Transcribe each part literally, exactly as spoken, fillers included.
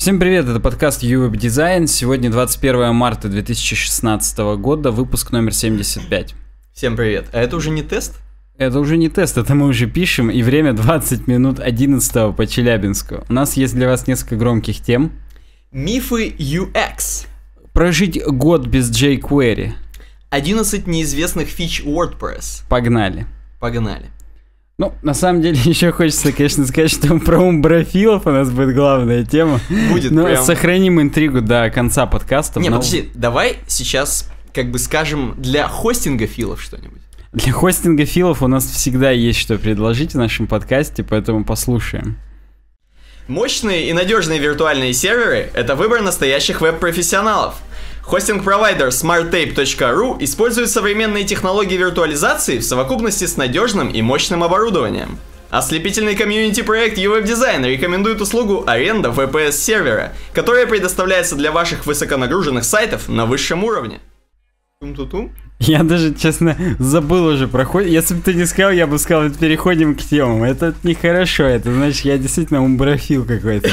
Всем привет, это подкаст YouWeb Design. Сегодня двадцать первое марта две тысячи шестнадцатого года, выпуск номер семьдесят пять. Всем привет. А это уже не тест? Это уже не тест, это мы уже пишем, и время двадцать минут одиннадцатого по Челябинску. У нас есть для вас несколько громких тем. Мифы ю экс. Прожить год без jQuery. одиннадцать неизвестных фич WordPress. Погнали. Погнали. Ну, на самом деле, еще хочется, конечно, сказать, что про умброфилов у нас будет главная тема. Будет Но прям... сохраним интригу до конца подкаста. Не, но... подожди, давай сейчас, как бы скажем, для хостинга филов что-нибудь. Для хостинга филов у нас всегда есть что предложить в нашем подкасте, поэтому послушаем. Мощные и надежные виртуальные серверы – это выбор настоящих веб-профессионалов. Хостинг-провайдер smarttape точка ру использует современные технологии виртуализации в совокупности с надежным и мощным оборудованием. Ослепительный комьюнити-проект YouWeb Design рекомендует услугу аренда ви пи эс-сервера, которая предоставляется для ваших высоконагруженных сайтов на высшем уровне. Тум-ту-тум. Я даже, честно, забыл уже про хостинг. Если бы ты не сказал, я бы сказал, переходим к темам. Это нехорошо, это значит, я действительно умброфил какой-то.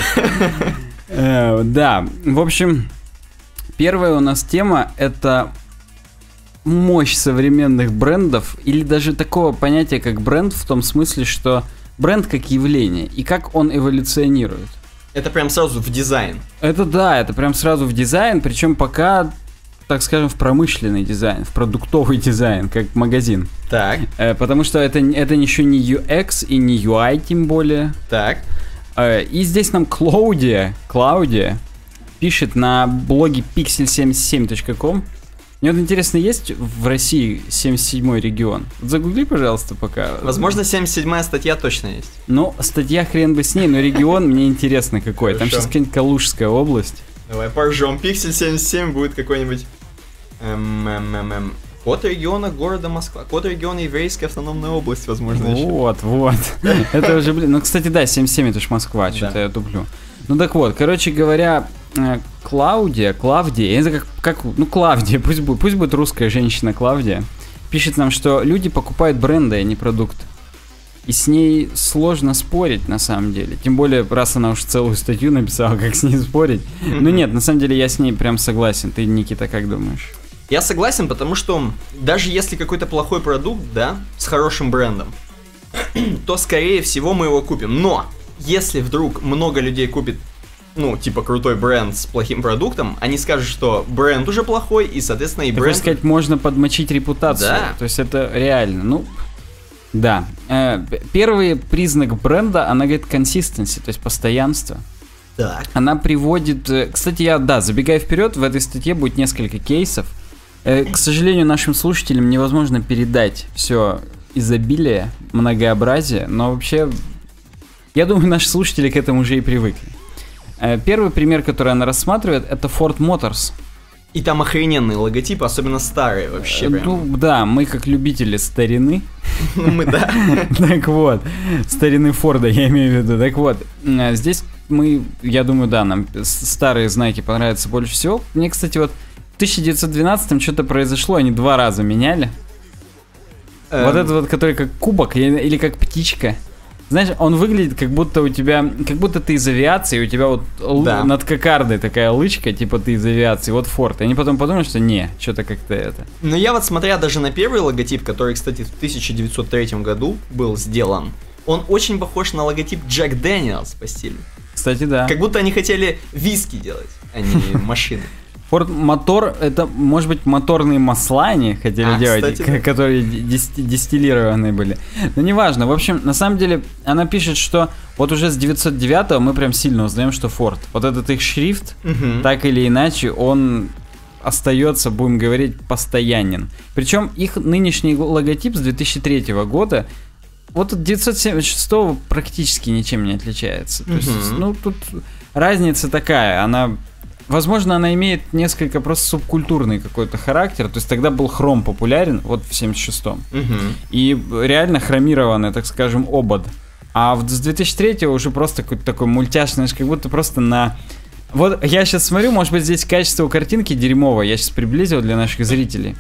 Да, в общем... Первая у нас тема — это мощь современных брендов, или даже такого понятия, как бренд, в том смысле, что бренд как явление, и как он эволюционирует. Это прям сразу в дизайн. Это да, это прям сразу в дизайн, причем пока, так скажем, в промышленный дизайн, в продуктовый дизайн, как магазин. Так. Э, потому что это, это еще не ю экс и не ю ай, тем более. Так. Э, и здесь нам Клаудия, Клаудия, пишет на блоге пиксель семьдесят семь точка ком. Мне вот интересно, есть в России семьдесят седьмой регион? Загугли, пожалуйста, пока. Возможно, семьдесят седьмая статья точно есть. Ну, статья хрен бы с ней, но регион мне интересно какой. Там сейчас какая-нибудь Калужская область. Давай поржем. Пиксель семьдесят семь будет какой-нибудь... Эм, эм, эм, эм. Код региона города Москва. Код региона Еврейская автономная область, возможно, еще. Вот, вот. Это уже, блин... Ну, кстати, да, семьдесят семь это ж Москва, что-то я туплю. Ну так вот, короче говоря, Клаудия, Клавдия, я не знаю, как, как, ну Клавдия, пусть будет, пусть будет русская женщина Клавдия, пишет нам, что люди покупают бренды, а не продукт. И с ней сложно спорить, на самом деле. Тем более, раз она уж целую статью написала, как с ней спорить. Ну нет, на самом деле я с ней прям согласен. Ты, Никита, как думаешь? Я согласен, потому что даже если какой-то плохой продукт, да, с хорошим брендом, то, скорее всего, мы его купим. Но если вдруг много людей купит, ну, типа, крутой бренд с плохим продуктом, они скажут, что бренд уже плохой, и, соответственно, и Ты бренд... хочешь сказать, можно подмочить репутацию. Да. То есть это реально, ну... Да. Э, первый признак бренда, она говорит consistency, то есть постоянство. Так. Она приводит... Кстати, я, да, забегая вперед, в этой статье будет несколько кейсов. Э, к сожалению, нашим слушателям невозможно передать все изобилие, многообразие, но вообще... Я думаю, наши слушатели к этому уже и привыкли. Первый пример, который она рассматривает, это Ford Motors. И там охрененные логотипы, особенно старые вообще. Прям. Ну да, мы как любители старины. Ну мы да. Так вот, старины Форда я имею в виду. Так вот, здесь мы, я думаю, да, нам старые знаки понравятся больше всего. Мне, кстати, вот в тысяча девятьсот двенадцатом что-то произошло, они два раза меняли. Вот этот вот, который как кубок или как птичка. Знаешь, он выглядит, как будто у тебя, как будто ты из авиации, у тебя вот да. над кокардой такая лычка, типа ты из авиации, вот Форд. И они потом подумают, что не, что-то как-то это. Но я вот смотря даже на первый логотип, который, кстати, в тысяча девятьсот третьем году был сделан, он очень похож на логотип Джек Дэниелс по стилю. Кстати, да. Как будто они хотели виски делать, а не машины. Форд мотор, это, может быть, моторные масла они хотели а, делать, кстати, да. которые дистиллированные были. Но неважно. В общем, на самом деле, она пишет, что вот уже с девятьсот девятого мы прям сильно узнаем, что Ford. Вот этот их шрифт, угу. так или иначе, он остается, будем говорить, постоянен. Причем их нынешний логотип с две тысячи третьего года, вот от девятьсот семьдесят шестого практически ничем не отличается. То угу. есть, ну, тут разница такая, она... Возможно, она имеет несколько просто субкультурный какой-то характер. То есть тогда был хром популярен, вот в семьдесят шестом. Uh-huh. И реально хромированный, так скажем, обод. А с две тысячи третьего уже просто какой-то такой мультяшный, как будто просто на... Вот я сейчас смотрю, может быть, здесь качество у картинки дерьмовое. Я сейчас приблизил для наших зрителей.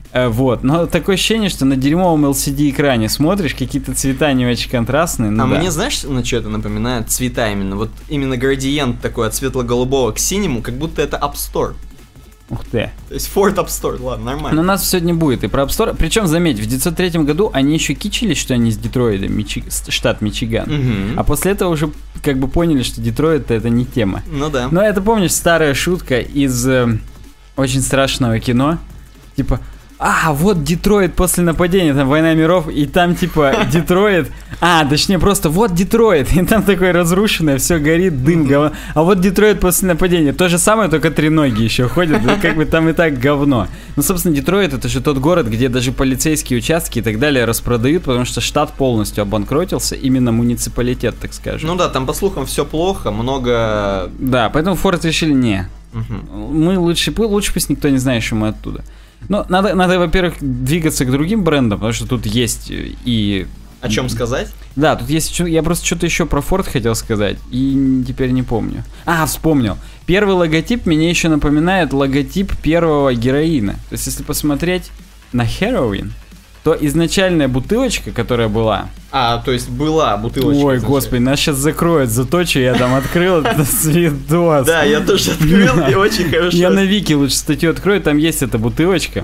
Э, вот, но такое ощущение, что на дерьмовом эл си ди экране смотришь, какие-то цвета не очень контрастные. Ну, а да. мне знаешь, на что это напоминает? Цвета именно. Вот именно градиент такой от светло-голубого к синему, как будто это App Store. Ух ты. То есть Ford App Store, ладно, нормально. Но у нас сегодня будет и про App Store. Причем, заметь, в девятьсот третьем году они еще кичились, что они из Детройда, Мичи... штат Мичиган. Угу. А после этого уже как бы поняли, что Детройт это не тема. Ну да. Но это, помнишь, старая шутка из э, очень страшного кино. Типа, а, вот Детройт после нападения, там Война миров, и там типа Детройт, а, точнее просто вот Детройт, и там такое разрушенное, все горит, дым, говно. А вот Детройт после нападения, то же самое, только треноги еще ходят, и как бы там и так говно. Ну, собственно, Детройт это же тот город, где даже полицейские участки и так далее распродают, потому что штат полностью обанкротился, именно муниципалитет, так скажем. Ну да, там по слухам все плохо, много... Да, поэтому Форд решили не. Угу. Мы лучше, лучше пусть никто не знает, что мы оттуда. Ну, надо, надо, во-первых, двигаться к другим брендам, потому что тут есть и... О чем сказать? Да, тут есть... Я просто что-то еще про Ford хотел сказать, и теперь не помню. А, вспомнил. Первый логотип мне еще напоминает логотип первого героина. То есть, если посмотреть на Heroin, то изначальная бутылочка, которая была... А, то есть была бутылочка. Ой, господи, нас сейчас закроют за то, что я там открыл этот видос. Да, я тоже открыл, и очень хорошо. Я на Вики лучше статью открою, там есть эта бутылочка.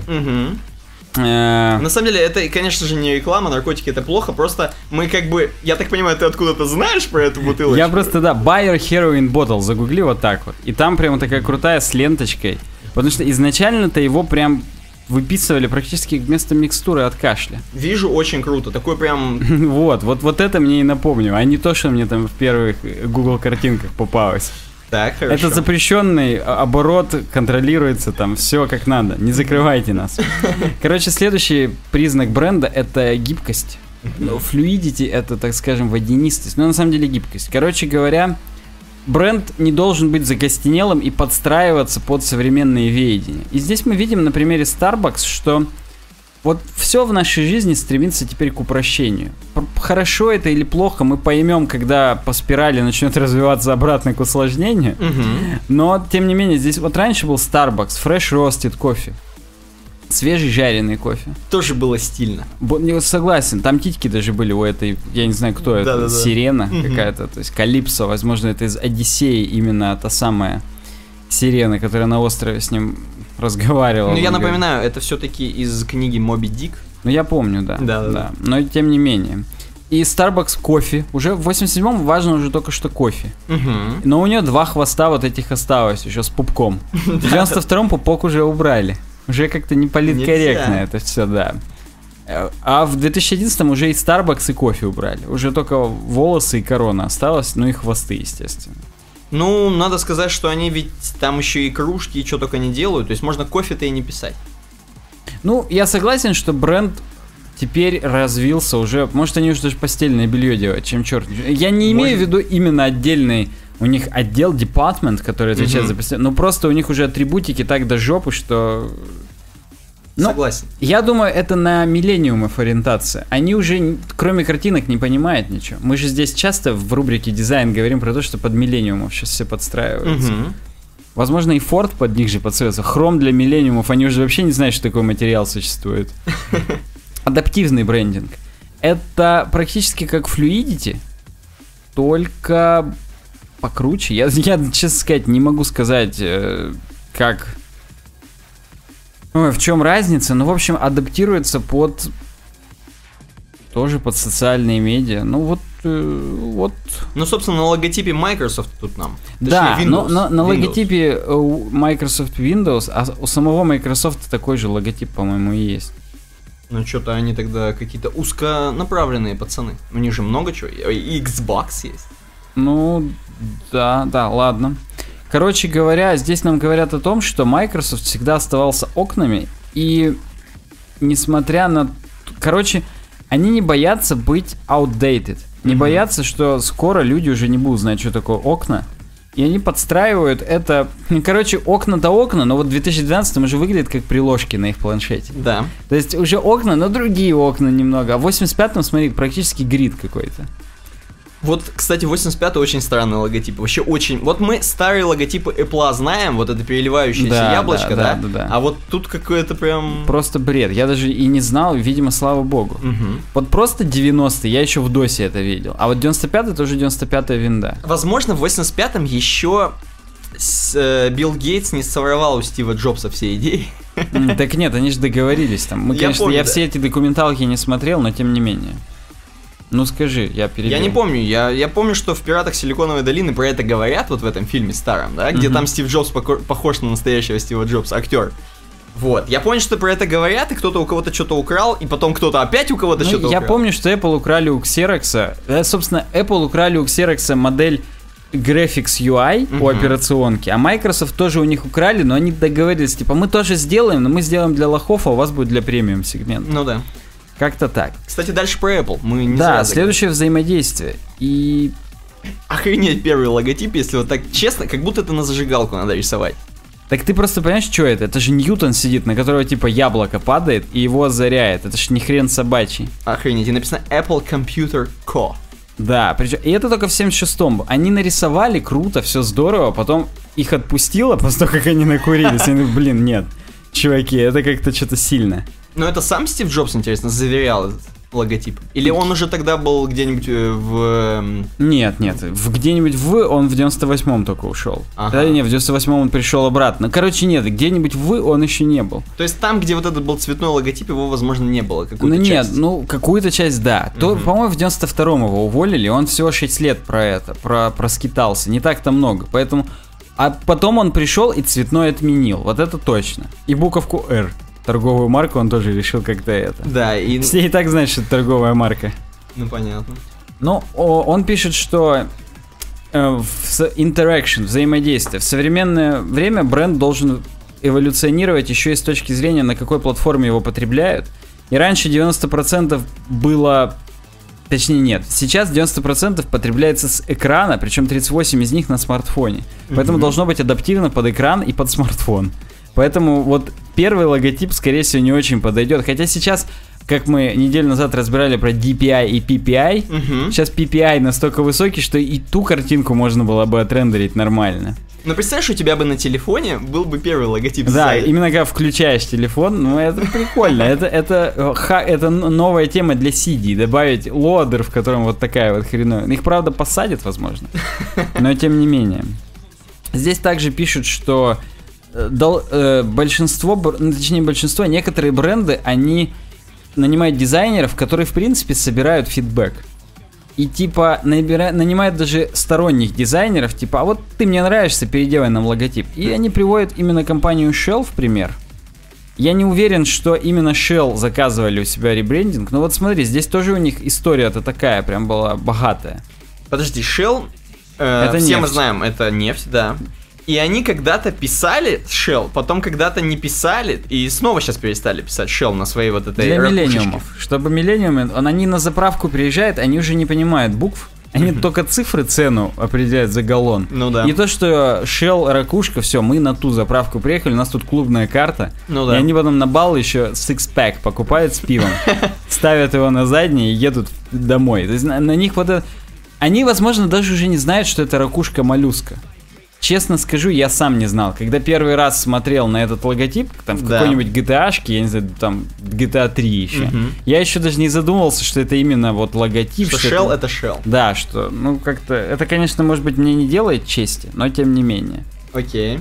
На самом деле, это, конечно же, не реклама, наркотики это плохо, просто мы как бы, я так понимаю, ты откуда-то знаешь про эту бутылочку? Я просто, да, Bayer Heroin Bottle, загугли вот так вот. И там прямо такая крутая с ленточкой. Потому что изначально-то его прям выписывали практически вместо микстуры от кашля. Вижу, очень круто, такой прям... Вот, вот, вот это мне и напомню, а не то, что мне там в первых Google картинках попалось. Так, хорошо. Это запрещенный оборот, контролируется там, все как надо, не закрывайте нас. Короче, следующий признак бренда это гибкость. Fluidity это, так скажем, водянистость, но на самом деле гибкость. Короче говоря, бренд не должен быть закостенелым и подстраиваться под современные веяния. И здесь мы видим на примере Starbucks, что вот все в нашей жизни стремится теперь к упрощению. Хорошо это или плохо, мы поймем, когда по спирали начнет развиваться обратно к усложнению. Mm-hmm. Но, тем не менее, здесь вот раньше был Starbucks, Fresh Roasted кофе. Свежий жареный кофе. Тоже было стильно. Бо- согласен, там титьки даже были у этой, я не знаю, кто это, Да-да-да. сирена Mm-hmm. какая-то, то есть Калипсо, возможно, это из Одиссеи именно та самая сирена, которая на острове с ним разговаривала. Ну, я говорит. напоминаю, это все-таки из книги Моби Дик. Ну, я помню, да. Да, да, да. Но тем не менее. И Starbucks кофе. Уже в восемьдесят седьмом важно уже только что кофе. Угу. Но у нее два хвоста вот этих осталось еще с пупком. В девяносто втором пупок уже убрали. Уже как-то не политкорректно это все, да. А в две тысячи одиннадцатом уже и Starbucks, и кофе убрали. Уже только волосы и корона осталось, ну и хвосты, естественно. Ну, надо сказать, что они ведь там еще и кружки, и что только не делают. То есть можно кофе-то и не писать. Ну, я согласен, что бренд теперь развился уже. Может, они уже даже постельное белье делают, чем черт. Я не имею Может. в виду именно отдельный у них отдел, департмент, который отвечает Мгм. за постельное. Ну, просто у них уже атрибутики так до жопы, что... Ну, Согласен. Я думаю, это на миллениумов ориентация. Они уже, кроме картинок, не понимают ничего. Мы же здесь часто в рубрике «Дизайн» говорим про то, что под миллениумов сейчас все подстраиваются. Мгм. Возможно, и Ford под них же подстраивается. Хром для миллениумов, они уже вообще не знают, что такой материал существует. Адаптивный брендинг. Это практически как Fluidity, только покруче. Я, я честно сказать, не могу сказать, э, как... Ой, в чем разница? Ну, в общем, адаптируется под... Тоже под социальные медиа. Ну, вот... э, вот. Ну, собственно, на логотипе Microsoft тут нам. Точнее, Да, Windows. но на, на Windows. логотипе э, у Microsoft Windows, а у самого Microsoft такой же логотип, по-моему, и есть. Ну, что-то они тогда какие-то узконаправленные пацаны. У них же много чего. И Xbox есть. Ну, да, да, ладно. Короче говоря, здесь нам говорят о том, что Microsoft всегда оставался окнами, и несмотря на... Короче, они не боятся быть outdated. Не Mm-hmm. боятся, что скоро люди уже не будут знать, что такое окна. И они подстраивают это... Короче, окна-то окна, но вот в две тысячи двенадцатом уже выглядит как приложки на их планшете. Да. То есть уже окна, но другие окна немного. А в восемьдесят пятом, смотри, практически грид какой-то. Вот, кстати, восемьдесят пятый очень странный логотип. Вообще очень... Вот мы старые логотипы Apple знаем, вот это переливающееся да, яблочко, да, да? Да, да, да? А вот тут какое-то прям... Просто бред. Я даже и не знал, видимо, слава богу. Угу. Вот просто девяностые, я еще в досе это видел. А вот девяносто пятый тоже девяносто пятая винда. Возможно, в восемьдесят пятом еще с, э, Билл Гейтс не своровал у Стива Джобса все идеи. Так нет, они же договорились там. Мы, я конечно, помню, я да. все эти документалки не смотрел, но тем не менее. Ну скажи, я перебил. Я не помню, я, я помню, что в «Пиратах Силиконовой долины» про это говорят, вот в этом фильме старом, да, где mm-hmm. там Стив Джобс поко- похож на настоящего Стива Джобса, актер. Вот, я помню, что про это говорят, и кто-то у кого-то что-то украл, и потом кто-то опять у кого-то ну, что-то я украл. Я помню, что Apple украли у Xerox, да, собственно, Apple украли у Xerox модель Graphics ю ай uh-huh. у операционки, а Microsoft тоже у них украли, но они договорились, типа, мы тоже сделаем, но мы сделаем для лохов, а у вас будет для премиум сегмента. Ну да. Как-то так. Кстати, дальше про Apple. Мы не да, следующее взаимодействие. И... Охренеть первый логотип, если вот так честно, как будто это на зажигалку надо рисовать. Так ты просто понимаешь, что это? Это же Ньютон сидит, на которого типа яблоко падает и его озаряет. Это ж не хрен собачий. Охренеть, и написано Apple Computer Co. Да, причем, и это только в семьдесят шестом. Они нарисовали круто, все здорово, потом их отпустило после того, как они накурились. Они, блин, нет, чуваки, это как-то что-то сильно. Но это сам Стив Джобс, интересно, заверял этот логотип? Или он уже тогда был где-нибудь в... Нет, нет, в, где-нибудь в... Он в девяносто восьмом только ушел. Ага. Да, нет, в девяносто восьмом он пришел обратно. Короче, нет, где-нибудь в он еще не был. То есть там, где вот этот был цветной логотип, его, возможно, не было? Какую-то ну часть? Нет, ну, какую-то часть, да. То, угу. По-моему, в девяносто втором его уволили, он всего шесть лет про это, про проскитался. Не так-то много, поэтому... А потом он пришел и цветной отменил, вот это точно. И буковку R. Торговую марку он тоже решил как-то это. Да, и... Все и так знают, что это торговая марка. Ну, понятно. Ну, он пишет, что э, в interaction, взаимодействие. В современное время бренд должен эволюционировать еще и с точки зрения, на какой платформе его потребляют. И раньше девяносто процентов было... Точнее, нет. Сейчас девяносто процентов потребляется с экрана, причем тридцать восемь процентов из них на смартфоне. Поэтому mm-hmm. должно быть адаптировано под экран и под смартфон. Поэтому вот первый логотип, скорее всего, не очень подойдет. Хотя сейчас, как мы неделю назад разбирали про ди пи ай и пи пи ай, uh-huh. сейчас пи пи ай настолько высокий, что и ту картинку можно было бы отрендерить нормально. Но представляешь, у тебя бы на телефоне был бы первый логотип. Да, сзади. Именно когда включаешь телефон, ну это прикольно. Это, это, это новая тема для си ди. Добавить лодер, в котором вот такая вот хреновая. Их, правда, посадят, возможно. Но тем не менее. Здесь также пишут, что Дол, э, большинство, ну, точнее большинство, некоторые бренды, они нанимают дизайнеров, которые в принципе собирают фидбэк. И типа набира, нанимают даже сторонних дизайнеров, типа, а вот ты мне нравишься, переделай нам логотип. И они приводят именно компанию Shell в пример. Я не уверен, что именно Shell заказывали у себя ребрендинг, но вот смотри, здесь тоже у них история-то такая, прям была богатая. Подожди, Shell, э, это все нефть. Мы знаем, это нефть, да. И они когда-то писали Shell, потом когда-то не писали, и снова сейчас перестали писать Shell на своей вот этой Для миллениумов. Чтобы миллениумы, они на заправку приезжают, они уже не понимают букв, они mm-hmm. только цифры цену определяют за галлон. Ну да. И то, что Shell, ракушка, все, мы на ту заправку приехали, у нас тут клубная карта, ну да. И они потом на бал еще six-pack покупают с пивом, ставят его на заднее и едут домой. То есть на, на них вот это... Они, возможно, даже уже не знают, что это ракушка-моллюска. Честно скажу, я сам не знал. Когда первый раз смотрел на этот логотип, там в да. какой-нибудь джи ти эй-шке, я не знаю, там джи ти эй три еще, угу. я еще даже не задумывался, что это именно вот логотип. Что, что Shell это... это Shell. Да, что, ну как-то, это, конечно, может быть, мне не делает чести, но тем не менее. Окей.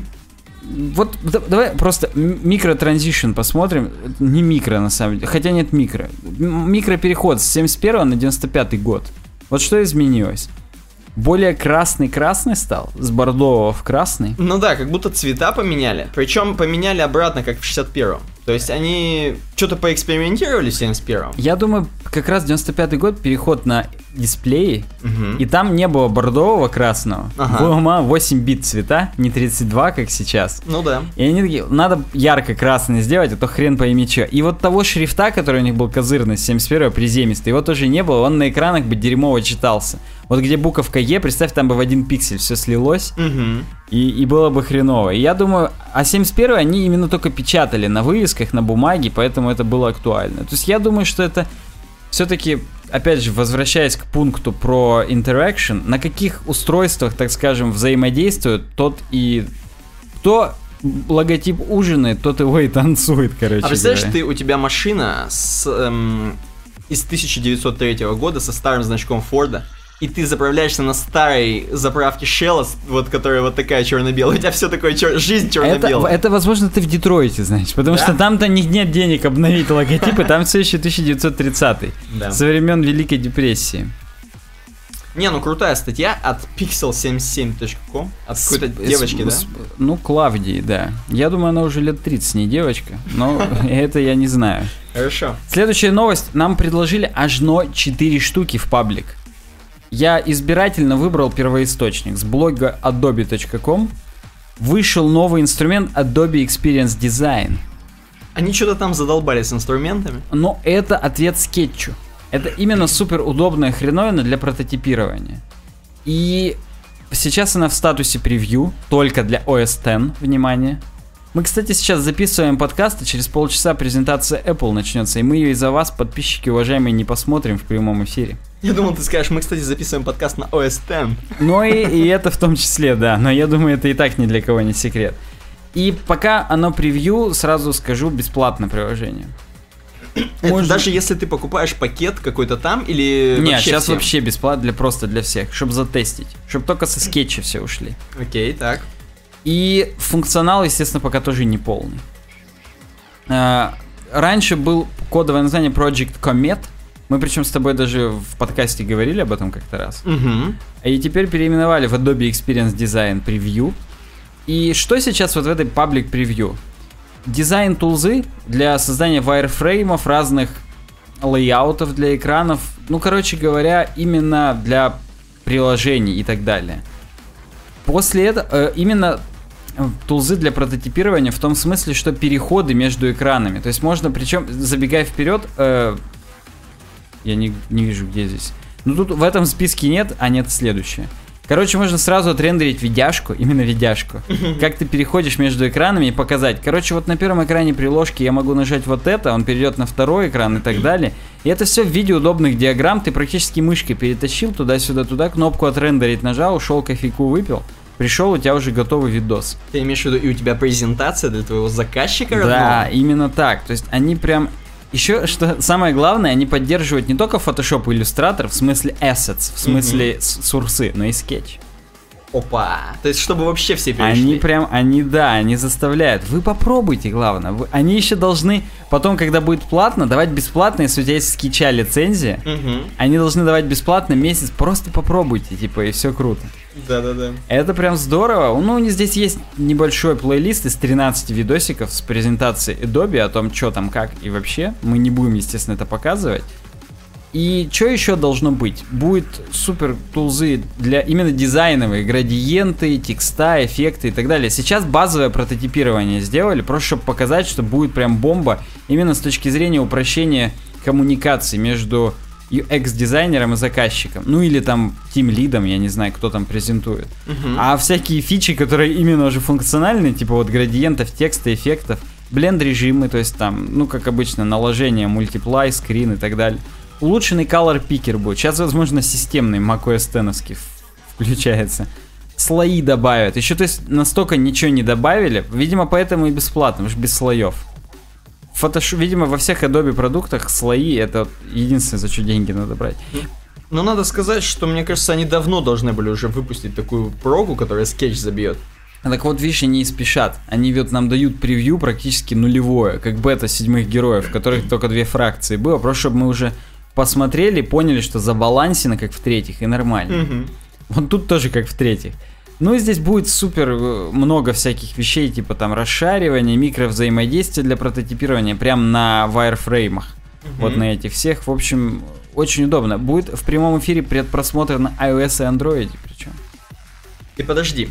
Вот да, давай просто микро-транзишн посмотрим. Не микро, на самом деле, хотя нет микро. Микро-переход с семьдесят первого на девяносто пятый год. Вот что изменилось? Более красный-красный стал, с бордового в красный. Ну да, как будто цвета поменяли. Причем поменяли обратно, как в шестьдесят первом. То есть они что-то поэкспериментировали в семьдесят первом. Я думаю, как раз девяносто пятый год, переход на дисплеи, угу. и там не было бордового красного. Ага. Было восемь бит цвета, не тридцать два, как сейчас. Ну да. И они такие, надо ярко-красный сделать, а то хрен пойми что. И вот того шрифта, который у них был козырный, с семьдесят первого, приземистый, его тоже не было, он на экранах бы дерьмово читался. Вот где буковка Е, представь, там бы в один пиксель все слилось, угу. и, и было бы хреново. И я думаю, а семьдесят первый они именно только печатали на вывесках, на бумаге, поэтому это было актуально. То есть я думаю, что это все-таки опять же, возвращаясь к пункту про interaction, на каких устройствах, так скажем, взаимодействует тот и... Кто логотип ужинает, тот его и танцует, короче. А представляешь, говоря. ты, у тебя машина с, эм, из тысяча девятьсот третьего года со старым значком Форда, и ты заправляешься на старой заправке Shell, вот, которая вот такая черно-белая. У тебя все такое, чер... жизнь черно-белая. Это, это, возможно, ты в Детройте, знаешь, потому да? что там-то нет денег обновить логотипы, там все еще тысяча девятьсот тридцатый, да. со времен Великой депрессии. Не, ну крутая статья от пиксель семьдесят семь точка ком, от какой-то девочки, с, да? С, ну, Клавдии, да. Я думаю, она уже лет тридцать не девочка, но это я не знаю. Хорошо. Следующая новость. Нам предложили аж четыре штуки в паблик. Я избирательно выбрал первоисточник. С блога adobe точка ком вышел новый инструмент Adobe Experience Design. Они что-то там задолбались с инструментами? Но это ответ скетчу. Это именно супер удобная хреновина для прототипирования. И сейчас она в статусе превью, только для о эс десять, внимание. Мы, кстати, сейчас записываем подкаст, и через полчаса презентация Apple начнется, и мы ее из-за вас, подписчики уважаемые, не посмотрим в прямом эфире. Я думал, ты скажешь, мы, кстати, записываем подкаст на о эс десять. Ну и, и это в том числе, да, но я думаю, это и так ни для кого не секрет. И пока оно превью, сразу скажу, бесплатное приложение. Это Можно... даже если ты покупаешь пакет какой-то там или Нет, вообще сейчас всем? вообще бесплатно, для, просто для всех, чтобы затестить, чтобы только со скетча все ушли. Окей, так. И функционал, естественно, пока тоже не полный. А, раньше был кодовое название Project Comet. Мы причем с тобой даже в подкасте говорили об этом как-то раз. Угу. И теперь переименовали в Adobe Experience Design Preview. И что сейчас вот в этой Public Preview? Дизайн-тулзы для создания вайрфреймов, разных лейаутов для экранов. Ну, короче говоря, именно для приложений и так далее. После этого э, именно тулзы для прототипирования в том смысле, что переходы между экранами. То есть можно, причем, забегая вперед, э, я не, не вижу, где здесь. Ну, тут в этом списке нет, а нет следующее. Короче, можно сразу отрендерить видяшку, именно видяшку. Как ты переходишь между экранами и показать. Короче, вот на первом экране приложки я могу нажать вот это, он перейдет на второй экран и так далее. И это все в виде удобных диаграмм. Ты практически мышкой перетащил туда-сюда-туда, кнопку отрендерить нажал, ушел кофейку выпил. Пришел, у тебя уже готовый видос. Ты имеешь в виду, и у тебя презентация для твоего заказчика? Да, родного? именно так. То есть они прям... Еще, что самое главное, они поддерживают не только Photoshop и Illustrator, в смысле assets, в смысле mm-hmm. сурсы, но и скетч. Опа! То есть, чтобы вообще все перешли. Они прям, они, да, они заставляют. Вы попробуйте, главное. Вы, они еще должны, потом, когда будет платно, давать бесплатно, если у тебя есть скетча лицензия, mm-hmm. они должны давать бесплатно месяц, просто попробуйте, типа, и все круто. Да-да-да. Это прям здорово. Ну, у них здесь есть небольшой плейлист из тринадцати видосиков с презентацией Adobe о том, что там, как и вообще. Мы не будем, естественно, это показывать. И что еще должно быть? Будет супер тулзы для именно дизайновые, градиенты, текста, эффекты и так далее. Сейчас базовое прототипирование сделали, просто чтобы показать, что будет прям бомба именно с точки зрения упрощения коммуникации между ю экс-дизайнером и заказчиком. Ну или там тим-лидом, я не знаю, кто там презентует. Uh-huh. А всякие фичи, которые именно уже функциональные, типа вот градиентов, текста, эффектов, бленд-режимы, то есть там, ну как обычно, наложение, мультиплай, скрин и так далее. Улучшенный color picker будет. Сейчас, возможно, системный macOS десять включается. Слои добавят. Еще, то есть, настолько ничего не добавили. Видимо, поэтому и бесплатно, потому что без слоев. Photoshop, видимо, во всех Adobe продуктах слои — это единственное, за что деньги надо брать. Но надо сказать, что, мне кажется, они давно должны были уже выпустить такую прогу, которая скетч забьет. Так вот, видишь, они и спешат. Они вот нам дают превью практически нулевое, как бета седьмых героев, в которых только две фракции было, просто чтобы мы уже посмотрели, поняли, что забалансено, как в-третьих, и нормально. Mm-hmm. Вот тут тоже как в-третьих. Ну и здесь будет супер много всяких вещей, типа там расшаривания, микровзаимодействия для прототипирования, прям на вайрфреймах. Mm-hmm. Вот на этих всех. В общем, очень удобно. Будет в прямом эфире предпросмотр на iOS и Android причем. И подожди.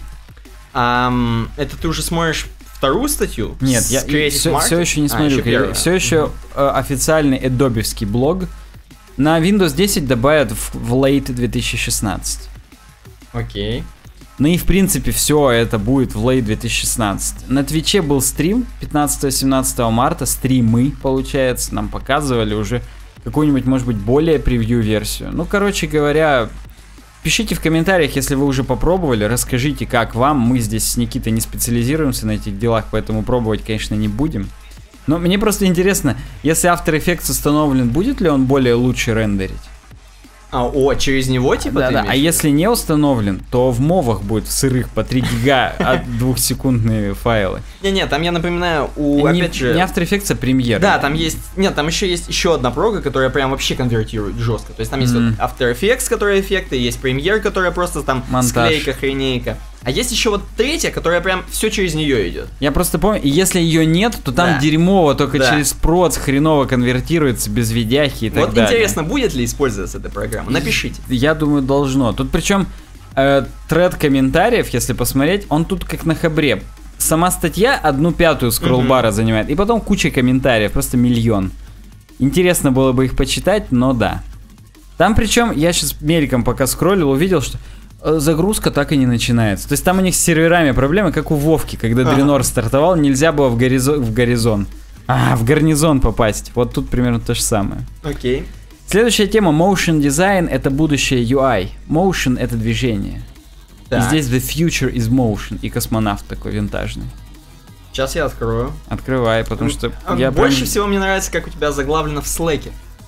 Um, это ты уже смотришь вторую статью? Нет, я все, все еще не смотрю. А, еще все еще mm-hmm. э, официальный Adobe-вский блог. На Windows десять добавят в, в Late две тысячи шестнадцать. Окей. Okay. Ну и в принципе все это будет в Late две тысячи шестнадцать. На Твиче был стрим пятнадцатого-семнадцатого марта. Стримы, получается, нам показывали уже какую-нибудь, может быть, более превью-версию. Ну, короче говоря, пишите в комментариях, если вы уже попробовали, расскажите, как вам. Мы здесь с Никитой не специализируемся на этих делах, поэтому пробовать, конечно, не будем. Но мне просто интересно, если After Effects установлен, будет ли он более лучше рендерить? А, о, через него типа да, ты да. А если не установлен, то в мовах будет в сырых по три гига от двухсекундные файлы. Не-не, там я напоминаю, у не, опять же... Не After Effects, а Premiere. Да, там есть... Нет, там еще есть еще одна прога, которая прям вообще конвертирует жестко. То есть там есть Mm. вот After Effects, которая эффекты, есть Premiere, которая просто там Монтаж. склейка, хренейка. А есть еще вот третья, которая прям все через нее идет. Я просто помню, и если ее нет, то там Да. дерьмово только Да. через проц хреново конвертируется без видяхи и так Вот далее. интересно, будет ли использоваться эта программа? Напишите. Я думаю, должно. Тут причем э, тред комментариев, если посмотреть, он тут как на хабре. Сама статья одну пятую скроллбара Мгм. занимает, и потом куча комментариев, просто миллион. Интересно было бы их почитать, но да. Там причем, я сейчас мельком пока скроллил, увидел, что э, загрузка так и не начинается. То есть там у них с серверами проблемы, как у Вовки, когда Ага. Дренор стартовал, нельзя было в, горизо... в горизон. А, в гарнизон попасть. Вот тут примерно то же самое. Окей. Следующая тема Motion Design — это будущее ю ай. Motion — это движение. И Так, здесь The Future is Motion. И космонавт такой винтажный. сейчас я открою. Открывай, потому что А я Больше прям- всего мне нравится, как у тебя заглавлено в слэке.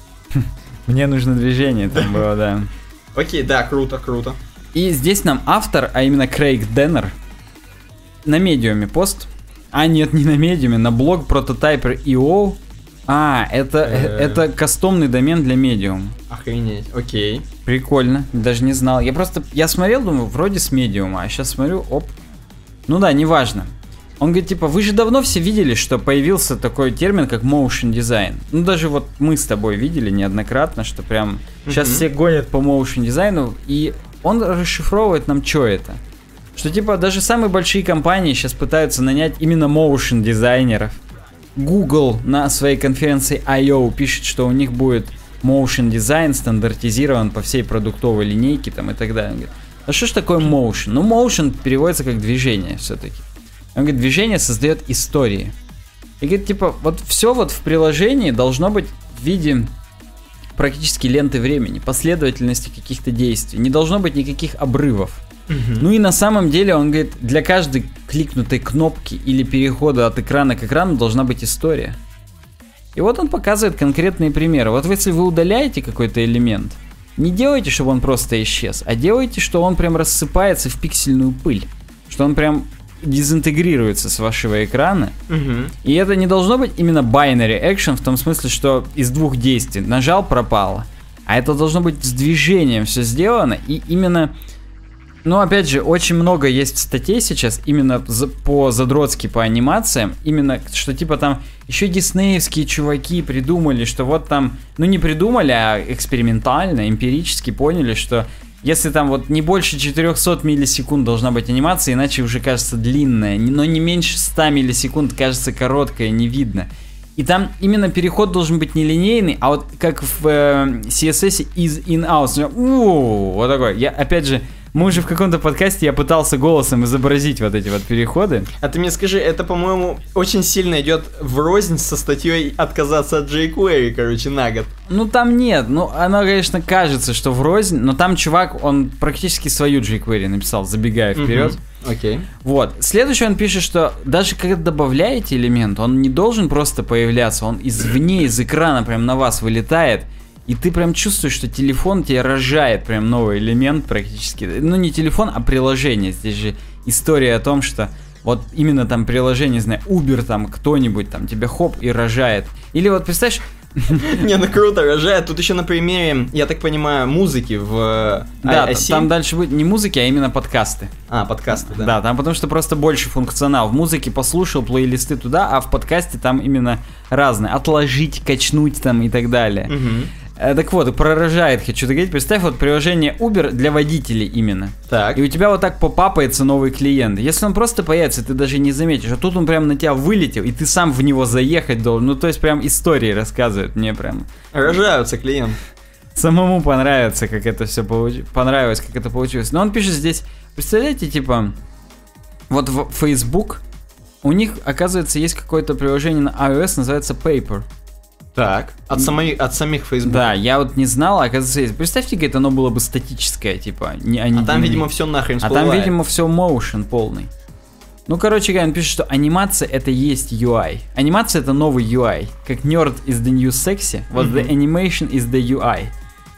Мне нужно движение там было, да. Окей, да, круто, круто. И здесь нам автор, а именно Крейг Деннер, на медиуме пост. А, нет, не на медиуме, на блог Prototyper точка ай о. А, это, Э. это кастомный домен для медиум. Охренеть, окей. Прикольно, даже не знал. Я просто, я смотрел, думаю, вроде с медиума, а сейчас смотрю, оп. Ну да, неважно. Он говорит, типа, вы же давно все видели, что появился такой термин, как motion design. Ну, даже вот мы с тобой видели неоднократно, что прям сейчас Мгм. все гонят по motion дизайну, и он расшифровывает нам, что это. Что, типа, даже самые большие компании сейчас пытаются нанять именно motion дизайнеров. Google на своей конференции ай о пишет, что у них будет motion дизайн стандартизирован по всей продуктовой линейке там и так далее. Он говорит, а что ж такое motion? Ну, motion переводится как движение все-таки. Он говорит, движение создает истории. И говорит, типа, вот все вот в приложении должно быть в виде практически ленты времени, последовательности каких-то действий. Не должно быть никаких обрывов. Ну и на самом деле, он говорит, для каждой кликнутой кнопки или перехода от экрана к экрану должна быть история. И вот он показывает конкретные примеры. Вот если вы удаляете какой-то элемент, не делайте, чтобы он просто исчез, а делайте, что он прям рассыпается в пиксельную пыль. Что он прям дезинтегрируется с вашего экрана. Мгм. И это не должно быть именно binary action в том смысле, что из двух действий нажал, пропало. А это должно быть с движением все сделано. И именно, ну опять же, очень много есть статей сейчас именно за- по задротски по анимациям. Именно, что типа там еще диснеевские чуваки придумали, что вот там, ну не придумали, а экспериментально, эмпирически поняли, что если там вот не больше четыреста миллисекунд должна быть анимация, иначе уже кажется длинная, но не меньше ста миллисекунд кажется короткая, не видно. И там именно переход должен быть нелинейный, а вот как в э, си эс эс is in out. У-у-у, вот такой. Я опять же, мы уже в каком-то подкасте я пытался голосом изобразить вот эти вот переходы. А ты мне скажи, это, по-моему, очень сильно идет врознь со статьей отказаться от jQuery, короче, на год. Ну там нет, ну она, конечно, кажется, что врознь, но там чувак, он практически свою jQuery написал, забегая вперед. Мгм. Окей. Вот. Следующий он пишет, что даже когда добавляете элемент, он не должен просто появляться, он извне, из экрана прям на вас вылетает, и ты прям чувствуешь, что телефон тебе рожает прям новый элемент практически. Ну не телефон, а приложение. Здесь же история о том, что вот именно там приложение, не знаю, Uber там кто-нибудь там тебе хоп и рожает. Или вот представляешь, Не, ну круто, рожает. Тут еще на примере, я так понимаю, музыки в да, iOS. там дальше будет не музыки, а именно подкасты. А, подкасты, да. Да, там потому что просто больше функционал. В музыке послушал, плейлисты туда, а в подкасте там именно разные. Отложить, качнуть там и так далее. Мгм. Э, Так вот, пророжает, хочу говорить. Представь, вот приложение Uber для водителей именно. Так. И у тебя вот так попапается новый клиент. Если он просто появится, ты даже не заметишь. А тут он прям на тебя вылетел, и ты сам в него заехать должен. Ну, то есть прям истории рассказывают мне прям. Рожаются клиенты. Самому понравится, как это все получилось. Понравилось, как это получилось. Но он пишет здесь, представляете, типа, вот в Facebook у них, оказывается, есть какое-то приложение на iOS, называется Paper. Так, от, самой, от самих Facebook. Да, я вот не знал, оказывается, представьте, как оно было бы статическое, типа, не, а, не а там, видимо, все нахрен всплывает. А там, видимо, все motion полный. Ну, короче говоря, он пишет, что анимация это есть ю ай. Анимация это новый ю ай. Как nerd is the new sexy, вот mm-hmm. the animation is the ю ай.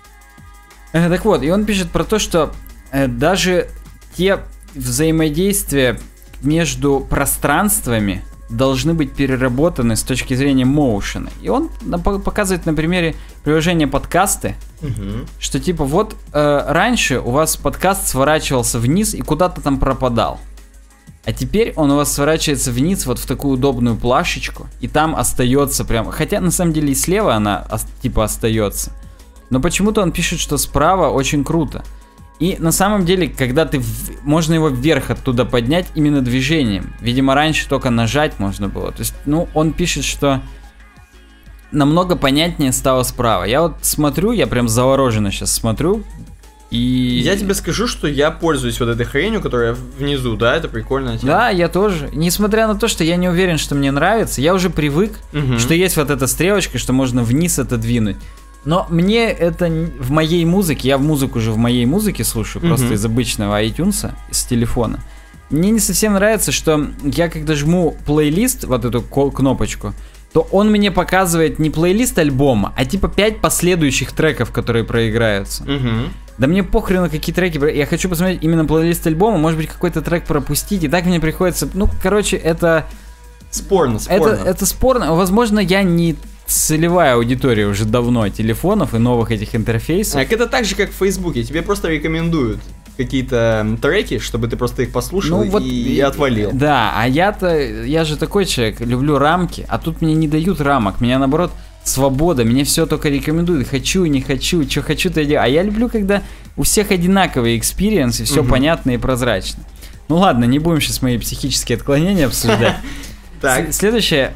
Э, так вот, и он пишет про то, что э, даже те взаимодействия между пространствами должны быть переработаны с точки зрения моушена. И он показывает на примере приложения подкасты, угу. что типа вот э, раньше у вас подкаст сворачивался вниз и куда-то там пропадал. А теперь он у вас сворачивается вниз вот в такую удобную плашечку, и там остается прям... Хотя на самом деле и слева она типа остается. Но почему-то он пишет, что справа очень круто. И на самом деле, когда ты... В... Можно его вверх оттуда поднять именно движением. Видимо, раньше только нажать можно было. То есть, ну, он пишет, что намного понятнее стало справа. Я вот смотрю, я прям завороженно сейчас смотрю. И... Я тебе скажу, что я пользуюсь вот этой хренью, которая внизу, да, это прикольно. Да, я тоже. Несмотря на то, что я не уверен, что мне нравится, я уже привык, угу. что есть вот эта стрелочка, что можно вниз это двинуть. Но мне это в моей музыке, я в музыку же в моей музыке слушаю, mm-hmm. просто из обычного iTunes, с телефона. Мне не совсем нравится, что я когда жму плейлист, вот эту кнопочку, то он мне показывает не плейлист альбома, а типа пять последующих треков, которые проиграются. Mm-hmm. Да мне похрен на какие треки, я хочу посмотреть именно плейлист альбома, может быть какой-то трек пропустить, и так мне приходится, ну, короче, это... Спорно, спорно. Это, это спорно, возможно, я не... целевая аудитория уже давно телефонов и новых этих интерфейсов. А это так же, как в Фейсбуке. Тебе просто рекомендуют какие-то треки, чтобы ты просто их послушал, ну, и, вот, и отвалил. Да, а я-то, я же такой человек, люблю рамки, а тут мне не дают рамок. Меня, наоборот, свобода, мне все только рекомендуют. Хочу и не хочу, что хочу, то я делаю. А я люблю, когда у всех одинаковые экспириенсы, все угу. понятно и прозрачно. Ну ладно, не будем сейчас мои психические отклонения обсуждать. Следующее...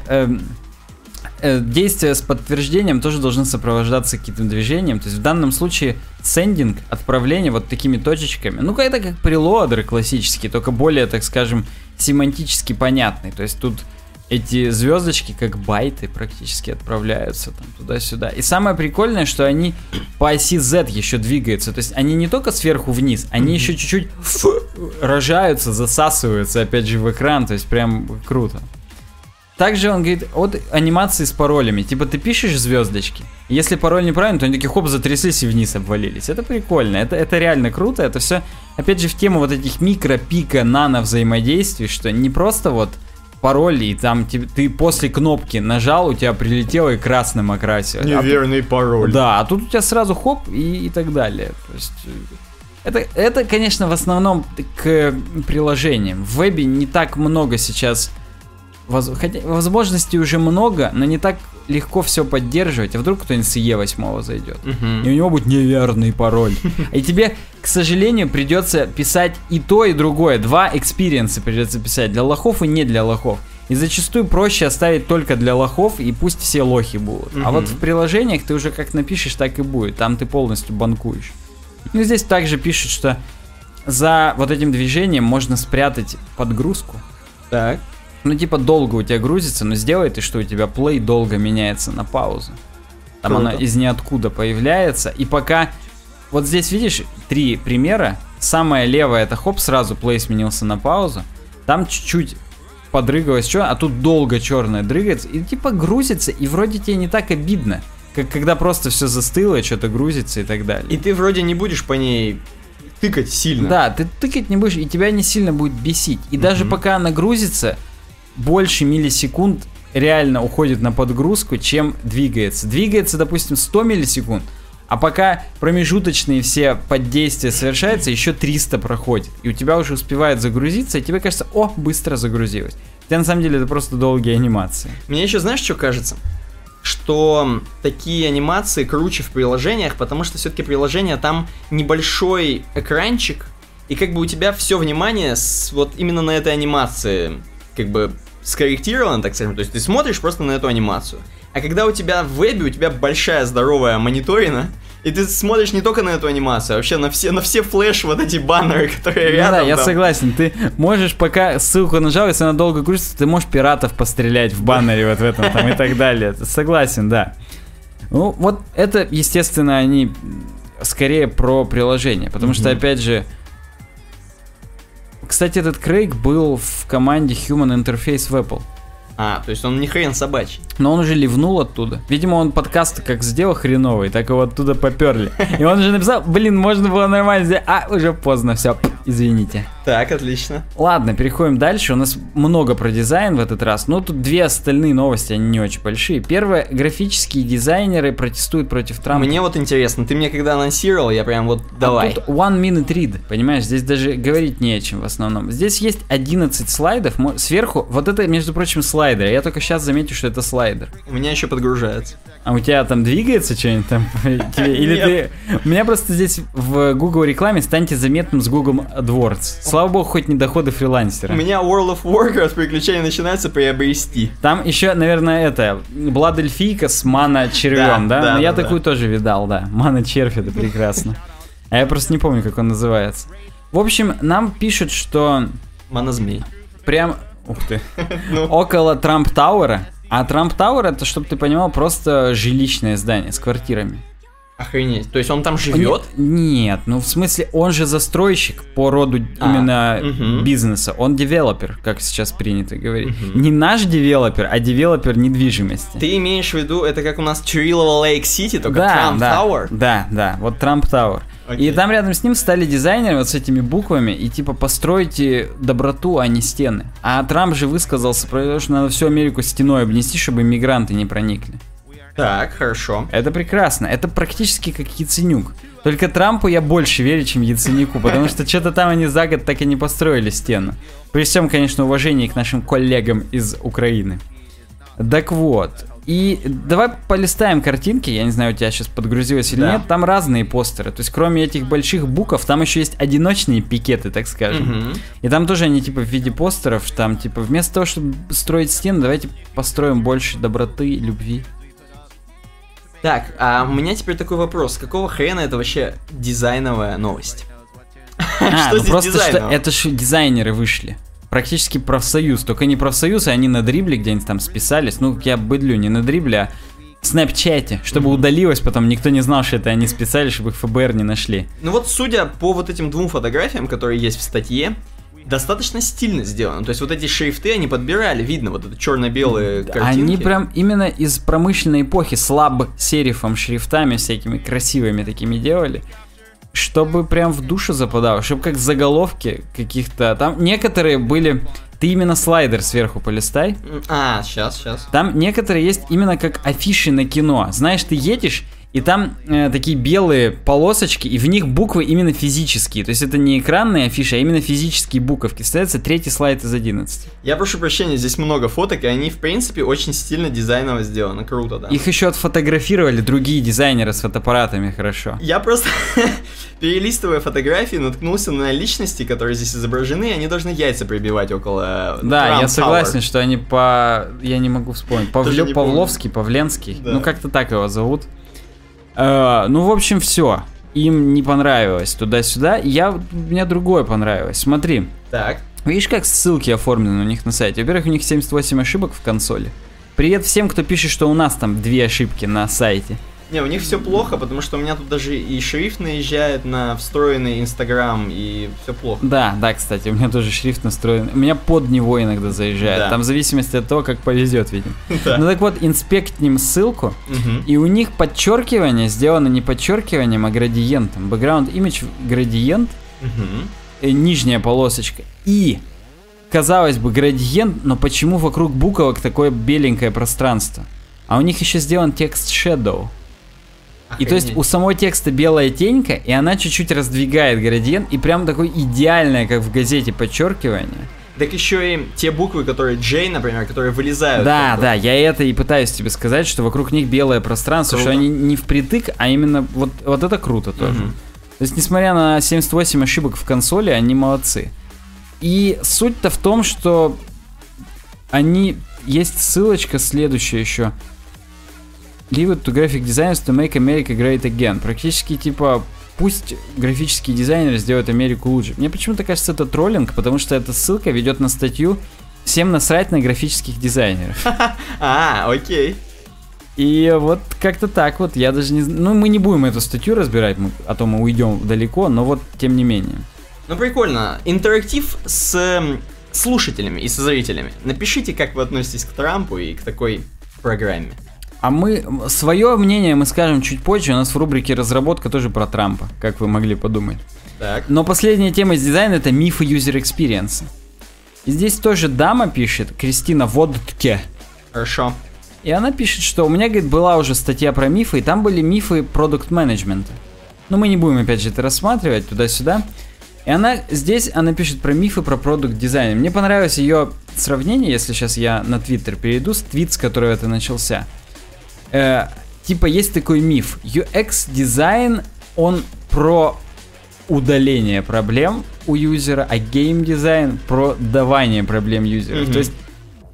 Действия с подтверждением тоже должны сопровождаться каким-то движением. То есть в данном случае сендинг, отправление вот такими точечками. Ну, это как прелоадер классический, только более, так скажем, семантически понятный. То есть тут эти звездочки как байты практически отправляются там туда-сюда. И самое прикольное, что они по оси Z еще двигаются. То есть они не только сверху вниз, они mm-hmm. еще чуть-чуть рожаются, засасываются опять же в экран. То есть прям круто. Также он говорит от анимации с паролями. Типа ты пишешь звездочки, если пароль неправильный, то они такие хоп, затряслись и вниз обвалились. Это прикольно, это, это реально круто. Это все, опять же, в тему вот этих микро, пика, нано взаимодействий, что не просто вот пароль, и там ты, ты после кнопки нажал, у тебя прилетело и красным окрасилось. Неверный а, пароль. Да, а тут у тебя сразу хоп и, и так далее. То есть... Это, это, конечно, в основном к приложениям. В вебе не так много сейчас... Хотя возможностей уже много, но не так легко все поддерживать. А вдруг кто-нибудь с и и восемь зайдет, uh-huh. и у него будет неверный пароль. И тебе, к сожалению, придется писать и то, и другое. Два экспириенса придется писать. Для лохов и не для лохов. И зачастую проще оставить только для лохов, и пусть все лохи будут. Uh-huh. А вот в приложениях ты уже как напишешь, так и будет. Там ты полностью банкуешь. Ну, здесь также пишут, что за вот этим движением можно спрятать подгрузку. Так. Ну, типа, долго у тебя грузится, но сделай ты, что у тебя плей долго меняется на паузу. Там Круто. Она из ниоткуда появляется. И пока... Вот здесь, видишь, три примера. Самая левая, это хоп, сразу плей сменился на паузу. Там чуть-чуть подрыгалось, что, а тут долго черное дрыгается. И типа грузится, и вроде тебе не так обидно, как когда просто все застыло, что-то грузится и так далее. И ты вроде не будешь по ней... тыкать сильно. Да, ты тыкать не будешь, и тебя не сильно будет бесить. И mm-hmm. даже пока она грузится... больше миллисекунд реально уходит на подгрузку, чем двигается. Двигается, допустим, сто миллисекунд, а пока промежуточные все поддействия совершаются, еще триста проходит. И у тебя уже успевает загрузиться, и тебе кажется, о, быстро загрузилось. Хотя на самом деле это просто долгие анимации. Мне еще знаешь, что кажется? Что такие анимации круче в приложениях, потому что все-таки приложение там небольшой экранчик, и как бы у тебя все внимание с, вот именно на этой анимации как бы скорректировано, так скажем, то есть ты смотришь просто на эту анимацию. А когда у тебя в вебе, у тебя большая здоровая мониторина, и ты смотришь не только на эту анимацию, а вообще на все, на все флеш вот эти баннеры, которые ну рядом. Да, я там. согласен, ты можешь, пока ссылку нажал, если она долго крутится, ты можешь пиратов пострелять в баннере вот в этом там и так далее. Согласен, да. Ну, вот это, естественно, они скорее про приложение, потому mm-hmm. что, опять же, кстати, этот Крейг был в команде Human Interface в Apple. А, то есть он не хрен собачий. Но он уже ливнул оттуда. Видимо, он подкасты как сделал хреновый, так его оттуда поперли. И он уже написал, блин, можно было нормально сделать, а уже поздно, все, извините. Так, отлично. Ладно, переходим дальше. У нас много про дизайн в этот раз. Но тут две остальные новости, они не очень большие. Первое, графические дизайнеры протестуют против Трампа. Мне вот интересно, ты мне когда анонсировал, я прям вот давай. А тут one minute read, понимаешь, здесь даже говорить не о чем в основном. Здесь есть одиннадцать слайдов, сверху, вот это, между прочим, слайдер. Я только сейчас заметил, что это слайдер. У меня еще подгружается. А у тебя там двигается что-нибудь там? Или ты... У меня просто здесь в Google рекламе станьте заметным с Google AdWords. Слава богу, хоть не доходы фрилансера. У меня World of Warcraft приключения начинаются приобрести. Там еще, наверное, это... Блад Эльфийка с мана-червем, да? да? да я да, такую да. тоже видал, да. Мана-червь, это прекрасно. А я просто не помню, как он называется. В общем, нам пишут, что... Мана-змей. Прям... Ух ты. Около Трамп Тауэра. А Трамп Тауэр, это, чтобы ты понимал, просто жилищное здание с квартирами. Охренеть. То есть он там живет? Нет, нет, ну в смысле, он же застройщик по роду а, именно угу. бизнеса. Он девелопер, как сейчас принято говорить. Угу. Не наш девелопер, а девелопер недвижимости. Ты имеешь в виду, это как у нас Чурилово Лейк-Сити, только да, Трамп да, Тауэр? Да, да, вот Трамп Тауэр. Окей. И там рядом с ним стали дизайнеры вот с этими буквами и типа постройте доброту, а не стены. А Трамп же высказался про то, что надо всю Америку стеной обнести, чтобы иммигранты не проникли. Так, хорошо. Это прекрасно. Это практически как Яценюк. Только Трампу я больше верю, чем Яценюку, потому что что-то там они за год так и не построили стену. При всем, конечно, уважении к нашим коллегам из Украины. Так вот. И давай полистаем картинки, я не знаю, у тебя сейчас подгрузилось или да. нет, там разные постеры, то есть кроме этих больших букв, там еще есть одиночные пикеты, так скажем, угу. и там тоже они типа в виде постеров, там типа вместо того, чтобы строить стены, давайте построим больше доброты, любви. Так, а у меня теперь такой вопрос, какого хрена это вообще дизайновая новость? А, ну просто что это же дизайнеры вышли. Практически профсоюз, только не профсоюз, а они на дрибле где-нибудь там списались. Ну, я быдлю, не на дрибле, а в Снэпчате, чтобы mm-hmm. удалилось, потом никто не знал, что это они списали, чтобы их эф бэ эр не нашли. Ну вот, судя по вот этим двум фотографиям, которые есть в статье, достаточно стильно сделано. То есть вот эти шрифты они подбирали, видно, вот это черно-белые картинки. Они прям именно из промышленной эпохи с лаб-серифом шрифтами всякими красивыми такими делали. Чтобы прям в душу западало, чтобы как заголовки каких-то... Там некоторые были... Ты именно слайдер сверху полистай. А, сейчас, сейчас. Там некоторые есть именно как афиши на кино. Знаешь, ты едешь, и там э, такие белые полосочки, и в них буквы именно физические. То есть это не экранные афиши, а именно физические буковки. Ставится третий слайд из одиннадцати. Я прошу прощения, здесь много фоток, и они, в принципе, очень стильно дизайново сделаны. Круто, да. Их еще отфотографировали другие дизайнеры с фотоаппаратами, хорошо. Я просто, перелистывая фотографии, наткнулся на личности, которые здесь изображены, и они должны яйца прибивать около... Да, Trump я согласен, Tower. Что они по... Я не могу вспомнить. Павлё... не Павловский, Павленский. Да. Ну, как-то так его зовут. Uh, ну, в общем, все. Им не понравилось туда-сюда. Я, мне другое понравилось. Смотри. Так. Видишь, как ссылки оформлены у них на сайте? Во-первых, у них семьдесят восемь ошибок в консоли. Привет всем, кто пишет, что у нас там две ошибки на сайте. Не, у них все плохо, потому что у меня тут даже и шрифт наезжает на встроенный Инстаграм, и все плохо. Да, да, кстати, у меня тоже шрифт настроен. У меня под него иногда заезжает. Да. Там в зависимости от того, как повезет, видимо. Да. Ну так вот, инспектнем ссылку, угу. И у них подчеркивание сделано не подчеркиванием, а градиентом. Background image градиент, угу. Нижняя полосочка. И, казалось бы, градиент, но почему вокруг буквок такое беленькое пространство? А у них еще сделан текст shadow. И то есть у самого текста белая тенька, и она чуть-чуть раздвигает градиент, и прям такое идеальное, как в газете, подчеркивание. Так еще и те буквы, которые J, например, которые вылезают. Да, как-то. Да, я это и пытаюсь тебе сказать, что вокруг них белое пространство, круто. Что они не впритык, а именно вот, вот это круто тоже. Угу. То есть, несмотря на семьдесят восемь ошибок в консоли, они молодцы. И суть-то в том, что они... Есть ссылочка следующая еще. Leave it to graphic designers to make America great again. Практически типа, пусть графические дизайнеры сделают Америку лучше. Мне почему-то кажется, это троллинг, потому что эта ссылка ведет на статью «Всем насрать на графических дизайнеров». А, окей. И вот как-то так вот, я даже не знаю. Ну, мы не будем эту статью разбирать, мы, а то мы уйдем далеко, но вот тем не менее. Ну, прикольно. Интерактив с э, слушателями и со зрителями. Напишите, как вы относитесь к Трампу и к такой программе. А мы, свое мнение мы скажем чуть позже, у нас в рубрике «Разработка» тоже про Трампа, как вы могли подумать. Так. Но последняя тема из дизайна — это мифы user experience. И здесь тоже дама пишет, Кристина Водтке. Хорошо. И она пишет, что у меня, говорит, была уже статья про мифы, и там были мифы продукт-менеджмента. Но мы не будем, опять же, это рассматривать туда-сюда. И она здесь, она пишет про мифы, про продукт-дизайн. Мне понравилось ее сравнение, если сейчас я на Твиттер перейду, с твит, с которого это начался. Э, типа есть такой миф. ю экс-дизайн, он про удаление проблем у юзера, а гейм-дизайн про давание проблем юзеров. Mm-hmm. То есть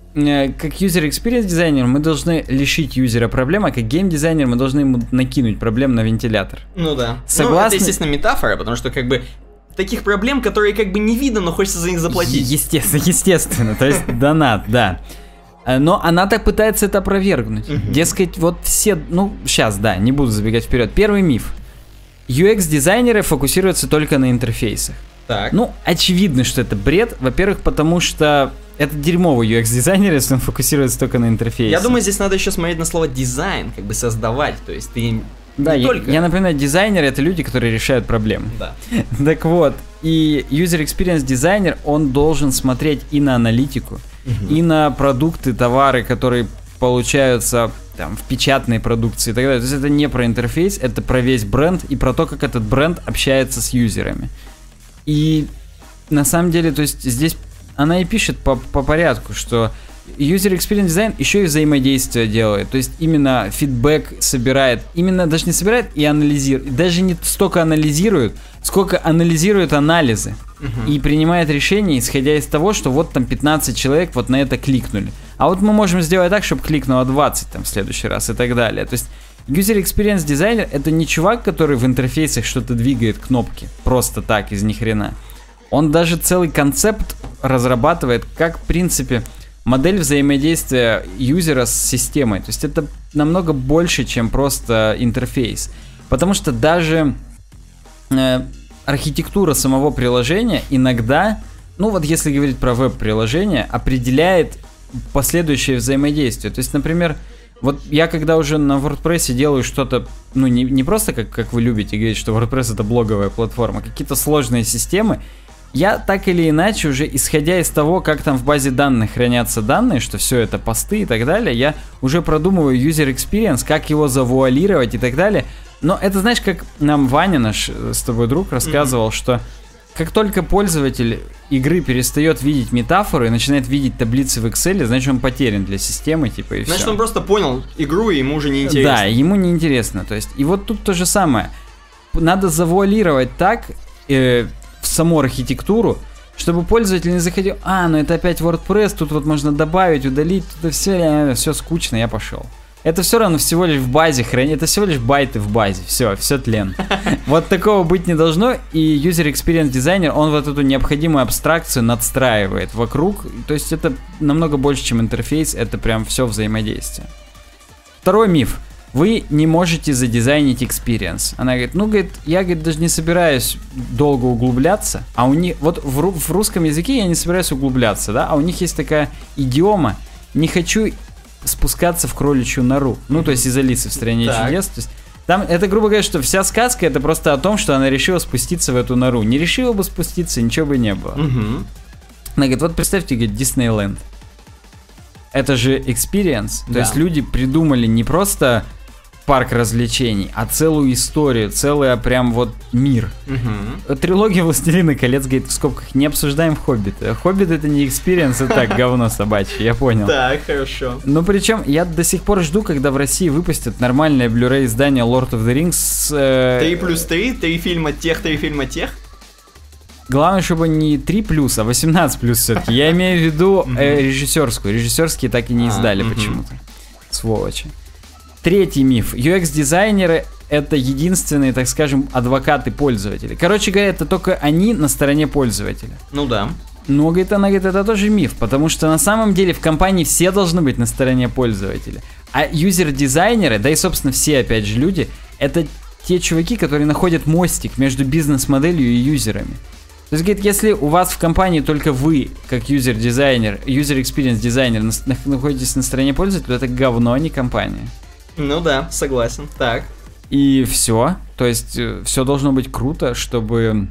как юзер-экспириенс дизайнер мы должны лишить юзера проблем, а как гейм-дизайнер мы должны ему накинуть проблем на вентилятор. Ну да. Согласны? Ну, это, естественно, метафора, потому что как бы таких проблем, которые как бы не видно, но хочется за них заплатить. Естественно, естественно. То есть донат, да. Но она так пытается это опровергнуть. Uh-huh. Дескать, вот все... Ну, сейчас, да, не буду забегать вперед. Первый миф. ю экс-дизайнеры фокусируются только на интерфейсах. Так. Ну, очевидно, что это бред. Во-первых, потому что это дерьмовый ю экс-дизайнер, если он фокусируется только на интерфейсе. Я думаю, здесь надо еще смотреть на слово дизайн, как бы создавать. То есть ты да, не я, только... я напоминаю, дизайнеры — это люди, которые решают проблемы. Да. Так вот, и user experience дизайнер, он должен смотреть и на аналитику, угу. и на продукты, товары, которые получаются там в печатной продукции и так далее. То есть это не про интерфейс, это про весь бренд и про то, как этот бренд общается с юзерами. И на самом деле, то есть здесь она и пишет по, по порядку, что user experience design еще и взаимодействие делает, то есть именно фидбэк собирает, именно даже не собирает и анализирует, даже не столько анализирует, сколько анализирует анализы uh-huh. и принимает решения, исходя из того, что вот там пятнадцать человек вот на это кликнули, а вот мы можем сделать так, чтобы кликнуло двадцать там в следующий раз и так далее. То есть user experience дизайнер — это не чувак, который в интерфейсах что-то двигает, кнопки, просто так, из ни хрена. Он даже целый концепт разрабатывает, как, в принципе, модель взаимодействия юзера с системой. То есть это намного больше, чем просто интерфейс. Потому что даже э, архитектура самого приложения иногда, ну вот если говорить про веб-приложение, определяет последующее взаимодействие. То есть, например, вот я когда уже на WordPress делаю что-то, ну не, не просто как, как вы любите говорить, что WordPress — это блоговая платформа, какие-то сложные системы, я так или иначе уже, исходя из того, как там в базе данных хранятся данные, что все это посты и так далее, я уже продумываю user experience, как его завуалировать и так далее. Но это, знаешь, как нам Ваня, наш с тобой друг, рассказывал, mm-hmm. что как только пользователь игры перестает видеть метафоры и начинает видеть таблицы в Excel, значит, он потерян для системы, типа, и все. Значит, он просто понял игру, и ему уже не интересно. Да, ему не интересно. То есть, и вот тут то же самое. Надо завуалировать так э, в саму архитектуру, чтобы пользователь не заходил, а, ну это опять WordPress, тут вот можно добавить, удалить, тут все, все скучно, я пошел. Это все равно всего лишь в базе хранить, это всего лишь байты в базе, все, все тлен. Вот такого быть не должно, и User Experience Designer, он вот эту необходимую абстракцию надстраивает вокруг, то есть это намного больше, чем интерфейс, это прям все взаимодействие. Второй миф. Вы не можете задизайнить experience. Она говорит, ну, говорит, я, говорит, даже не собираюсь долго углубляться, а у них, вот в, ру, в русском языке я не собираюсь углубляться, да, а у них есть такая идиома, не хочу спускаться в кроличью нору, ну, то есть из Алисы в стране чудес, то есть там, это, грубо говоря, что вся сказка, это просто о том, что она решила спуститься в эту нору, не решила бы спуститься, ничего бы не было. Угу. Она говорит, вот представьте, говорит, Диснейленд, это же experience, да. То есть люди придумали не просто парк развлечений, а целую историю, целый прям вот мир. Угу. Трилогия «Властелина колец», говорит, в скобках, не обсуждаем «Хоббиты». «Хоббит» — это не экспириенс, это так, говно собачье, я понял. Так, хорошо. Ну, причем, я до сих пор жду, когда в России выпустят нормальное Blu-ray издание Lord of the Rings с... Э... три плюс три, три фильма тех, три фильма тех? Главное, чтобы не три плюс, а восемнадцать плюс все-таки. Я имею в виду э, режиссерскую. Режиссерские так и не издали почему-то. Сволочи. Третий миф. ю экс-дизайнеры — это единственные, так скажем, адвокаты пользователей. Короче говоря, это только они на стороне пользователя. Ну да. Но, говорит, она говорит, это тоже миф, потому что на самом деле в компании все должны быть на стороне пользователя. А юзер-дизайнеры, да и, собственно, все, опять же, люди, это те чуваки, которые находят мостик между бизнес-моделью и юзерами. То есть, говорит, если у вас в компании только вы, как юзер-дизайнер, юзер-экспириенс-дизайнер, находитесь на стороне пользователя, это говно, а не компания. Ну да, согласен. Так. И все. То есть, все должно быть круто, чтобы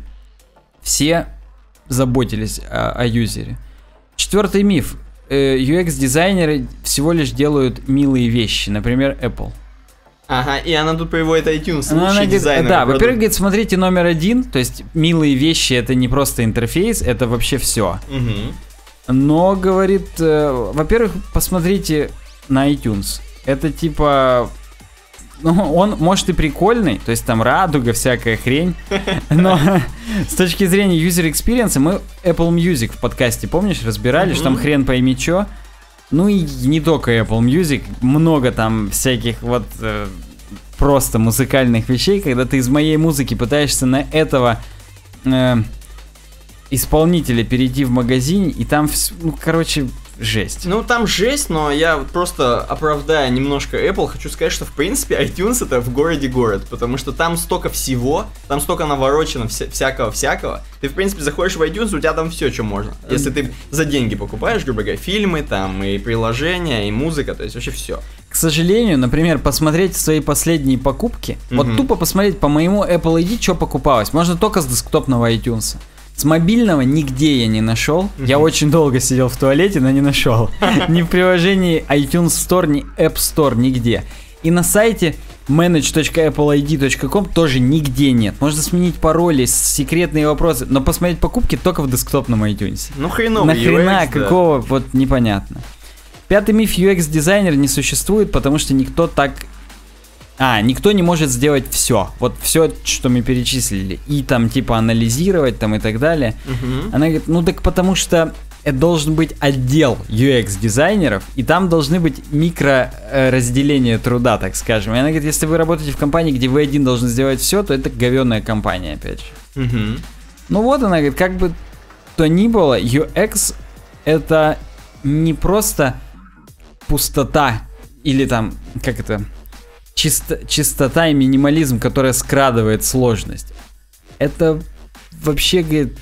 все заботились о, о юзере. Четвертый миф. ю экс-дизайнеры всего лишь делают милые вещи, например, Apple. Ага, и она тут приводит iTunes, она лучший говорит, дизайнер. Да, во-первых, говорит, смотрите номер один, то есть милые вещи это не просто интерфейс, это вообще все. Угу. Но, говорит, э, во-первых, посмотрите на iTunes. Это типа... Ну, он, может, и прикольный, то есть там радуга, всякая хрень, но с точки зрения user experience мы Apple Music в подкасте, помнишь, разбирали, mm-hmm. что там хрен пойми чё. Ну и не только Apple Music, много там всяких вот э, просто музыкальных вещей, когда ты из моей музыки пытаешься на этого э, исполнителя перейти в магазин, и там, ну, короче... Жесть. Ну, там жесть, но я просто, оправдая немножко Apple, хочу сказать, что, в принципе, iTunes это в городе город, потому что там столько всего, там столько наворочено вся- всякого-всякого. Ты, в принципе, заходишь в iTunes, у тебя там все, что можно. Если ты за деньги покупаешь, грубо говоря, фильмы, там, и приложения, и музыка, то есть вообще все. К сожалению, например, посмотреть свои последние покупки, mm-hmm. вот тупо посмотреть по моему Apple ай ди, что покупалось, можно только с десктопного iTunes. С мобильного нигде я не нашел. Mm-hmm. Я очень долго сидел в туалете, но не нашел. Ни в приложении iTunes Store, ни App Store, нигде. И на сайте manage точка apple ай ди точка ком тоже нигде нет. Можно сменить пароли, секретные вопросы, но посмотреть покупки только в десктопном iTunes. Ну хреново. Нахрена, ю экс, какого, да. вот непонятно. Пятый миф: ю экс-дизайнер не существует, потому что никто так... А, никто не может сделать все. Вот все, что мы перечислили. И там, типа, анализировать там и так далее. Uh-huh. Она говорит, ну так потому что это должен быть отдел ю экс-дизайнеров, и там должны быть микроразделения труда, так скажем. И она говорит, если вы работаете в компании, где вы один должен сделать все, то это говёная компания, опять же. Uh-huh. Ну вот она говорит, как бы то ни было, ю экс это не просто пустота или там, как это... Чисто, чистота и минимализм, которая скрадывает сложность. Это вообще, говорит,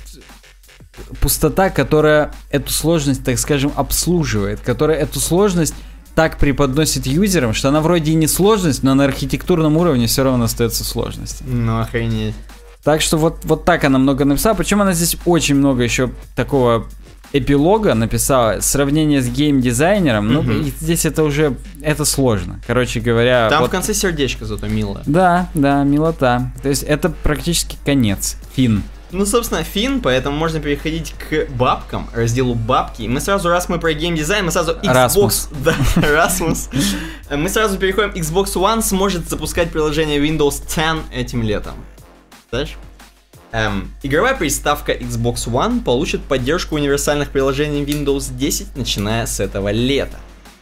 пустота, которая эту сложность, так скажем, обслуживает, которая эту сложность так преподносит юзерам, что она вроде и не сложность, но на архитектурном уровне все равно остается сложностью. Ну, охренеть. Так что вот, вот так она много написала, причем она здесь очень много еще такого... эпилога написала, сравнение с геймдизайнером, ну, mm-hmm. здесь это уже, это сложно, короче говоря. Там вот... в конце сердечко зато милое. Да, да, милота. То есть это практически конец, фин. Ну, собственно, фин, поэтому можно переходить к бабкам, разделу бабки. И мы сразу, раз мы про геймдизайн, мы сразу Xbox... Расмус. Да, Расмус. Мы сразу переходим, Xbox One сможет запускать приложение Windows десять этим летом. Знаешь? Эм, игровая приставка Xbox One получит поддержку универсальных приложений Windows десять, начиная с этого лета.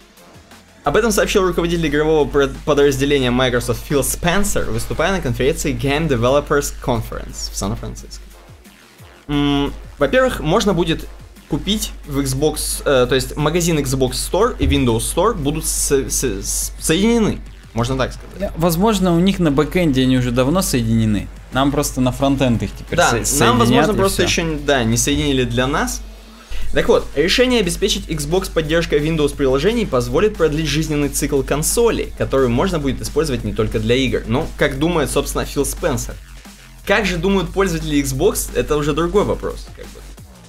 Об этом сообщил руководитель игрового подразделения Microsoft Фил Спенсер, выступая на конференции Game Developers Conference в Сан-Франциско. М-м, во-первых, можно будет купить в Xbox, э, то есть магазин Xbox Store и Windows Store будут со- со- соединены, можно так сказать. Возможно, у них на бэкэнде они уже давно соединены. Нам просто на фронтенд их теперь да, соединят. Да, нам, возможно, просто все. еще да, не соединили для нас. Так вот, решение обеспечить Xbox поддержкой Windows приложений позволит продлить жизненный цикл консоли, которую можно будет использовать не только для игр. Ну, как думает, собственно, Фил Спенсер. Как же думают пользователи Xbox, это уже другой вопрос. Как бы.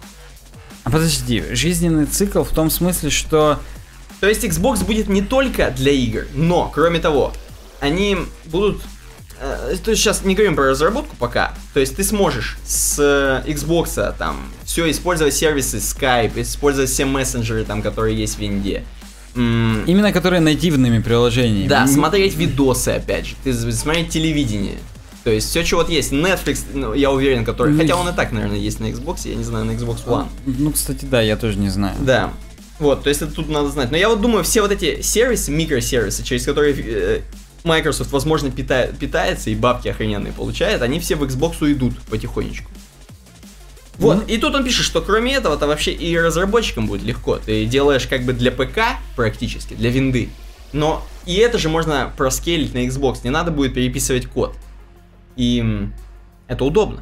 А подожди, жизненный цикл в том смысле, что... То есть Xbox будет не только для игр, но, кроме того, они будут... То есть сейчас не говорим про разработку пока. То есть ты сможешь с Xbox там все использовать сервисы Skype, использовать все мессенджеры там, которые есть в винде. М- Именно которые нативными приложениями. Да, смотреть видосы опять же, ты смотреть телевидение. То есть все, что вот есть. Netflix, ну, я уверен, который... Ну, хотя он и так, наверное, есть на Xbox, я не знаю, на Xbox One. Ну, кстати, да, я тоже не знаю. Да. Вот, то есть это тут надо знать. Но я вот думаю, все вот эти сервисы, микросервисы, через которые... Э- Microsoft, возможно, питает, питается и бабки охрененные получает, они все в Xbox уйдут потихонечку. Вот, mm-hmm. И тут он пишет, что кроме этого-то вообще и разработчикам будет легко. Ты делаешь как бы для ПК практически, для винды, Но и это же можно проскейлить на Xbox, не надо будет переписывать код. И м, это удобно.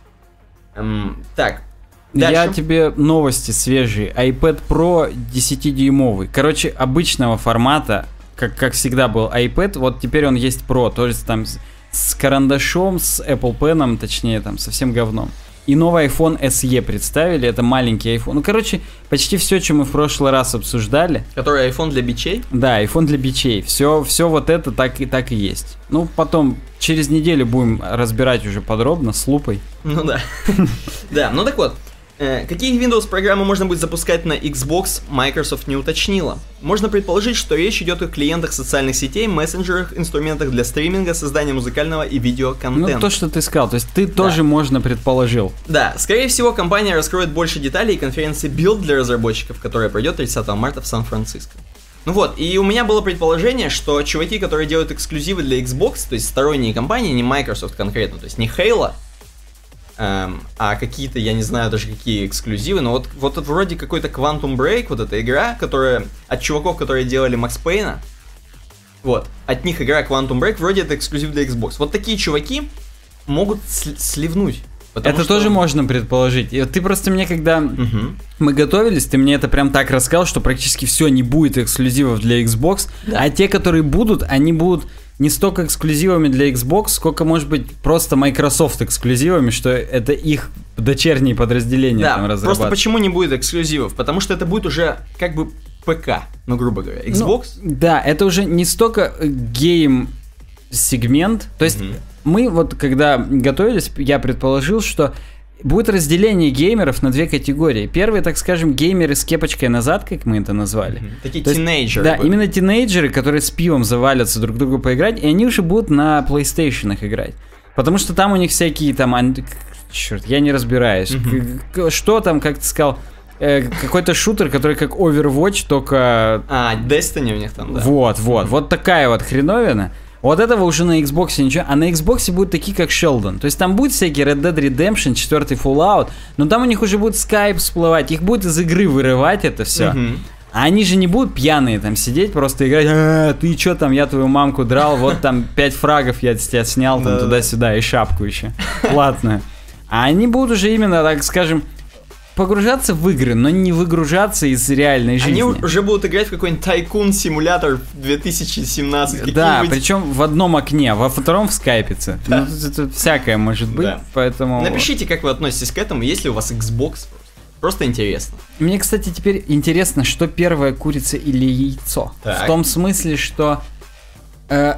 Эм, так, дальше. Я тебе новости свежие. iPad Pro десятидюймовый. Короче, обычного формата, как, как всегда был iPad, вот теперь он есть Pro, то есть там с, с карандашом, с Apple Pen, точнее, там, со всем говном. И новый iPhone эс и представили, это маленький iPhone. Ну, короче, почти все, что мы в прошлый раз обсуждали. Который iPhone для бичей? Да, iPhone для бичей. Все, все вот это так и, так и есть. Ну, потом, через неделю будем разбирать уже подробно, с лупой. Ну да. Да, ну так вот. Какие Windows программы можно будет запускать на Xbox, Microsoft не уточнила. Можно предположить, что речь идет о клиентах социальных сетей, мессенджерах, инструментах для стриминга, создания музыкального и видеоконтента. Ну, то, что ты сказал, то есть ты да. тоже, можно, предположил. Да, скорее всего, компания раскроет больше деталей конференции Build для разработчиков, которая пройдет тридцатого марта в Сан-Франциско. Ну вот, и у меня было предположение, что чуваки, которые делают эксклюзивы для Xbox, то есть сторонние компании, не Microsoft конкретно, то есть не Halo, эм, а какие-то, я не знаю даже какие эксклюзивы, но вот, вот это вроде какой-то Quantum Break, вот эта игра, которая от чуваков, которые делали Max Payne, вот, от них игра Quantum Break, вроде это эксклюзив для Xbox. Вот такие чуваки могут сли- сливнуть. Это что... тоже можно предположить. И ты просто мне, когда угу. мы готовились, ты мне это прям так рассказал, что практически все не будет эксклюзивов для Xbox, да. А те, которые будут, они будут не столько эксклюзивами для Xbox, сколько, может быть, просто Microsoft эксклюзивами, что это их дочерние подразделения да, там разрабатывают. Просто почему не будет эксклюзивов? Потому что это будет уже как бы ПК, ну, грубо говоря. Xbox? Ну, да, это уже не столько гейм-сегмент, то есть... Угу. Мы вот, когда готовились, я предположил, что будет разделение геймеров на две категории. Первые, так скажем, геймеры с кепочкой назад, как мы это назвали. Mm-hmm. Такие То тинейджеры. Есть, да, были. именно тинейджеры, которые с пивом завалятся друг другу поиграть, и они уже будут на PlayStation играть. Потому что там у них всякие там... Черт, я не разбираюсь. Mm-hmm. Что там, как ты сказал... Какой-то шутер, который как Overwatch, только... А, Destiny у них там, да. Вот, вот. Mm-hmm. Вот такая вот хреновина. Вот этого уже на Xbox ничего, а на Xbox будут такие, как Sheldon. То есть там будет всякие Red Dead Redemption, четвертый Fallout, но там у них уже будет Skype всплывать, их будет из игры вырывать это все. Mm-hmm. А они же не будут пьяные там сидеть, просто играть, а, ты чё там, я твою мамку драл, вот там пять фрагов я с тебя снял, там туда-сюда, и шапку еще платную. А они будут уже именно, так скажем, погружаться в игры, но не выгружаться из реальной жизни. Они уже будут играть в какой-нибудь Tycoon-симулятор две тысячи семнадцать. Да, причем в одном окне, во втором в скайпице. Да. Ну, это всякое может быть, да. Поэтому... Напишите, как вы относитесь к этому, есть ли у вас Xbox. Просто интересно. Мне, кстати, теперь интересно, что первая, курица или яйцо. Так. В том смысле, что... Э,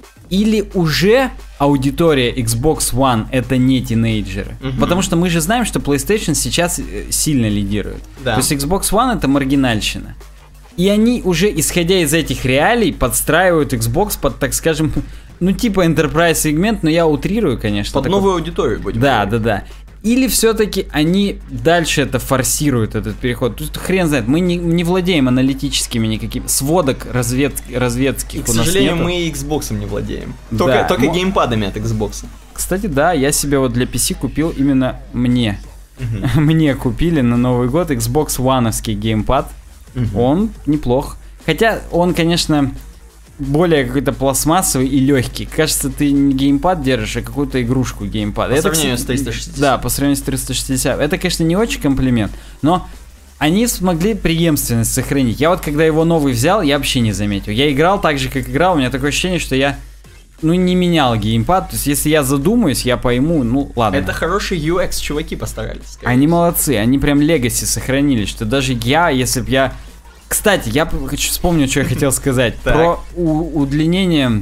или уже аудитория Xbox One это не тинейджеры. Uh-huh. Потому что мы же знаем, что PlayStation сейчас сильно лидирует. Да. То есть Xbox One это маргинальщина. И они уже, исходя из этих реалий, подстраивают Xbox под, так скажем, ну типа Enterprise сегмент, но я утрирую, конечно. Под такой... новую аудиторию будем Да, говорить. да, да. Или все-таки они дальше это форсируют, этот переход. То есть хрен знает, мы не, не владеем аналитическими никакими сводок развед, разведских. И, к сожалению, мы и Xbox не владеем. Только, да, только но... геймпадами от Xbox. Кстати, да, я себе вот для пи си купил именно мне. Uh-huh. Мне купили на Новый год Xbox One-овский геймпад. Uh-huh. Он неплох. Хотя он, конечно... более какой-то пластмассовый и легкий. Кажется, ты не геймпад держишь, а какую-то игрушку геймпада. По это, сравнению с триста шестьдесят. Да, по сравнению с триста шестьдесят. Это, конечно, не очень комплимент, но они смогли преемственность сохранить. Я вот, когда его новый взял, я вообще не заметил. Я играл так же, как играл, у меня такое ощущение, что я, ну, не менял геймпад. То есть, если я задумаюсь, я пойму, ну, ладно. Это хороший ю экс чуваки постарались. Они молодцы, они прям легаси сохранили, что даже я, если б я... Кстати, я хочу вспомнить, что я хотел сказать. Про у- удлинение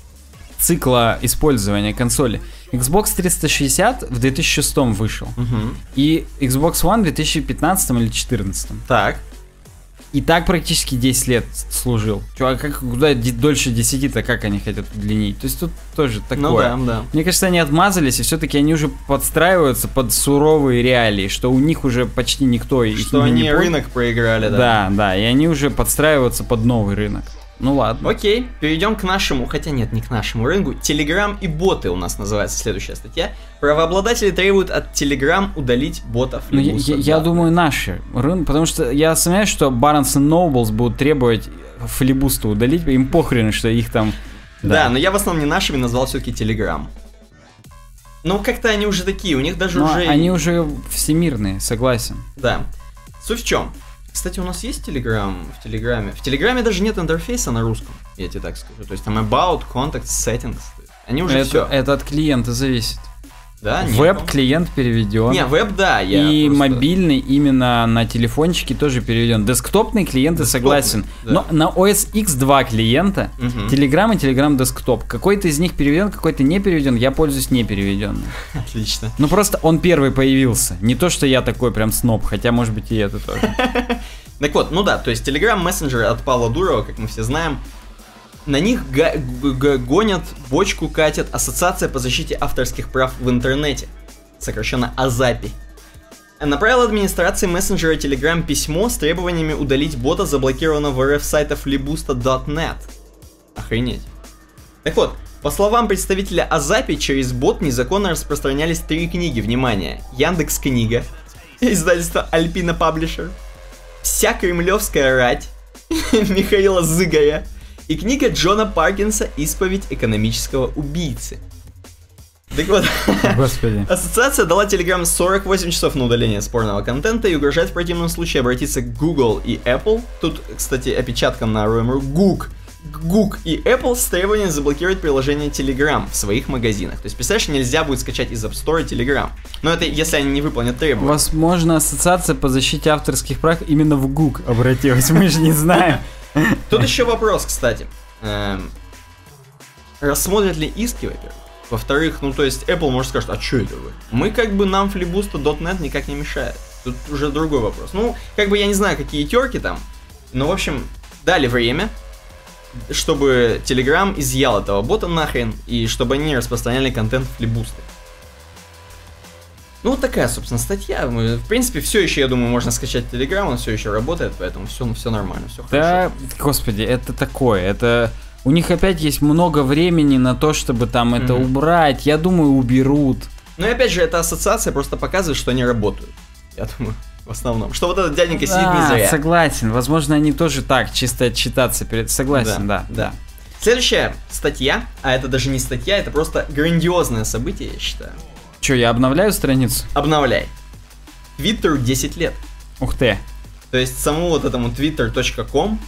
цикла использования консоли. Xbox триста шестьдесят в две тысячи шестом вышел. Угу. И Xbox One в две тысячи пятнадцатом или две тысячи четырнадцатом. Так. И так практически десять лет служил. Чё, а как, куда дольше десяти-то, как они хотят удлинить? То есть тут тоже такое. Ну да, да. Мне кажется, они отмазались, и все-таки они уже подстраиваются под суровые реалии, что у них уже почти никто их что не они не рынок проиграли, да. Да, да, и они уже подстраиваются под новый рынок. Ну ладно. Окей, перейдем к нашему, хотя нет, не к нашему рынку. Telegram и боты у нас называется следующая статья. Правообладатели требуют от Telegram удалить ботов. Ну, я, я, я думаю, наши рынки, потому что я сомневаюсь, что Barnes энд Noble будут требовать флибусту удалить, им похрен, что их там... Да, да, но я в основном не нашими назвал все-таки Telegram. Ну, как-то они уже такие, у них даже но уже... они уже всемирные, согласен. Да. Суть в чем? Кстати, у нас есть Telegram в Телеграме. В Телеграме даже нет интерфейса на русском, я тебе так скажу. То есть там About, Contacts, Settings. Они уже это, все. Это от клиента зависит. Да, веб-клиент переведен. Не, веб, да. Я и просто... мобильный именно на телефончике тоже переведен. Десктопный клиент, я согласен. Да. Но на о эс икс два клиента угу. Telegram и Telegram Desktop. Какой-то из них переведен, какой-то не переведен. Я пользуюсь не переведенным. Отлично. Ну просто он первый появился. Не то, что я такой прям сноб, хотя может быть и это тоже. Так вот, ну да, то есть Telegram Messenger от Павла Дурова, как мы все знаем. На них га- г- гонят, бочку катят Ассоциация по защите авторских прав в интернете, сокращенно АЗАПИ. Направила администрации мессенджера Telegram письмо с требованиями удалить бота, заблокированного в эр эф сайта флибуста точка нет. Охренеть. Так вот, по словам представителя АЗАПИ, через бот незаконно распространялись три книги, внимание, Яндекс.Книга, издательство Альпина Паблишер, Вся кремлевская рать Михаила Зыгоря, и книга Джона Паркинса «Исповедь экономического убийцы». Так вот, Господи. Ассоциация дала Telegram сорок восемь часов на удаление спорного контента и угрожает в противном случае обратиться к Google и Apple. Тут, кстати, опечатком на эр у эм точка ру Гук. Гук и Apple с требованием заблокировать приложение Telegram в своих магазинах. То есть, представляешь, нельзя будет скачать из App Store Telegram. Но это если они не выполнят требования. Возможно, Ассоциация по защите авторских прав именно в Гук обратилась, мы же не знаем. Тут еще вопрос, кстати. Эм, рассмотрят ли иски, во-первых? Во-вторых, ну то есть Apple может сказать, а что это вы? Мы как бы нам флибуста точка нет никак не мешает. Тут уже другой вопрос. Ну, как бы я не знаю, какие терки там. Но, в общем, дали время, чтобы Telegram изъял этого бота нахрен, и чтобы они распространяли контент флибуста. Ну, вот такая, собственно, статья. Мы, в принципе, все еще, я думаю, можно скачать Telegram, он все еще работает, поэтому все, все нормально, все да, хорошо. Господи, это такое, это... У них опять есть много времени на то, чтобы там это mm-hmm. убрать. Я думаю, уберут. Ну и опять же, эта ассоциация просто показывает, что они работают. Я думаю, в основном. Что вот этот дяденька сидит не зря. Согласен. Возможно, они тоже так, чисто отчитаться перед... Согласен, да, да. да. Следующая статья, а это даже не статья, это просто грандиозное событие, я считаю. Че, я обновляю страницу? Обновляй. Твиттеру десять лет. Ух ты. То есть самому вот этому твиттер точка ком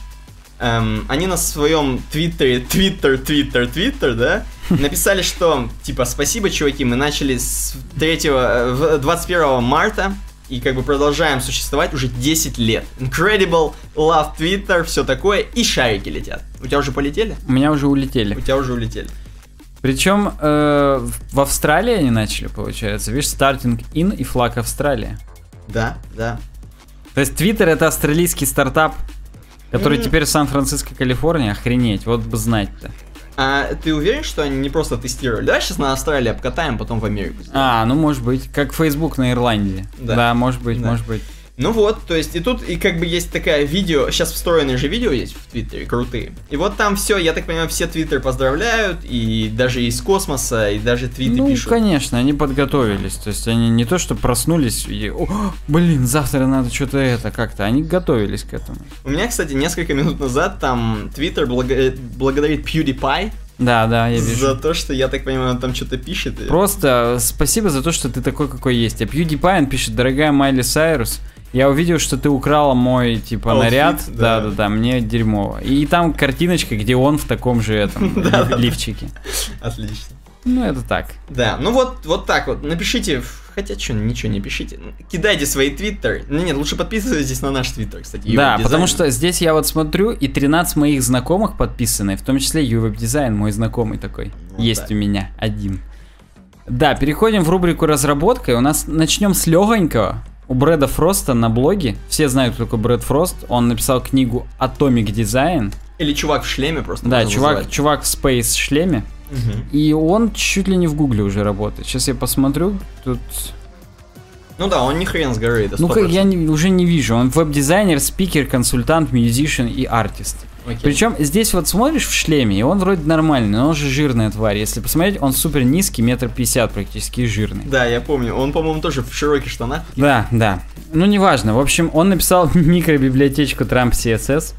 эм, они на своем твиттере, твиттер, твиттер, твиттер, да, написали, что, типа, спасибо, чуваки, мы начали с третьего, двадцать первого марта и как бы продолжаем существовать уже десять лет. Incredible, love Twitter, все такое, и шарики летят. У тебя уже полетели? У меня уже улетели. У тебя уже улетели. Причем э, в Австралии они начали, получается. Видишь, starting in и флаг Австралия. Да, да. То есть Twitter — это австралийский стартап, который mm-hmm. теперь в Сан-Франциско, Калифорния. Охренеть, вот бы знать-то. А ты уверен, что они не просто тестировали? Давай сейчас на Австралию обкатаем, потом в Америку сделаем. А, ну может быть, как Facebook на Ирландии. Да, да может быть, да. может быть. Ну вот, то есть и тут и как бы есть такая видео, сейчас встроенные же видео есть в Твиттере, крутые. И вот там все, я так понимаю, все Твиттер поздравляют, и даже из космоса, и даже твиты ну, пишут. Ну, конечно, они подготовились, то есть они не то, что проснулись и, о, блин, завтра надо что-то это как-то, они готовились к этому. У меня, кстати, несколько минут назад там Твиттер благо- благодарит PewDiePie. Да, да, я вижу. За то, что, я так понимаю, он там что-то пишет. И... Просто спасибо за то, что ты такой, какой есть. А PewDiePie, он пишет: дорогая Майли Сайрус, я увидел, что ты украла мой, типа, Outfit, наряд. Да. да, да, да, мне дерьмово. И там картиночка, где он в таком же этом лифчике. Отлично. Ну, это так. Да, ну вот, вот так вот. Напишите, хотя что, ничего не пишите. Кидайте свои твиттеры. Ну нет, лучше подписывайтесь на наш твиттер, кстати. Да, потому что здесь я вот смотрю, и тринадцать моих знакомых подписаны, в том числе YouWebDesign, мой знакомый такой. Вот есть так. У меня один. Да, переходим в рубрику разработка. У нас начнем с легонького. У Брэда Фроста на блоге, все знают, кто такой Брэд Фрост, он написал книгу Atomic Design. Или чувак в шлеме просто. Да, чувак, чувак в Space шлеме. Угу. И он чуть ли не в Гугле уже работает. Сейчас я посмотрю, тут... Ну да, он не хрен с горы, это сто процентов. Ну, я не, уже не вижу. Он веб-дизайнер, спикер, консультант, мьюзишн и артист. Okay. Причем здесь вот смотришь в шлеме, и он вроде нормальный, но он же жирная тварь. Если посмотреть, он супер низкий, метр пятьдесят практически, жирный. Да, я помню. Он, по-моему, тоже в широких штанах. Да, да. Ну, неважно. В общем, он написал микробиблиотечку Trump си эс эс.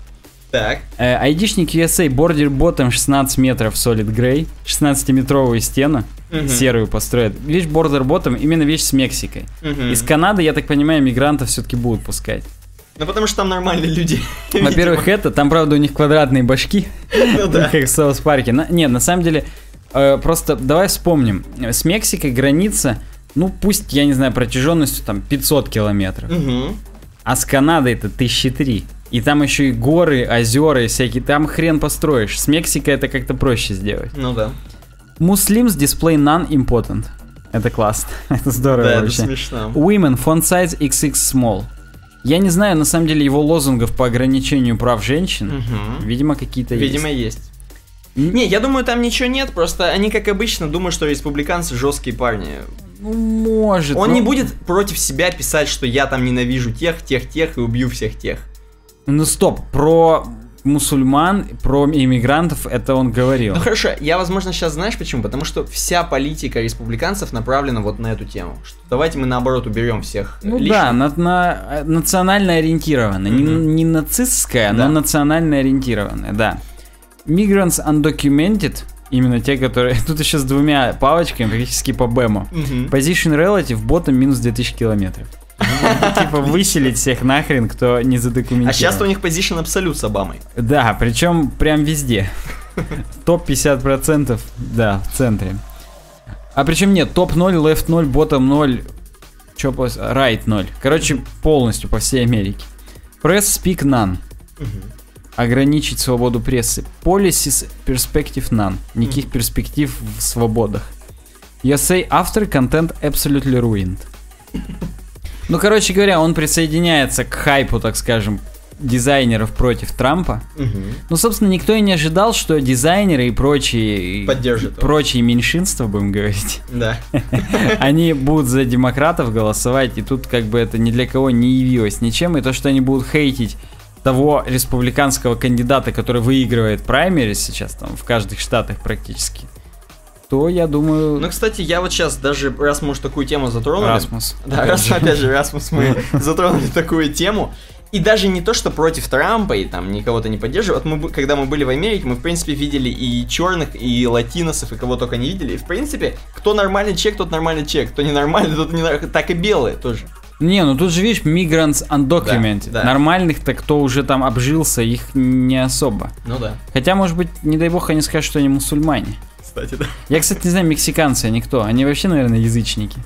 Так. Э, айдишник ю эс эй Border Bottom шестнадцать метров Solid Grey, шестнадцатиметровую стену угу. серую построят. Видишь, Border Bottom именно вещь с Мексикой. Угу. Из Канады, я так понимаю, мигрантов все-таки будут пускать. Ну, потому что там нормальные люди. Во-первых, это, там, правда, у них квадратные башки, ну, да. как в Саус Парке. На, нет, на самом деле, э, просто давай вспомним. С Мексикой граница, ну, пусть, я не знаю, протяженностью там пятьсот километров. Угу. А с Канадой это тысяча три. И там еще и горы, озера и всякие. Там хрен построишь. С Мексикой это как-то проще сделать. Ну да. Muslims display non-important. Это классно. Это здорово да, вообще. Это смешно. Women font size икс икс small. Я не знаю, на самом деле, его лозунгов по ограничению прав женщин. Угу. Видимо, какие-то есть. Видимо, есть. Не, я думаю, там ничего нет. Просто они, как обычно, думают, что республиканцы жесткие парни. Ну, может. Он но... не будет против себя писать, что я там ненавижу тех, тех, тех и убью всех тех. Ну стоп, про мусульман, про иммигрантов это он говорил. Ну хорошо, я, возможно, сейчас знаешь почему? Потому что вся политика республиканцев направлена вот на эту тему. Что давайте мы наоборот уберем всех. Ну лишних. да, на, на, национально ориентированная. Mm-hmm. Не, не нацистская, да. но национально ориентированная, да. Migrants undocumented, именно те, которые... Тут еще с двумя палочками, практически по бэму. Mm-hmm. Position relative, ботом минус две тысячи километров. Типа выселить всех нахрен, кто не задокументирован. А сейчас у них позишн абсолют с Обамой. Да, причем прям везде. Топ пятьдесят процентов, да, в центре. А причем нет, топ ноль, left ноль, bottom ноль, чё, right ноль. Короче, полностью по всей Америке. Press speak none. Ограничить свободу прессы. Policies perspective none. Никаких перспектив в свободах. You say after content absolutely ruined. Ну, короче говоря, он присоединяется к хайпу, так скажем, дизайнеров против Трампа. Угу. Ну, собственно, никто и не ожидал, что дизайнеры и прочие, поддержат прочие меньшинства, будем говорить, да. они будут за демократов голосовать, и тут как бы это ни для кого не явилось ничем. И то, что они будут хейтить того республиканского кандидата, который выигрывает праймерис сейчас там в каждых штатах практически, то я думаю... Ну, кстати, я вот сейчас даже, раз мы уж такую тему затронули... Расмус. Да, раз, опять же, Расмус, мы затронули такую тему. И даже не то, что против Трампа и там никого-то не поддерживают. Вот мы, когда мы были в Америке, мы, в принципе, видели и черных, и латиносов, и кого только не видели. И, в принципе, кто нормальный человек, тот нормальный человек. Кто ненормальный, тот не нормальный. Так и белые тоже. Не, ну тут же, видишь, migrants undocumented. Да, да. Нормальных-то, кто уже там обжился, их не особо. Ну да. Хотя, может быть, не дай бог, они скажут, что они мусульмане. Кстати, да. Я, кстати, не знаю, мексиканцы они кто. Они вообще, наверное, язычники.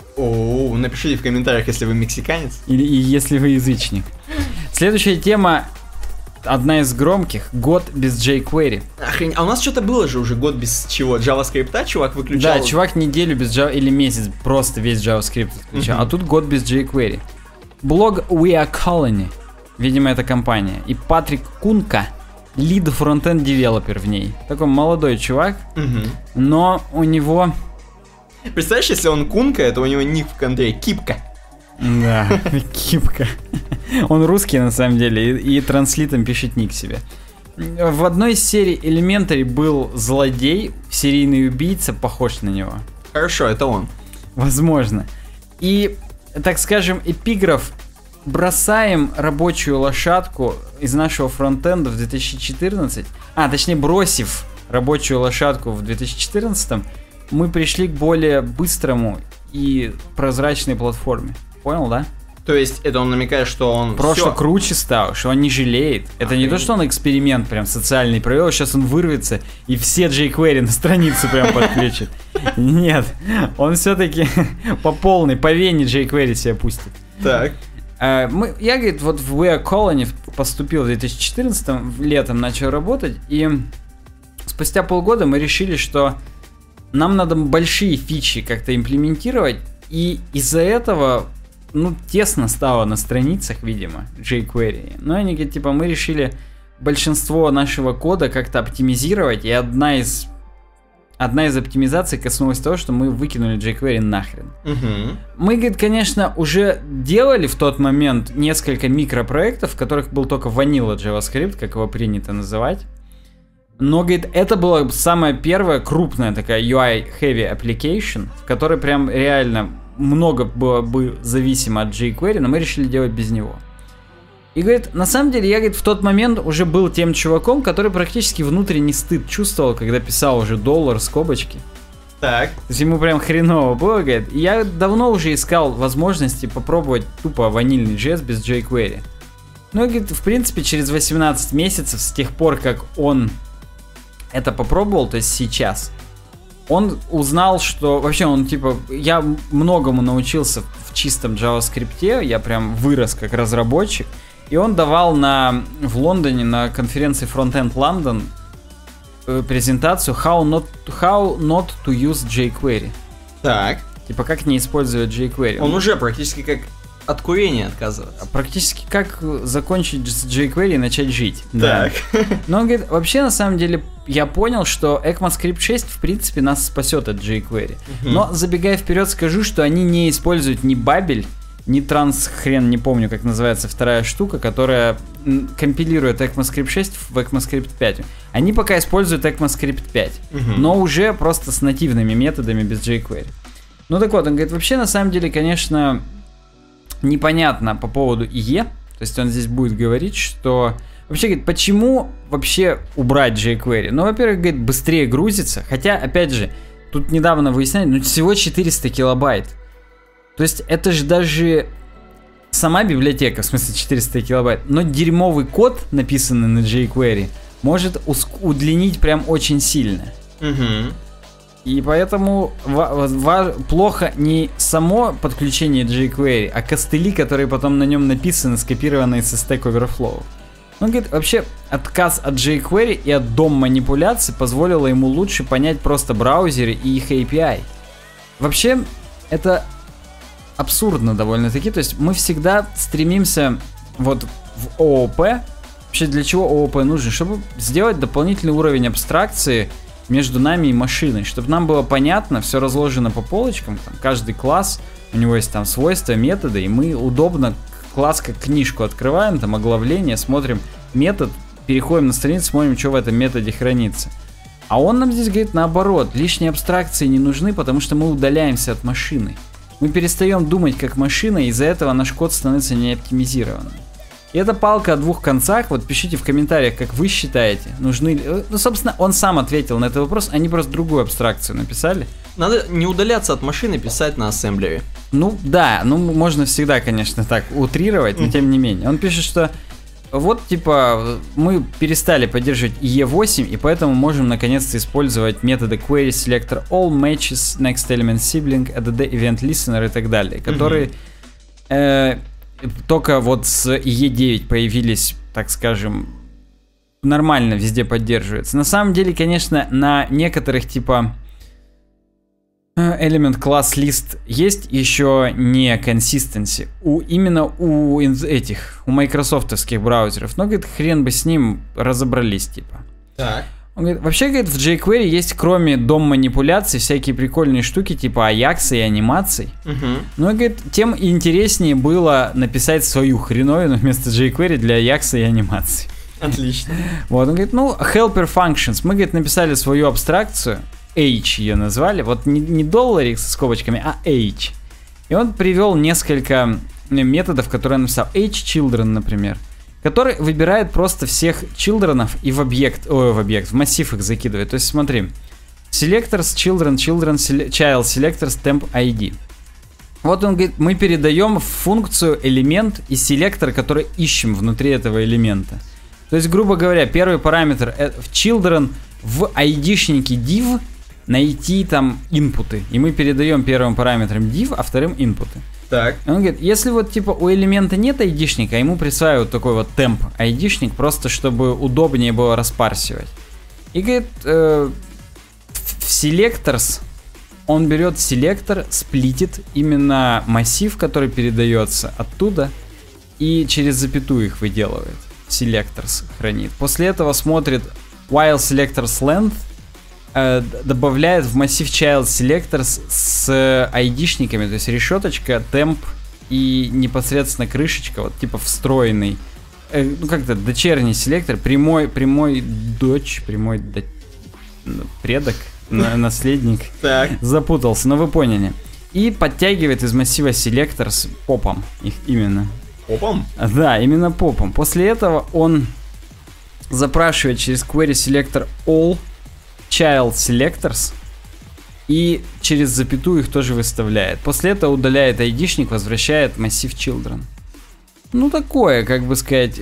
О, напишите в комментариях, если вы мексиканец. Или и если вы язычник. Следующая тема, одна из громких, год без jQuery. Охренеть, а у нас что-то было же уже год без чего? JavaScript, чувак выключал? Да, чувак неделю без Java, или месяц просто весь JavaScript включал, mm-hmm. а тут год без jQuery. Блог We Are Colony, видимо, это компания, и Патрик Кунка, лид фронтенд девелопер в ней. Такой молодой чувак, mm-hmm. но у него... Представляешь, если он Кунка, это у него ник в контре Кипка. Да, Кипка. Он русский на самом деле, и, и транслитом пишет ник себе. В одной из серий Elementary был злодей, серийный убийца, похож на него. Хорошо, это он. Возможно. И, так скажем, эпиграф: бросаем рабочую лошадку из нашего фронтенда в две тысячи четырнадцатом, а, точнее, бросив рабочую лошадку в две тысячи четырнадцатом, мы пришли к более быстрому и прозрачной платформе. Понял, да? То есть это он намекает, что он просто всё... круче стал, что он не жалеет. Это а не то, что он эксперимент прям социальный провел, сейчас он вырвется и все jQuery на страницу прям подключит. Нет, он все-таки по полной, по вене jQuery себя пустит. Так. Мы, я, говорит, вот в We Are Colony поступил в две тысячи четырнадцатом, летом начал работать, и спустя полгода мы решили, что нам надо большие фичи как-то имплементировать, и из-за этого, ну, тесно стало на страницах, видимо, jQuery. Но они говорят, типа, мы решили большинство нашего кода как-то оптимизировать, и одна из, одна из оптимизаций коснулась того, что мы выкинули jQuery нахрен. Угу. Мы, говорит, конечно, уже делали в тот момент несколько микропроектов, в которых был только vanilla JavaScript, как его принято называть. Но, говорит, это была самая первая крупная такая ю ай-heavy application, в которой прям реально много было бы зависимо от jQuery, но мы решили делать без него. И говорит, на самом деле, я, говорит, в тот момент уже был тем чуваком, который практически внутренний стыд чувствовал, когда писал уже доллар, скобочки. Так. То есть ему прям хреново было, говорит. И я давно уже искал возможности попробовать тупо ванильный джей эс без jQuery. Ну, говорит, в принципе, через восемнадцать месяцев с тех пор, как он это попробовал, то есть сейчас, он узнал, что вообще он типа, я многому научился в чистом JavaScript, я прям вырос как разработчик, и он давал на, в Лондоне на конференции Frontend London презентацию how not, how not to use jQuery. Так. Типа как не использовать jQuery. Он уже практически как от курения отказывается. Практически как закончить с jQuery и начать жить. Так. Да. Но он говорит, вообще на самом деле я понял, что ECMAScript шесть в принципе нас спасет от jQuery. Uh-huh. Но забегая вперед, скажу, что они не используют ни Babel, ни транс, хрен не помню, как называется вторая штука, которая компилирует ECMAScript шесть в ECMAScript пять. Они пока используют ECMAScript пять, uh-huh. но уже просто с нативными методами без jQuery. Ну так вот, он говорит, вообще на самом деле, конечно, непонятно по поводу ай и. То есть он здесь будет говорить, что... Вообще, говорит, почему вообще убрать jQuery? Ну, во-первых, говорит, быстрее грузится. Хотя, опять же, тут недавно выясняли, ну, всего четыреста килобайт. То есть это же даже сама библиотека, в смысле четыреста килобайт, но дерьмовый код, написанный на jQuery, может уск- удлинить прям очень сильно. Угу. И поэтому ва- ва- плохо не само подключение jQuery, а костыли, которые потом на нем написаны, скопированные со Stack Overflow. Он говорит, вообще отказ от jQuery и от дом манипуляций позволило ему лучше понять просто браузеры и их эй пи ай. Вообще, это абсурдно довольно-таки. То есть мы всегда стремимся вот в ООП. Вообще для чего ООП нужен? Чтобы сделать дополнительный уровень абстракции между нами и машиной, чтобы нам было понятно, все разложено по полочкам, там, каждый класс, у него есть там свойства, методы, и мы удобно класс как книжку открываем, там оглавление, смотрим метод, переходим на страницу, смотрим, что в этом методе хранится. А он нам здесь говорит наоборот, лишние абстракции не нужны, потому что мы удаляемся от машины. Мы перестаем думать как машина, и из-за этого наш код становится неоптимизированным. И это палка о двух концах. Вот пишите в комментариях, как вы считаете, нужны ли... Ну, собственно, он сам ответил на этот вопрос, они просто другую абстракцию написали. Надо не удаляться от машины, писать на ассемблере. Ну, да, ну, можно всегда, конечно, так утрировать, но тем не менее. Он пишет, что вот, типа, мы перестали поддерживать ай и восемь, и поэтому можем, наконец-то, использовать методы query selector all matches, next element sibling, add event listener и так далее, которые... Э- Только вот с ай и девять появились, так скажем, нормально везде поддерживается. На самом деле, конечно, на некоторых типа Element Class List есть еще не consistency. У, именно у этих, у майкрософтовских браузеров. Но, говорит, хрен бы с ним, разобрались типа. Так. Он говорит, вообще, говорит, в jQuery есть, кроме дом манипуляций, всякие прикольные штуки, типа Аякса и анимаций. Uh-huh. Ну, говорит, тем интереснее было написать свою хреновину вместо jQuery для Аякса и анимаций. Отлично. Вот, он говорит, ну, helper functions. Мы, говорит, написали свою абстракцию, H ее назвали, вот не, не долларик со скобочками, а H. И он привел несколько методов, которые он написал. H-children, например, который выбирает просто всех чилдренов и в объект, ой, в объект, в массив их закидывает. То есть смотри, selectors, children, children, child selectors, temp ай ди. Вот он говорит, мы передаем в функцию элемент и селектор, который ищем внутри этого элемента. То есть, грубо говоря, первый параметр в children в ай ди-шнике div найти там инпуты. И мы передаем первым параметром div, а вторым инпуты. Так. Он говорит, если вот типа у элемента нет айдишника, ему присваивают такой вот temp айдишник, просто чтобы удобнее было распарсивать. И говорит, э, в selectors он берет селектор, сплитит именно массив, который передается оттуда, и через запятую их выделывает. Selectors хранит. После этого смотрит while selectors length, э, добавляет в массив child selectors с айдишниками, то есть решеточка, темп и непосредственно крышечка, вот типа встроенный, э, ну как-то дочерний селектор, прямой, прямой дочь, прямой до... предок, наследник. Так. Запутался, но вы поняли. И подтягивает из массива selectors попом их именно. Попом? Да, именно попом. После этого он запрашивает через query selector all child selectors и через запятую их тоже выставляет. После этого удаляет айдишник, возвращает массив children. Ну, такое, как бы сказать...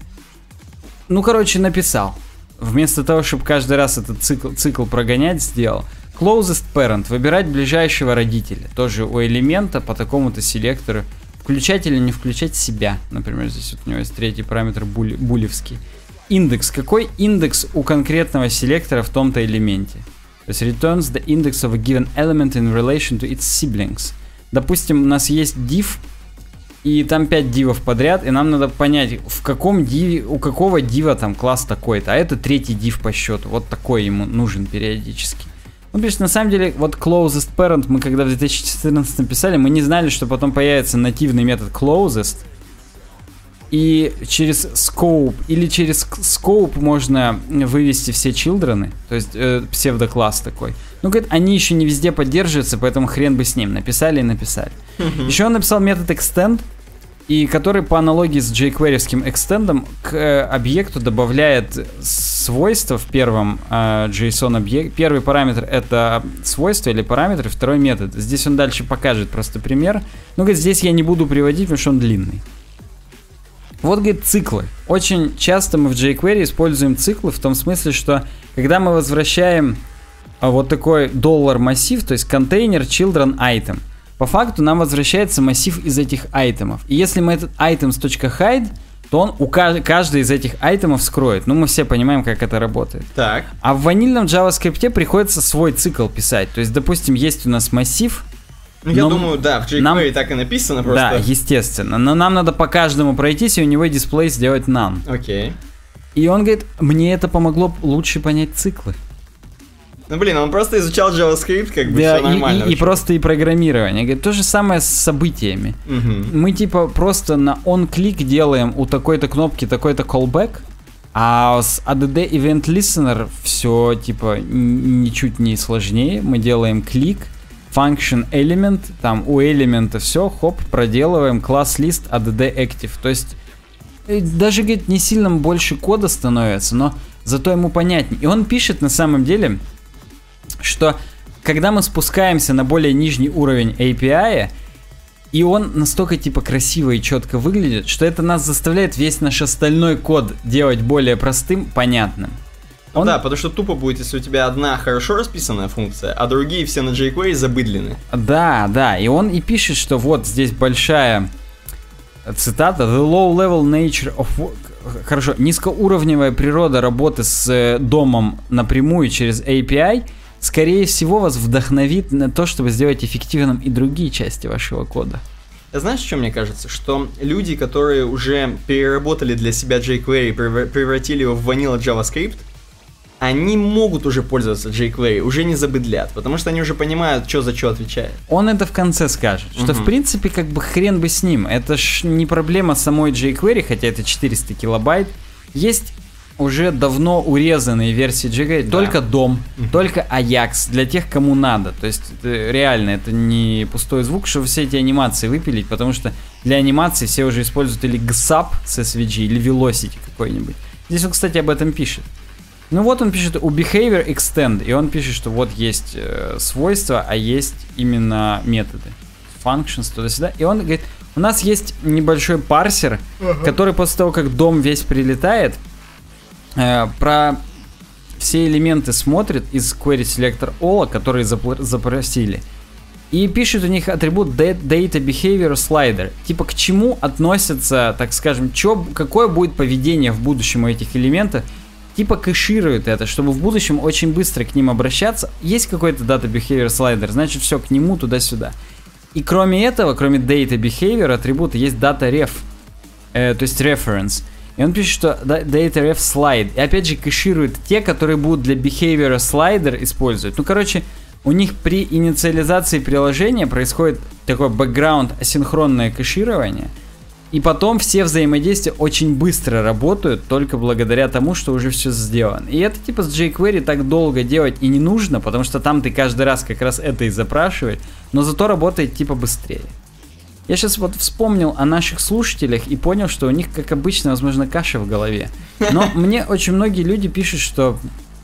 Ну, короче, написал. Вместо того, чтобы каждый раз этот цикл, цикл прогонять, сделал. Closest parent. Выбирать ближайшего родителя. Тоже у элемента по такому-то селектору. Включать или не включать себя. Например, здесь вот у него есть третий параметр були, булевский. Индекс. Какой индекс у конкретного селектора в том-то элементе? То есть returns the index of a given element in relation to its siblings. Допустим, у нас есть div, и там пять дивов подряд, и нам надо понять, в каком диве, у какого дива там класс такой-то, а это третий див по счету. Вот такой ему нужен периодически. Ну, потому что на самом деле, вот closest parent мы когда в две тысячи четырнадцатом писали, мы не знали, что потом появится нативный метод closest, и через scope, или через scope можно вывести все children, то есть э, псевдокласс такой. Ну, говорит, они еще не везде поддерживаются, поэтому хрен бы с ним. Написали и написали. Uh-huh. Еще он написал метод extend, и который по аналогии с jQuery-ским extend'ом к э, объекту добавляет свойства в первом э, JSON-объекте. Первый параметр это свойство или параметр, второй метод. Здесь он дальше покажет просто пример. Ну, говорит, здесь я не буду приводить, потому что он длинный. Вот, говорит, циклы. Очень часто мы в jQuery используем циклы в том смысле, что когда мы возвращаем вот такой доллар массив, то есть контейнер children item, по факту нам возвращается массив из этих айтемов. И если мы этот items.hide, то он у кажд- каждый из этих айтемов скроет. Ну, мы все понимаем, как это работает. Так. А в ванильном JavaScript приходится свой цикл писать. То есть, допустим, есть у нас массив. Ну, я думаю, да, в jQuery нам... так и написано просто. Да, естественно. Но нам надо по каждому пройтись, и у него дисплей сделать none. Окей. И он говорит, мне это помогло лучше понять циклы. Ну, блин, он просто изучал JavaScript, как бы, да, все нормально. И, и, и просто и программирование. Говорит, то же самое с событиями. Угу. Мы, типа, просто на on-click делаем у такой-то кнопки такой-то callback, а с эй ди ди Event Listener все, типа, ничуть не сложнее. Мы делаем клик, function element, там у элемента все, хоп, проделываем класс list эй ди ди active. То есть, даже, говорит, не сильно больше кода становится, но зато ему понятнее. И он пишет, на самом деле, что когда мы спускаемся на более нижний уровень эй пи ай, и он настолько типа красиво и четко выглядит, что это нас заставляет весь наш остальной код делать более простым, понятным. Он... Да, потому что тупо будет, если у тебя одна хорошо расписанная функция, а другие все на jQuery забыдлены. Да, да, и он и пишет, что вот здесь большая цитата: The low-level nature of work. Хорошо, низкоуровневая природа работы с домом напрямую через эй пи ай скорее всего вас вдохновит на то, чтобы сделать эффективным и другие части вашего кода. Знаешь, что мне кажется? Что люди, которые уже переработали для себя jQuery, превратили его в vanilla JavaScript, они могут уже пользоваться jQuery, уже не забыдлят, потому что они уже понимают, что за что отвечает. Он это в конце скажет, что uh-huh. в принципе как бы хрен бы с ним. Это ж не проблема самой jQuery, хотя это четыреста килобайт. Есть уже давно урезанные версии jQuery, да. Только дом, uh-huh. только Ajax, для тех, кому надо. То есть это, реально, это не пустой звук, чтобы все эти анимации выпилить, потому что для анимации все уже используют или джи эс эй пи с эс ви джи, или Velocity какой-нибудь. Здесь он, кстати, об этом пишет. Ну вот он пишет у behavior extend, и он пишет, что вот есть э, свойства, а есть именно методы. Functions, туда-сюда. И он говорит, у нас есть небольшой парсер, uh-huh. который после того, как дом весь прилетает, э, про все элементы смотрит из query selector all, которые запл- запросили, и пишет у них атрибут data behavior slider. Типа к чему относится, так скажем, чё, какое будет поведение в будущем у этих элементов. Типа кэширует это, чтобы в будущем очень быстро к ним обращаться. Есть какой-то data behavior slider, значит все к нему туда-сюда. И кроме этого, кроме data behavior атрибута, есть data ref, э, то есть reference. И он пишет, что data ref slide. И опять же кэширует те, которые будут для behavior slider использовать. Ну, короче, у них при инициализации приложения происходит такое background асинхронное кэширование. И потом все взаимодействия очень быстро работают, только благодаря тому, что уже все сделано. И это типа с jQuery так долго делать и не нужно, потому что там ты каждый раз как раз это и запрашиваешь, но зато работает типа быстрее. Я сейчас вот вспомнил о наших слушателях и понял, что у них, как обычно, возможно, каша в голове. Но мне очень многие люди пишут, что...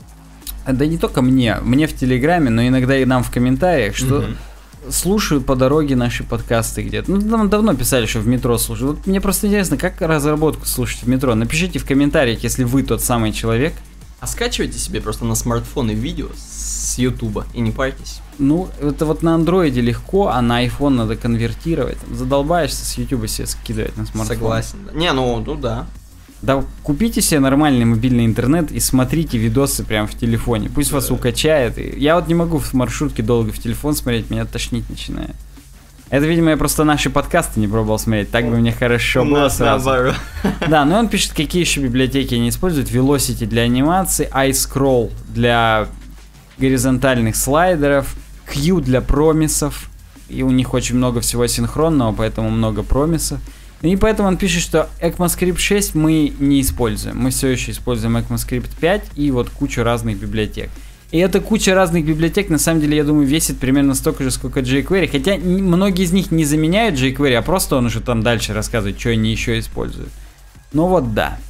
Да не только мне, мне в Телеграме, но иногда и нам в комментариях, что mm-hmm. слушают по дороге наши подкасты где-то. Ну, нам давно писали, что в метро слушают. Вот мне просто интересно, как разработку слушать в метро. Напишите в комментариях, если вы тот самый человек. А скачивайте себе просто на смартфоны видео с Ютуба и не парьтесь. Ну, это вот на андроиде легко, а на iPhone надо конвертировать. Задолбаешься с Ютуба себе скидывать на смартфон. Согласен. Да. Не, ну, ну да. Да купите себе нормальный мобильный интернет и смотрите видосы прямо в телефоне. Пусть да. вас укачает. И... Я вот не могу в маршрутке долго в телефон смотреть, меня тошнить начинает. Это, видимо, я просто наши подкасты не пробовал смотреть. Так бы мне хорошо У было нас сразу. Наоборот. Да, но он пишет, какие еще библиотеки они используют. Velocity для анимации, iScroll для горизонтальных слайдеров, Q для промисов. И у них очень много всего синхронного, поэтому много промисов. И поэтому он пишет, что ECMAScript шесть мы не используем. Мы все еще используем ECMAScript пять и вот кучу разных библиотек. И эта куча разных библиотек, на самом деле, я думаю, весит примерно столько же, сколько jQuery. Хотя не, многие из них не заменяют jQuery, а просто он уже там дальше рассказывает, что они еще используют. Ну вот да.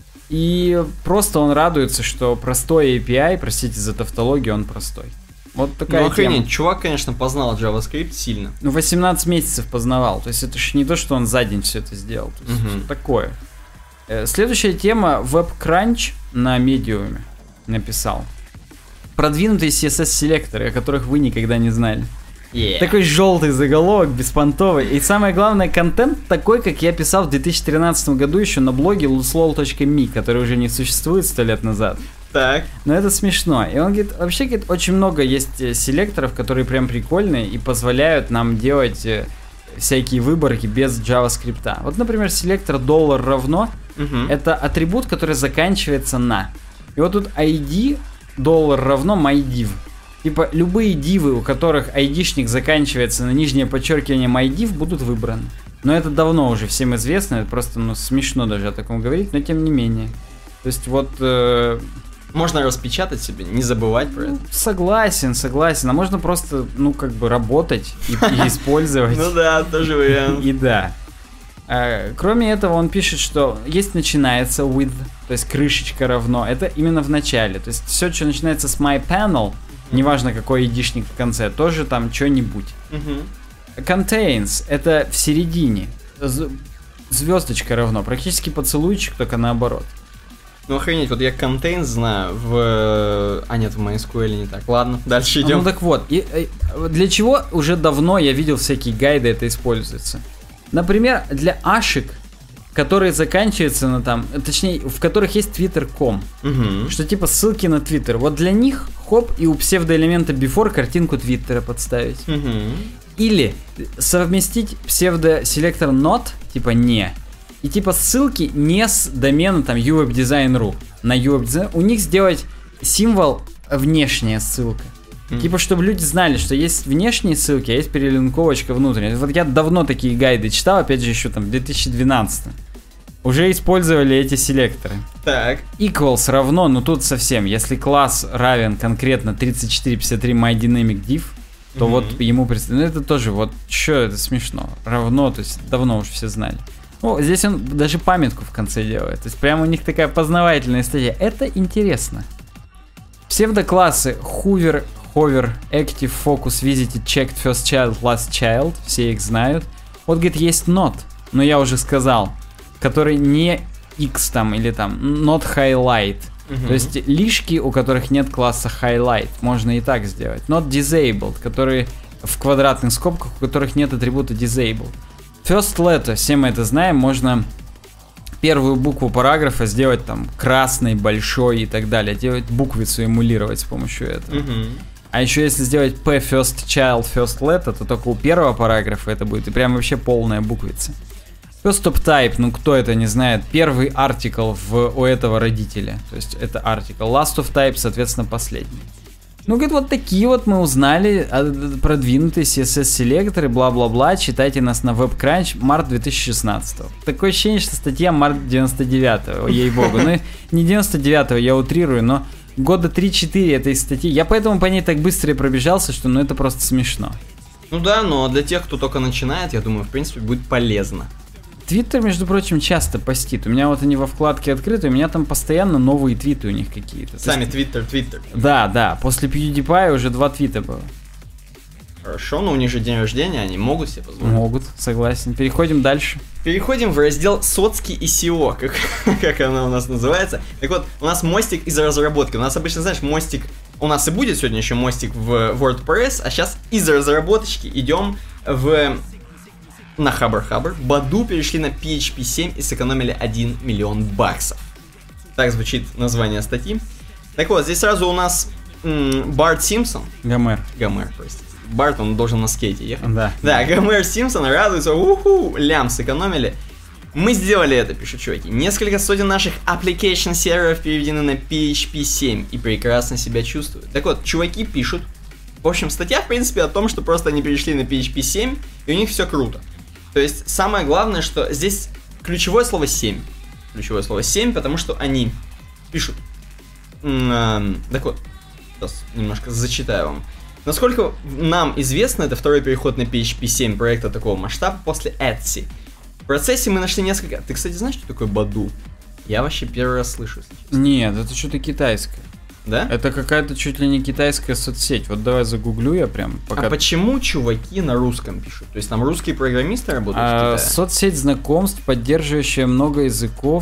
И просто он радуется, что простой эй пи ай, простите за тавтологию, он простой. Вот такая ну, охренеть, тема. Чувак, конечно, познал JavaScript сильно. Ну, восемнадцать месяцев познавал. То есть это же не то, что он за день все это сделал. То есть угу. такое. Следующая тема. WebCrunch на Medium написал. Продвинутые си эс эс-селекторы, о которых вы никогда не знали. Yeah. Такой желтый заголовок, беспонтовый. И самое главное, контент такой, как я писал в две тысячи тринадцатом году еще на блоге luslol точка ми, который уже не существует сто лет назад. Так. Но это смешно. И он говорит, вообще, говорит, очень много есть селекторов, которые прям прикольные и позволяют нам делать всякие выборки без JavaScript. Вот, например, селектор $dollar равно, угу. это атрибут, который заканчивается на. И вот тут ай ди $dollar равно mydiv. Типа, любые дивы, у которых айдишник заканчивается на нижнее подчеркивание mydiv, будут выбраны. Но это давно уже всем известно, это просто ну, смешно даже о таком говорить, но тем не менее. То есть вот... Э... Можно распечатать себе, не забывать про это. Согласен, согласен. А можно просто, ну, как бы работать и, и использовать. Ну да, тоже вариант. И да. Кроме этого, он пишет, что есть начинается with, то есть крышечка равно. Это именно в начале. То есть все, что начинается с myPanel, неважно какой айдишник в конце, тоже там что-нибудь. Contains, это в середине. Звездочка равно. Практически поцелуйчик, только наоборот. Ну охренеть, вот я contains знаю в... А нет, в MySQL не так. Ладно, дальше идем. Ну так вот, и, и, для чего уже давно я видел всякие гайды, это используется. Например, для ашек, которые заканчиваются на там, точнее, в которых есть twitter точка com, угу. что типа ссылки на Twitter. Вот для них, хоп, и у псевдоэлемента before картинку Твиттера подставить. Угу. Или совместить псевдоселектор not, типа не, и типа ссылки не с домена там uwebdesign точка ru на uwebdesign, у них сделать символ внешняя ссылка. Mm. Типа, чтобы люди знали, что есть внешние ссылки, а есть перелинковочка внутренняя. Вот я давно такие гайды читал, опять же, еще там в две тысячи двенадцатом. Уже использовали эти селекторы. Так. Equals равно, ну тут совсем, если класс равен конкретно тридцать четыре пятьдесят три myDynamicDiv, то mm-hmm. вот ему представляю, ну это тоже вот, что это смешно, равно, то есть давно уже все знали. Ну, здесь он даже памятку в конце делает, то есть прямо у них такая познавательная статья, это интересно. Псевдоклассы Hoover, Hover, Active, Focus, Visited, Checked, First Child, Last Child, все их знают. Вот, говорит, есть not, но я уже сказал, который не X там или там not highlight. Uh-huh. То есть лишки, у которых нет класса highlight, можно и так сделать. Not disabled, которые в квадратных скобках, у которых нет атрибута disabled. First letter, все мы это знаем, можно первую букву параграфа сделать там красной, большой и так далее, делать буквицу, эмулировать с помощью этого. Uh-huh. А еще если сделать P first child, first letter, то только у первого параграфа это будет и прям вообще полная буквица. First of type, ну кто это не знает, первый артикл в, у этого родителя, то есть это артикл. Last of type, соответственно, последний. Ну, говорит, вот такие вот мы узнали продвинутые си эс эс-селекторы, бла-бла-бла. Читайте нас на WebCrunch, март две тысячи шестнадцатого. Такое ощущение, что статья март девяносто девятого, ей-богу. Ну, не девяносто девятого, я утрирую, но года три-четыре этой статьи. Я поэтому по ней так быстро и пробежался, что ну это просто смешно. Ну да, но для тех, кто только начинает, я думаю, в принципе, будет полезно. Твиттер, между прочим, часто постит. У меня вот они во вкладке открыты, у меня там постоянно новые твиты у них какие-то. Сами Твиттер, Твиттер. Да, да, после PewDiePie уже два твита было. Хорошо, но у них же день рождения, они могут себе позволить. Могут, согласен. Переходим дальше. Переходим в раздел «Соцки и сео», как, как она у нас называется. Так вот, у нас мостик из разработки. У нас обычно, знаешь, мостик... У нас и будет сегодня еще мостик в WordPress, а сейчас из разработочки идем в... на Хабр-Хабр. Баду перешли на пи эйч пи семь и сэкономили один миллион баксов. Так звучит название статьи. Так вот, здесь сразу у нас м- Барт Симпсон. Гомер. Гомер, простите. Барт, он должен на скейте ехать. Да. Да, Гомер Симпсон радуется, уху, лям сэкономили. Мы сделали это, пишут чуваки. Несколько сотен наших application серверов переведены на пи эйч пи семь и прекрасно себя чувствуют. Так вот, чуваки пишут. В общем, статья, в принципе, о том, что просто они перешли на пи эйч пи семь, и у них все круто. То есть, самое главное, что здесь ключевое слово семь. Ключевое слово семь, потому что они пишут. М-м, так вот, сейчас немножко зачитаю вам. Насколько нам известно, это второй переход на пи эйч пи семь проекта такого масштаба после Etsy. В процессе мы нашли несколько... Ты, кстати, знаешь, что такое Баду? Я вообще первый раз слышу. Нет, это что-то китайское. Да? Это какая-то чуть ли не китайская соцсеть. Вот давай загуглю я прям. Пока... А почему чуваки на русском пишут? То есть там русские программисты работают а, в Китае? Соцсеть знакомств, поддерживающая много языков.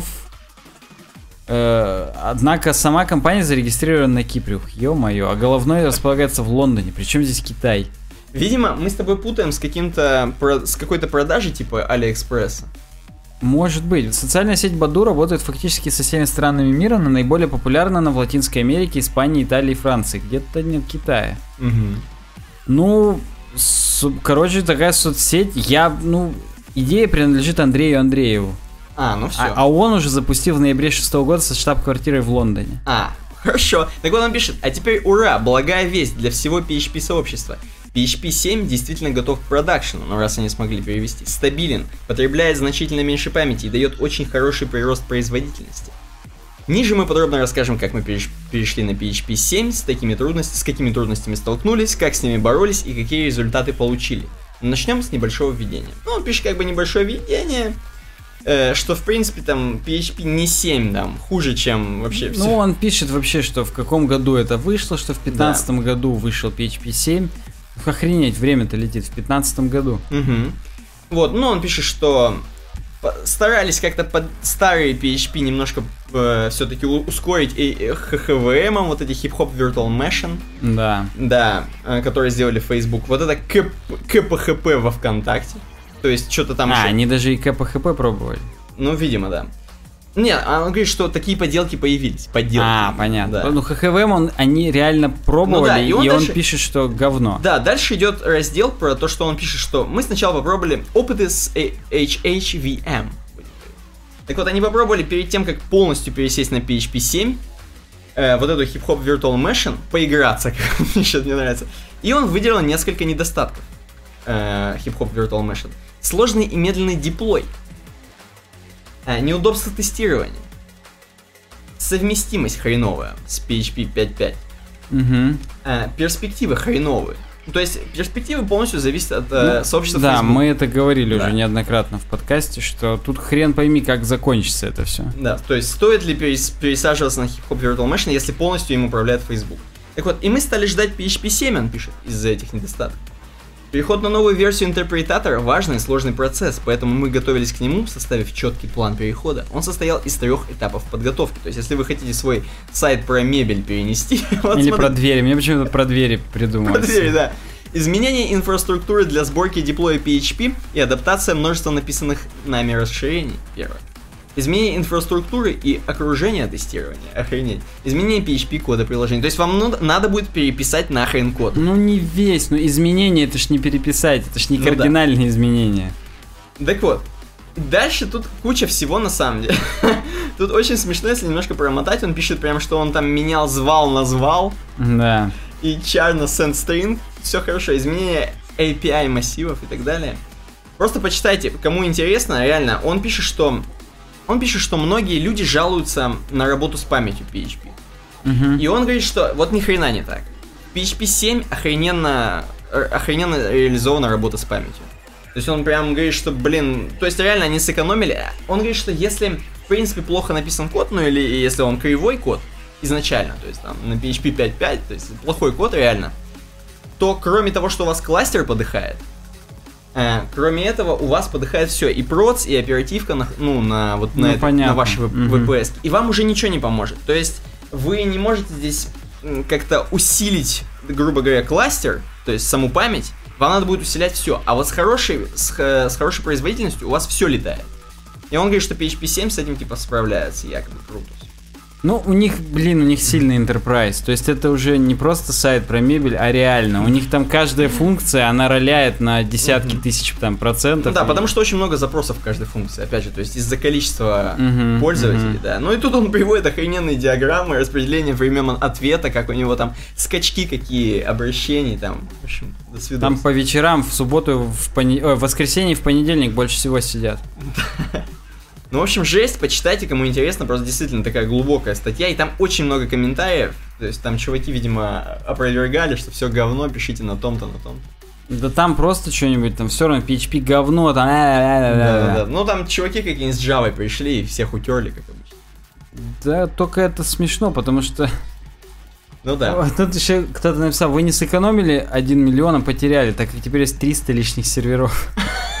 Э, однако сама компания зарегистрирована на Кипре. Ух, ё-моё, а головной располагается в Лондоне. Причем здесь Китай? Видимо, мы с тобой путаем с каким-то с какой-то продажей типа Алиэкспресса. Может быть. Социальная сеть Баду работает фактически со всеми странами мира, но наиболее популярна она в Латинской Америке, Испании, Италии и Франции. Где-то нет Китая. Угу. Ну, с, короче, такая соцсеть. Я, ну, идея принадлежит Андрею Андрееву. А, ну все. А, а он уже запустил в ноябре шестого года со штаб-квартирой в Лондоне. А, хорошо. Так вот он пишет, а теперь ура, благая весть для всего пи эйч пи сообщества. пи эйч пи семь действительно готов к продакшену, но раз они смогли перевести, стабилен, потребляет значительно меньше памяти и дает очень хороший прирост производительности. Ниже мы подробно расскажем, как мы переш- перешли на пи эйч пи семь, с, такими трудностями, с какими трудностями столкнулись, как с ними боролись и какие результаты получили. Начнем с небольшого введения. Ну, он пишет как бы небольшое введение, э, что в принципе там пи эйч пи не семь, там, хуже, чем вообще все. Ну, он пишет вообще, что в каком году это вышло, что в пятнадцатом да. году вышел пи эйч пи семь. Охренеть, время-то летит, в пятнадцатом году. Угу. Вот, ну он пишет, что старались как-то под старые пи эйч пи немножко э, все-таки ускорить и эйч эйч ви эм, вот эти хип-хоп Virtual Machine. Да. Да, э, которые сделали Facebook. Вот это КП, ка пи эйч пи во ВКонтакте. То есть что-то там... А, еще... они даже и ка пи эйч пи пробовали. Ну, видимо, да. Нет, он говорит, что такие поделки появились. Поделки. А, понятно. Да. Ну, эйч эйч ви эм он, они реально пробовали, ну, да, и он, и дальше... он пишет, что говно. Да, дальше идет раздел про то, что он пишет, что мы сначала попробовали опыты с эйч эйч ви эм. Так вот, они попробовали перед тем, как полностью пересесть на пи эйч пи семь, э, вот эту хип-хоп Virtual Machine, поиграться, как мне сейчас не нравится. И он выделил несколько недостатков э, хип-хоп Virtual Machine. Сложный и медленный деплой. Неудобство тестирования. Совместимость хреновая с пи эйч пи пять точка пять. Угу. А, перспективы хреновые. Ну, то есть перспективы полностью зависят от ну, э, сообщества да, Facebook. Мы это говорили да. уже неоднократно в подкасте, что тут хрен пойми, как закончится это все. Да, то есть стоит ли перес- пересаживаться на хип-хоп Virtual Machine, если полностью им управляет Facebook. Так вот, и мы стали ждать пи эйч пи семь, он пишет, из-за этих недостатков. Переход на новую версию интерпретатора – важный и сложный процесс, поэтому мы готовились к нему, составив четкий план перехода. Он состоял из трех этапов подготовки. То есть, если вы хотите свой сайт про мебель перенести... вот Или смотри... про двери. Мне почему-то про двери придумалось. Про двери, да. Изменение инфраструктуры для сборки и деплоя пи эйч пи и адаптация множества написанных нами расширений. Первое. Изменение инфраструктуры и окружения тестирования. Охренеть. Изменение пи эйч пи кода приложения. То есть вам ну, надо будет переписать нахрен код. Ну не весь, но изменения это ж не переписать, это ж не ну, кардинальные да. изменения. Так вот. Дальше тут куча всего на самом деле. Тут очень смешно, если немножко промотать. Он пишет прям, что он там менял звал на звал. Да. И char на send string. Все хорошо. Изменение эй пи ай массивов и так далее. Просто почитайте, кому интересно, реально. Он пишет, что... Он пишет, что многие люди жалуются на работу с памятью пи эйч пи. Угу. И он говорит, что вот ни хрена не так. пи эйч пи семь охрененно охрененно реализована работа с памятью. То есть он прям говорит, что, блин, то есть реально они сэкономили. Он говорит, что если, в принципе, плохо написан код, ну или если он кривой код изначально, то есть там на пи эйч пи пять точка пять, то есть плохой код реально, то кроме того, что у вас кластер подыхает, э, кроме этого у вас подыхает все, и проц, и оперативка, на, ну, на, вот, ну, на, это, на ваши mm-hmm. ви пи эс, и вам уже ничего не поможет. То есть вы не можете здесь как-то усилить, грубо говоря, кластер, то есть саму память, вам надо будет усилять все. А вот с хорошей, с, с хорошей производительностью у вас все летает. И он говорит, что пи эйч пи семь с этим типа справляется, якобы круто. Ну, у них, блин, у них сильный enterprise. То есть это уже не просто сайт про мебель, а реально. У них там каждая функция, она роляет на десятки mm-hmm. тысяч там процентов. Ну, да, и... потому что очень много запросов в каждой функции. Опять же, то есть из-за количества mm-hmm. пользователей, mm-hmm. да. Ну и тут он приводит охрененные диаграммы, распределение времен ответа, как у него там скачки какие, обращений там. В общем, до свидания. Там по вечерам, в субботу, в, пони... Ой, в воскресенье, в понедельник больше всего сидят. Ну, в общем, жесть, почитайте, кому интересно, просто действительно такая глубокая статья, и там очень много комментариев, то есть там чуваки, видимо, опровергали, что все говно, пишите на том-то, на том-то. Да там просто что-нибудь, там все равно пи эйч пи говно, там... Да-да-да, ну там чуваки какие-нибудь с Java пришли и всех утерли, как обычно. Да, только это смешно, потому что... Ну да. Тут еще кто-то написал, вы не сэкономили один миллион, а потеряли, так как теперь есть триста лишних серверов.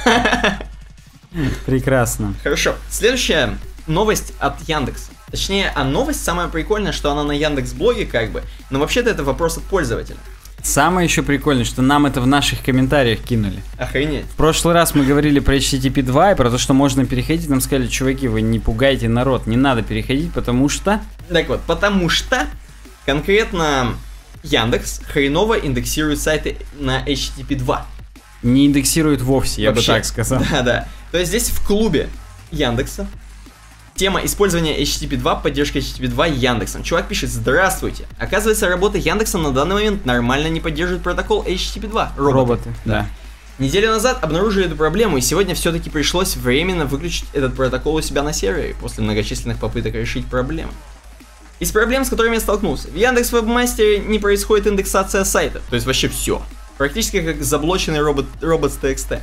Прекрасно. Хорошо. Следующая новость от Яндекса. Точнее, а новость самая прикольная, что она на Яндекс.Блоге как бы, но вообще-то это вопрос от пользователя. Самое еще прикольное, что нам это в наших комментариях кинули. Охренеть. В прошлый раз мы говорили про эйч ти ти пи два и про то, что можно переходить. Нам сказали, чуваки, вы не пугайте народ, не надо переходить, потому что... Так вот, потому что конкретно Яндекс хреново индексирует сайты на эйч ти ти пи два. Не индексирует вовсе, я Вообще, бы так сказал. Да, да. То есть здесь в клубе Яндекса тема использования эйч ти ти пи два, поддержка эйч ти ти пи два Яндексом. Чувак пишет: здравствуйте. Оказывается, работа Яндекса на данный момент нормально не поддерживает протокол эйч ти ти пи два. Роботы. Роботы, да. Неделю назад обнаружили эту проблему, и сегодня все-таки пришлось временно выключить этот протокол у себя на сервере после многочисленных попыток решить проблему. Из проблем, с которыми я столкнулся: в Яндекс Вебмастере не происходит индексация сайта, то есть вообще все. Практически как заблоченный робот, robots.txt.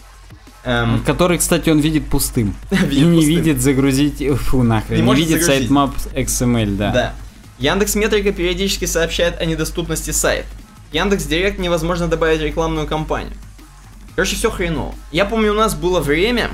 Эм... Который, кстати, он видит пустым. И не видит загрузить... Фу, нахрен. Не, не видит sitemap икс эм эль, да. Да. Яндекс.Метрика периодически сообщает о недоступности сайта. Яндекс.Директ невозможно добавить рекламную кампанию. Короче, все хреново. Я помню, у нас было время,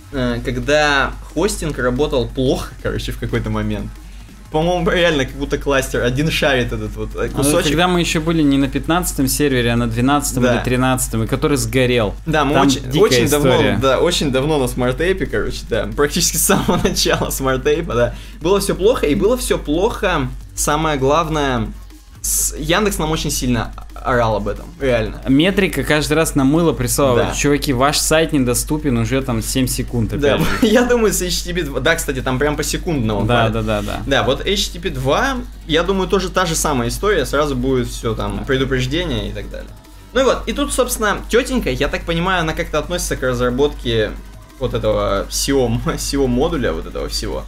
когда хостинг работал плохо, короче, в какой-то момент. По-моему, реально, как будто кластер, один шарит этот вот кусочек. А когда мы еще были не на пятнадцатом сервере, а на двенадцатом да. или тринадцатом, и который сгорел. Да, мы очень, очень давно, да, очень давно на смарт-тейпе, короче, да, практически с самого начала смарт-тейпа, да. Было все плохо, и было все плохо, самое главное, с... Яндекс нам очень сильно орал об этом, реально. Метрика каждый раз нам мыло присылала. Да. Чуваки, ваш сайт недоступен уже там семь секунд. Опять да, же. Я думаю, с эйч ти ти пи два... Да, кстати, там прям посекундно он да, да, да, да. Да, вот эйч ти ти пи два, я думаю, тоже та же самая история. Сразу будет все там, да. предупреждение и так далее. Ну и вот, и тут, собственно, тетенька, я так понимаю, она как-то относится к разработке вот этого сео, сео модуля, вот этого всего.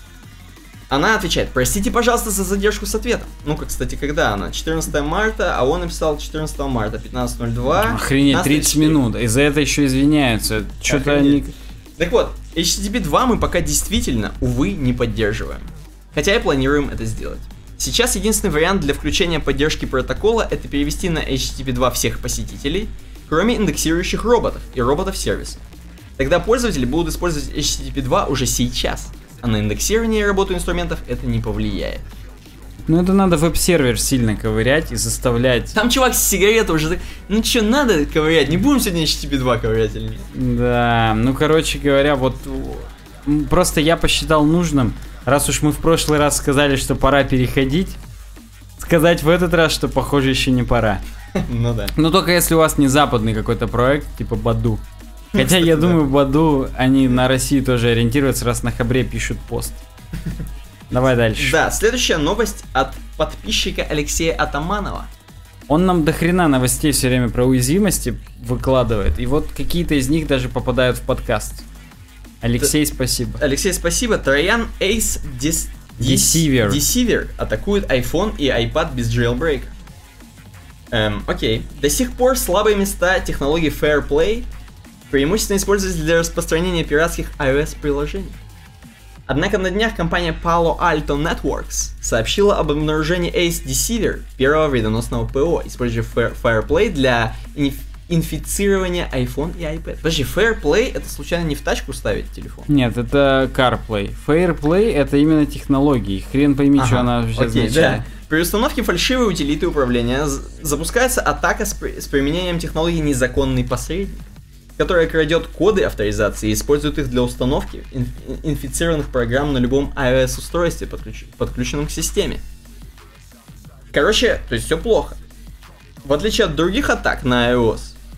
Она отвечает: простите, пожалуйста, за задержку с ответом. Ну-ка, кстати, когда она? четырнадцатого марта, а он написал четырнадцатого марта, пятнадцать ноль два. Охренеть, тридцать минут. И за это еще извиняются. Что-то они... Так вот, эйч ти ти пи два мы пока действительно, увы, не поддерживаем. Хотя и планируем это сделать. Сейчас единственный вариант для включения поддержки протокола — это перевести на эйч ти ти пи два всех посетителей, кроме индексирующих роботов и роботов-сервиса. Тогда пользователи будут использовать эйч ти ти пи два уже сейчас. А на индексирование и работу инструментов это не повлияет. Ну это надо веб-сервер сильно ковырять и заставлять. Там чувак с сигаретой уже так... Ну что, надо ковырять? Не будем сегодня эйч ти ти пи два ковырять или нет? Да, ну короче говоря, вот... Просто я посчитал нужным, раз уж мы в прошлый раз сказали, что пора переходить, сказать в этот раз, что похоже еще не пора. Ну да. Ну только если у вас не западный какой-то проект, типа Баду. Хотя, я думаю, Баду, они на Россию тоже ориентируются, раз на Хабре пишут пост. Давай дальше. Да, следующая новость от подписчика Алексея Атаманова. Он нам до хрена новостей все время про уязвимости выкладывает, и вот какие-то из них даже попадают в подкаст. Алексей, Т- спасибо. Алексей, спасибо. Троян Ace Deceiver. Deceiver атакует iPhone и iPad без jailbreak. Эм, окей. До сих пор слабые места технологии FairPlay преимущественно используются для распространения пиратских iOS-приложений. Однако на днях компания Palo Alto Networks сообщила об обнаружении Ace Deceiver, первого вредоносного ПО, использующего FairPlay для инф- инфицирования iPhone и iPad. Подожди, FairPlay это случайно не в тачку ставить телефон? Нет, это CarPlay. FairPlay это именно технологии. Хрен пойми, ага, что она вообще окей, означает. Да. При установке фальшивой утилиты управления запускается атака с, при- с применением технологии незаконный посредник, которая крадет коды авторизации и использует их для установки инф- инфицированных программ на любом iOS-устройстве, подключ- подключенном к системе. Короче, то есть все плохо. В отличие от других атак на iOS,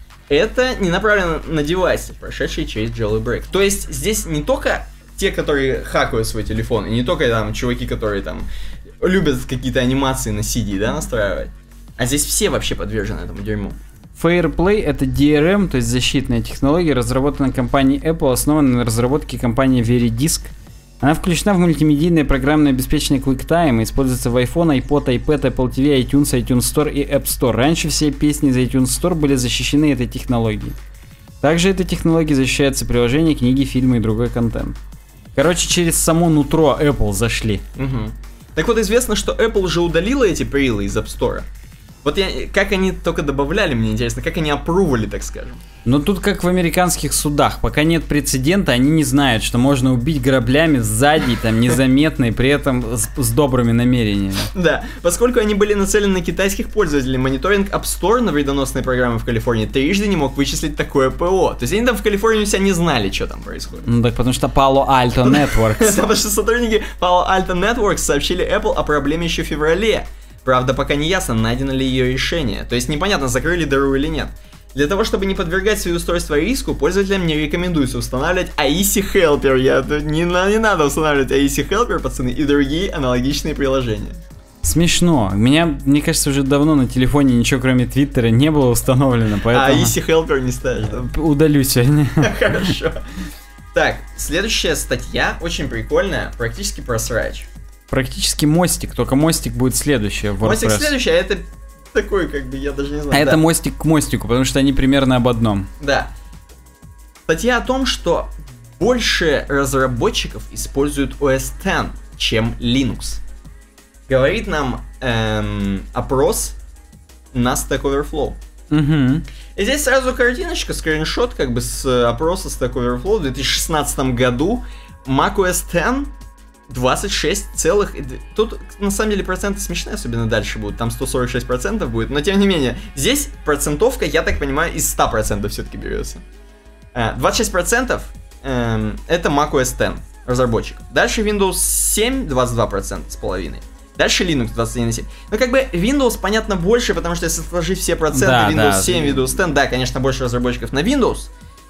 это не направлено на девайсы, прошедшие через jailbreak. То есть здесь не только те, которые хакают свой телефон, и не только там чуваки, которые там любят какие-то анимации на си ди, да, настраивать, а здесь все вообще подвержены этому дерьму. FairPlay это ди эр эм, то есть защитная технология, разработанная компанией Apple, основана на разработке компании Veridisk. Она включена в мультимедийное программное обеспечение QuickTime и используется в iPhone, iPod, iPad, Apple ти ви, iTunes, iTunes Store и App Store. Раньше все песни из iTunes Store были защищены этой технологией. Также этой технологией защищаются приложения, книги, фильмы и другой контент. Короче, через само нутро Apple зашли. Угу. Так вот, известно, что Apple уже удалила эти прилы из App Store. Вот я, как они только добавляли, мне интересно, как они опрували, так скажем. Но тут как в американских судах, пока нет прецедента, они не знают, что можно убить граблями сзади, там, незаметно и при этом с, с добрыми намерениями. Да, поскольку они были нацелены на китайских пользователей, мониторинг App Store на вредоносные программы в Калифорнии трижды не мог вычислить такое ПО. То есть они там в Калифорнии у себя не знали, что там происходит. Ну так потому что Palo Alto Networks. Потому что сотрудники Palo Alto Networks сообщили Apple о проблеме еще в феврале. Правда, пока не ясно, найдено ли ее решение. То есть непонятно, закрыли дыру или нет. Для того, чтобы не подвергать свои устройства риску, пользователям не рекомендуется устанавливать эй ай си Helper. Я, не, не надо устанавливать эй ай си Helper, пацаны, и другие аналогичные приложения. Смешно. У меня, мне кажется, уже давно на телефоне ничего кроме Твиттера не было установлено, поэтому... А эй ай си Helper не ставишь, да? Удалю сегодня. Хорошо. Так, следующая статья очень прикольная, практически про срач. Практически мостик, только мостик будет следующее в WordPress. Мостик следующий, а это такой, как бы, я даже не знаю. А да. это мостик к мостику, потому что они примерно об одном. Да. Статья о том, что больше разработчиков используют о эс десять, чем Linux. Говорит нам эм, опрос на Stack Overflow. Угу. И здесь сразу картиночка, скриншот, как бы с опроса Stack Overflow в две тысячи шестнадцатом году. macOS десять двадцать шесть целых... Тут, на самом деле, проценты смешные, особенно дальше будут. Там сто сорок шесть процентов будет. Но, тем не менее, здесь процентовка, я так понимаю, из ста процентов все-таки берется. двадцать шесть процентов эм, это macOS десять разработчиков. Дальше Windows семь двадцать два процента с половиной. Дальше Linux двадцать один и семь. Ну, как бы Windows, понятно, больше, потому что если сложить все проценты, да, Windows да, семь, Windows десять, да, конечно, больше разработчиков на Windows.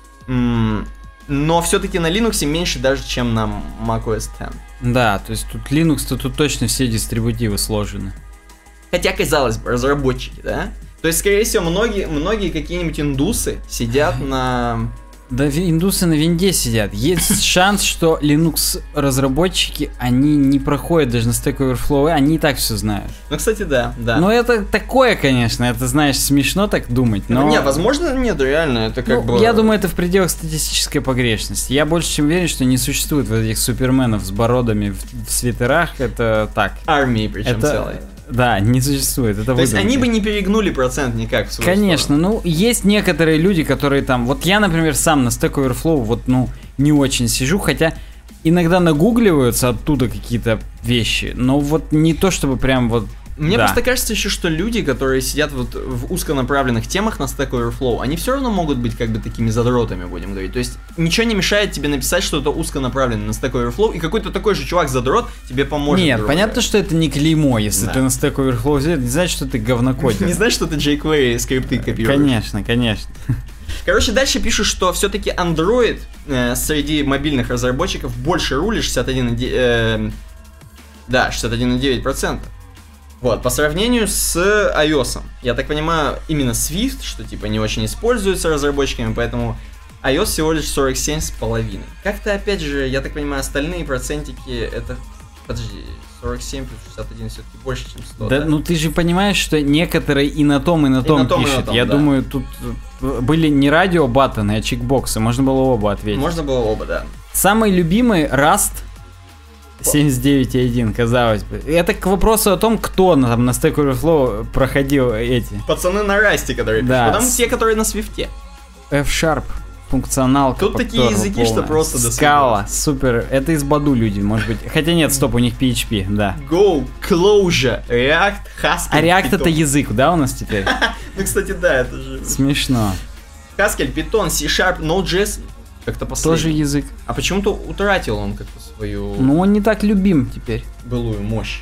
М- но все-таки на Linux меньше даже, чем на macOS десять. Да, то есть тут Linux-то тут точно все дистрибутивы сложены. Хотя, казалось бы, разработчики, да? То есть, скорее всего, многие, многие какие-нибудь индусы сидят на... Да, индусы на винде сидят. Есть шанс, что Linux разработчики, они не проходят даже на Stack Overflow, они и так все знают. Ну, кстати, да, да. Ну, это такое, конечно, это, знаешь, смешно так думать, но... Не, возможно, нет, реально, это как ну, бы... Я думаю, это в пределах статистической погрешности. Я больше чем уверен, что не существует вот этих суперменов с бородами в, в свитерах, это так. Армии, причем это... целой. Да, не существует, это То есть выдумки. они бы не перегнули процент никак в свою Конечно, сторону. ну, есть некоторые люди, которые там... Вот я, например, сам на Stack Overflow вот, ну, не очень сижу, хотя иногда нагугливаются оттуда какие-то вещи, но вот не то, чтобы прям вот... Мне да. просто кажется еще, что люди, которые сидят вот в узконаправленных темах на Stack Overflow, они все равно могут быть как бы такими задротами, будем говорить. То есть ничего не мешает тебе написать что-то узконаправленное на Stack Overflow, и какой-то такой же чувак-задрот тебе поможет. Нет, понятно, что это не клеймо, если да. ты на Stack Overflow взял, не значит, что ты говнокодер. Не значит, что ты jQuery скрипты копируешь. Конечно, конечно. Короче, дальше пишут, что все-таки Android э, среди мобильных разработчиков больше рулит, шестьдесят один, э, да, шестьдесят один целых девять десятых процента. Вот, по сравнению с iOS. Я так понимаю, именно Swift, что типа не очень используется разработчиками, поэтому iOS всего лишь сорок семь целых пять десятых. Как-то, опять же, я так понимаю, остальные процентики это... Подожди, сорок семь плюс шестьдесят один все-таки больше, чем сто. Да, да, ну ты же понимаешь, что некоторые и на том, и на том, и на том пишут. и на том, Я да. думаю, тут были не радио-баттоны, а чекбоксы. Можно было оба ответить. Можно было оба, да. Самый любимый Rust семьдесят девять и один, казалось бы. Это к вопросу о том, кто на, там, на Stack Overflow проходил эти. Пацаны на Расте, которые да. пишут. Потом те, которые на Свифте. F-Sharp, функционалка. Тут такие языки, полная. что просто до Scala, супер. Это из Баду люди, может быть. Хотя нет, стоп, у них пи эйч пи, да. Go, Clojure, React, Haskell, А React Python. это язык, да, у нас теперь? Ну, кстати, да, это же... Смешно. Haskell, Python, C-Sharp, Node.js. Как-то последний. Тоже язык. А почему-то утратил он как-то свою Ну, он не так любим теперь. былую мощь.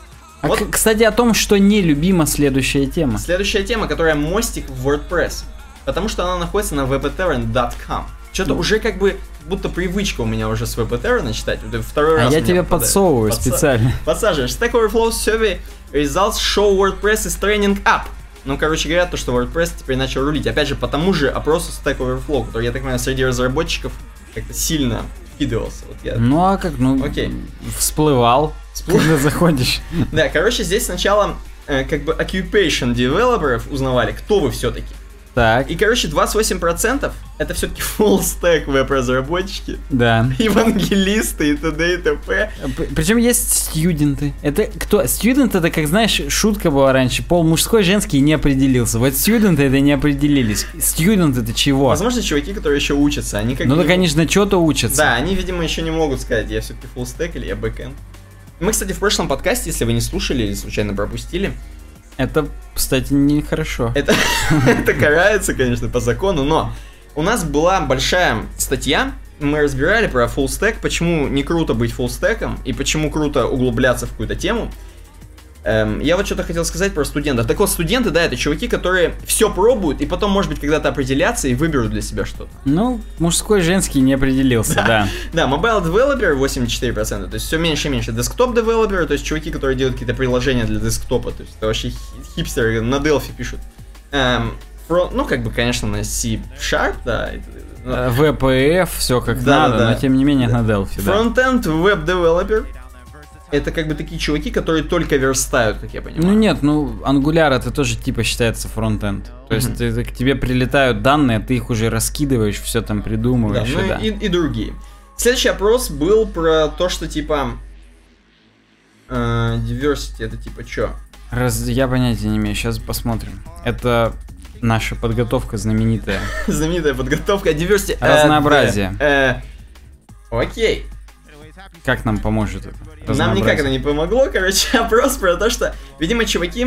А Вот. к- кстати, о том, что нелюбима следующая тема. Следующая тема, которая мостик в WordPress. Потому что она находится на веб-этерн точка ком. Что-то уже как бы, будто привычка у меня уже с веб-этерна читать. Вот второй А раз я меня тебе попадает. подсовываю Подса- специально. Подсаживаешь. Stack Overflow survey results show WordPress is trending up. Ну, короче говоря, то, что WordPress теперь начал рулить. Опять же, по тому же опросу Stack Overflow, который, я так понимаю, среди разработчиков как-то сильно вкидывался. Вот я... Ну, а как, ну, Окей. всплывал, Всплыл. когда заходишь. Да, короче, здесь сначала э, как бы occupation девелоперов узнавали, кто вы все-таки. Так, И, короче, двадцать восемь процентов это все-таки full stack веб-разработчики, да. евангелисты и т.д. и т.п. Причем есть студенты. Это кто? Студент это, как знаешь, шутка была раньше. Пол мужской, женский не определился. Вот студенты это не определились. Студент это чего? Возможно, чуваки, которые еще учатся, они как Ну бы... да, конечно, что-то учатся. Да, они, видимо, еще не могут сказать, я все-таки full stack или я бэкэнд. Мы, кстати, в прошлом подкасте, если вы не слушали или случайно пропустили, Это, кстати, нехорошо. это, это карается, конечно, по закону, но у нас была большая статья, мы разбирали про full stack, почему не круто быть full stack'ом и почему круто углубляться в какую-то тему. Эм, я вот что-то хотел сказать про студентов. Так вот, студенты, да, это чуваки, которые все пробуют и потом, может быть, когда-то определятся и выберут для себя что-то. Ну, мужской, женский не определился, да. Да, mobile developer восемьдесят четыре процента, то есть все меньше и меньше. Desktop developer, то есть чуваки, которые делают какие-то приложения для десктопа, то есть это вообще хи- хипстеры на Delphi пишут. Эм, фро- ну, как бы, конечно, на C-Sharp, да. и- Э, ви пи эф, все как Да, надо, да, но да. тем не менее на Delphi, да. Frontend web developer. Это как бы такие чуваки, которые только верстают, как я понимаю. Ну нет, ну Angular это тоже типа считается фронтенд. То есть Мгм. ты- к тебе прилетают данные, ты их уже раскидываешь, все там Да, придумываешь. ну и да. и, и другие. Следующий опрос был про то, что типа э, diversity, это типа чё? Раз- я понятия не имею, сейчас посмотрим. Это наша подготовка знаменитая. Знаменитая подготовка diversity. э, Разнообразие. э, э, Окей. Как нам поможет это? Нам никак это Разнообразие. не помогло, короче, опрос про то, что, видимо, чуваки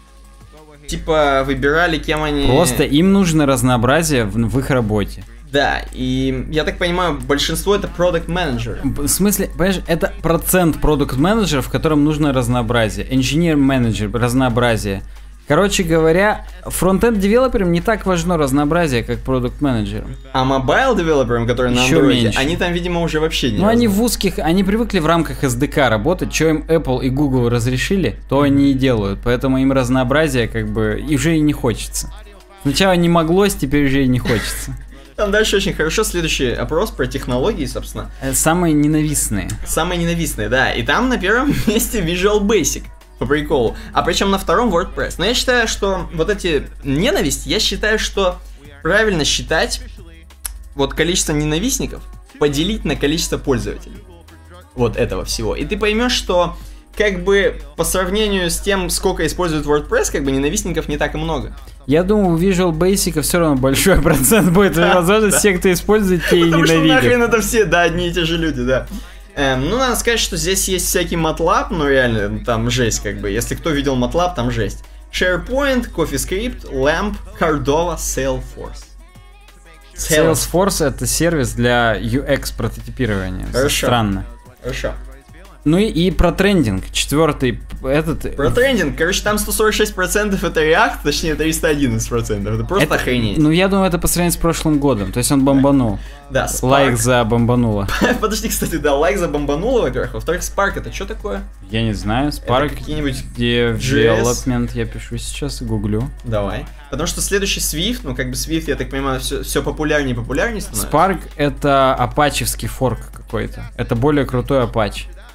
типа выбирали, кем они... Просто им нужно разнообразие в, в их работе. Да, и я так понимаю, большинство это продакт менеджеры. В смысле, понимаешь, это процент продукт-менеджеров, которым нужно разнообразие. Engineer-менеджер, разнообразие. Короче говоря, фронтенд-девелоперам не так важно разнообразие, как продукт-менеджерам. А мобайл девелоперам, которые на Ещё андроиде, меньше. они там, видимо, уже вообще не Ну, они разные. в узких, они привыкли в рамках эс ди кей работать, что им Apple и Google разрешили, то они и делают, поэтому им разнообразие как бы и уже и не хочется. Сначала не моглось, теперь уже и не хочется. Там дальше очень хорошо. Следующий опрос про технологии, собственно. Э, Самые ненавистные. Самые ненавистные, да. И там на первом месте Visual Basic. По приколу. А причем на втором WordPress. Но я считаю, что вот эти ненависть, я считаю, что правильно считать вот количество ненавистников поделить на количество пользователей. Вот этого всего. И ты поймешь, что как бы по сравнению с тем, сколько использует WordPress, как бы ненавистников не так и много. Я думаю, у Visual Basic все равно большой процент будет. Да, Возможно, да. все, кто использует, те и Потому что нахрен ненавидят. это все, да, одни и те же люди, да. Эм, ну, надо сказать, что здесь есть всякий MATLAB, ну, реально, там жесть, как бы. Если кто видел MATLAB, там жесть. SharePoint, CoffeeScript, Lamp, Cordova, Salesforce. Salesforce это сервис для ю экс прототипирования. Хорошо. Странно. Хорошо. Ну и, и про трендинг. Четвертый этот. Про трендинг, короче, там сто сорок шесть процентов это React, точнее триста одиннадцать процентов. Это просто это- охренеть. Ну я думаю, это по сравнению с прошлым годом. То есть он бомбанул. Да, Spark. Лайк за бомбануло. Подожди, кстати, да, лайк забомбануло, во-первых. Во-вторых, Spark это что такое? Я не знаю. Spark какие-нибудь Development. Я пишу сейчас и гуглю. Давай. Потому что следующий Swift, ну как бы Swift, я так понимаю, все, все популярнее и популярнее становится. Spark это апачевский форк какой-то. Это более крутой Apache.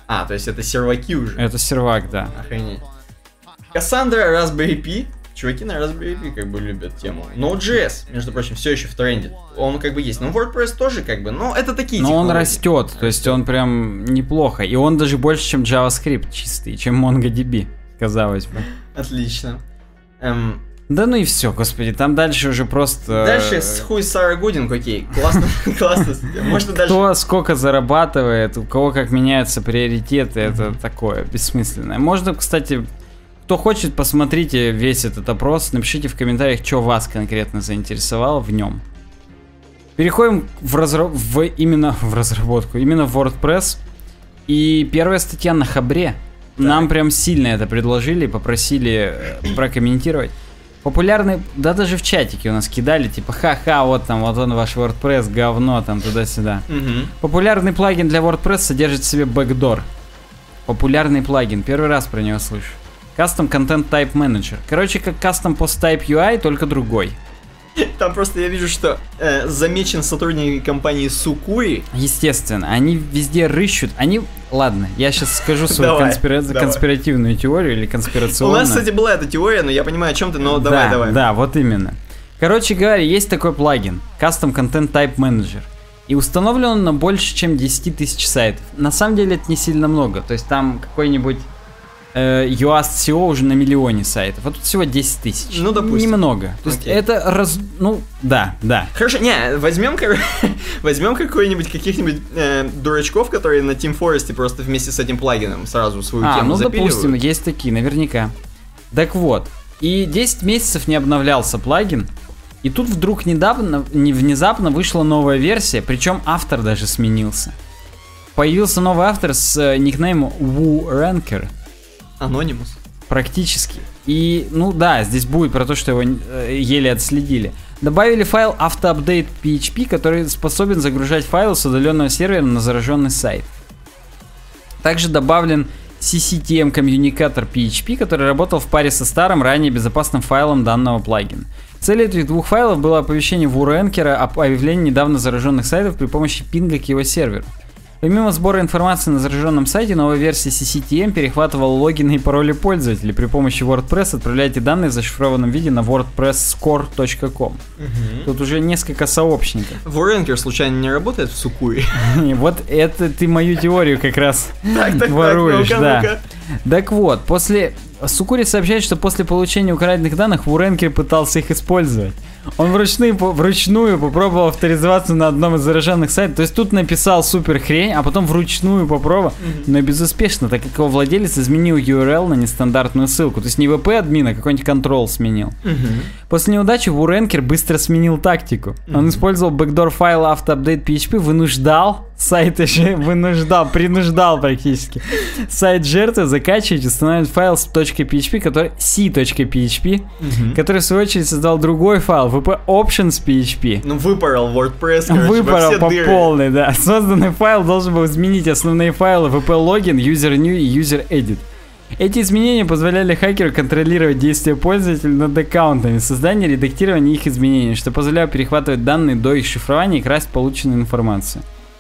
А, то есть это серваки уже. Это сервак, да. Охренеть. Cassandra Raspberry Pi. Чуваки на Raspberry Pi как бы любят тему. Node.js, между прочим, все еще в тренде. Он как бы есть. Но WordPress тоже как бы, но это такие Но технологии. он растет, то есть он прям неплохо. И он даже больше, чем JavaScript чистый, чем MongoDB, казалось бы. Отлично. Эм... Да ну и все, господи, там дальше уже просто... Дальше с хуй Сара Гудинг, окей. Классно, классно. Можно дальше... Кто сколько зарабатывает, у кого как меняются приоритеты, это такое бессмысленное. Можно, кстати... Кто хочет, посмотрите весь этот опрос, напишите в комментариях, что вас конкретно заинтересовало в нем. Переходим в, разра... в именно в разработку, именно в WordPress. И первая статья на Хабре. Так. Нам прям сильно это предложили, попросили прокомментировать. Популярный, да даже в чатике у нас кидали, типа, ха-ха, вот там, вот он ваш WordPress, говно, там, туда-сюда. Угу. Популярный плагин для WordPress содержит в себе бэкдор. Популярный плагин, первый раз про него слышу. Custom Content Type Manager. Короче, как Custom Post Type ю ай, только другой. Там просто я вижу, что э, замечен сотрудник компании Sucuri. Естественно, они везде рыщут. Они... Ладно, я сейчас скажу свою давай, конспира... давай. конспиративную теорию или конспирационную. У нас, кстати, была эта теория, но я понимаю, о чем ты, но да, давай, давай. Да, вот именно. Короче говоря, есть такой плагин Custom Content Type Manager. И установлен он на больше, чем десять тысяч сайтов. На самом деле это не сильно много. То есть там какой-нибудь... Yoast точка си о уже на миллионе сайтов, а тут всего десять тысяч. Ну, допустим. Немного. То есть okay. это раз... Ну, да, да. Хорошо, не, возьмем, возьмем какой-нибудь, каких-нибудь э, дурачков, которые на Team Forest просто вместе с этим плагином сразу свою а, тему ну, запиливают. допустим, есть такие, наверняка. Так вот, и десять месяцев не обновлялся плагин, и тут вдруг недавно, не внезапно вышла новая версия, причем автор даже сменился. Появился новый автор с никнеймом WooRanker. Анонимус. Практически. И, ну да, здесь будет про то, что его э, еле отследили. Добавили файл AutoUpdate.php, который способен загружать файлы с удаленного сервера на зараженный сайт. Также добавлен си си ти эм-коммуникатор пи эйч пи, который работал в паре со старым, ранее безопасным файлом данного плагина. Целью этих двух файлов было оповещение WooRanker о появлении недавно зараженных сайтов при помощи пинга к его серверу. Помимо сбора информации на зараженном сайте, новая версия си си ти эм перехватывала логины и пароли пользователей. При помощи WordPress отправляйте данные в зашифрованном виде на WordPress Score точка ком. Угу. Тут уже несколько сообщников. WooRanker случайно не работает в Sucuri? Вот это ты мою теорию как раз воруешь, да. Так вот, после... Sucuri сообщает, что после получения украденных данных WooRanker пытался их использовать. Он вручную, вручную попробовал авторизоваться на одном из зараженных сайтов. То есть тут написал супер хрень, а потом вручную попробовал, mm-hmm. но безуспешно, так как его владелец изменил ю ар эл на нестандартную ссылку. То есть не ви пи админ, а какой-нибудь control сменил. Mm-hmm. После неудачи WooRanker быстро сменил тактику. Mm-hmm. Он использовал бэкдор файл AutoUpdate.php, вынуждал сайт же вынуждал, принуждал практически сайт жертвы закачивать и устанавливать файл с .php, который c.php, mm-hmm. который в свою очередь создал другой файл ви пи options.php. Ну выпорол WordPress, короче, выпорол во все по дыры. полной, да. Созданный файл должен был изменить основные файлы ви пи login, user new и user edit. Эти изменения позволяли хакеру контролировать действия пользователей над аккаунтами, создание и редактирование их изменений, что позволяло перехватывать данные до их шифрования и красть полученную информацию.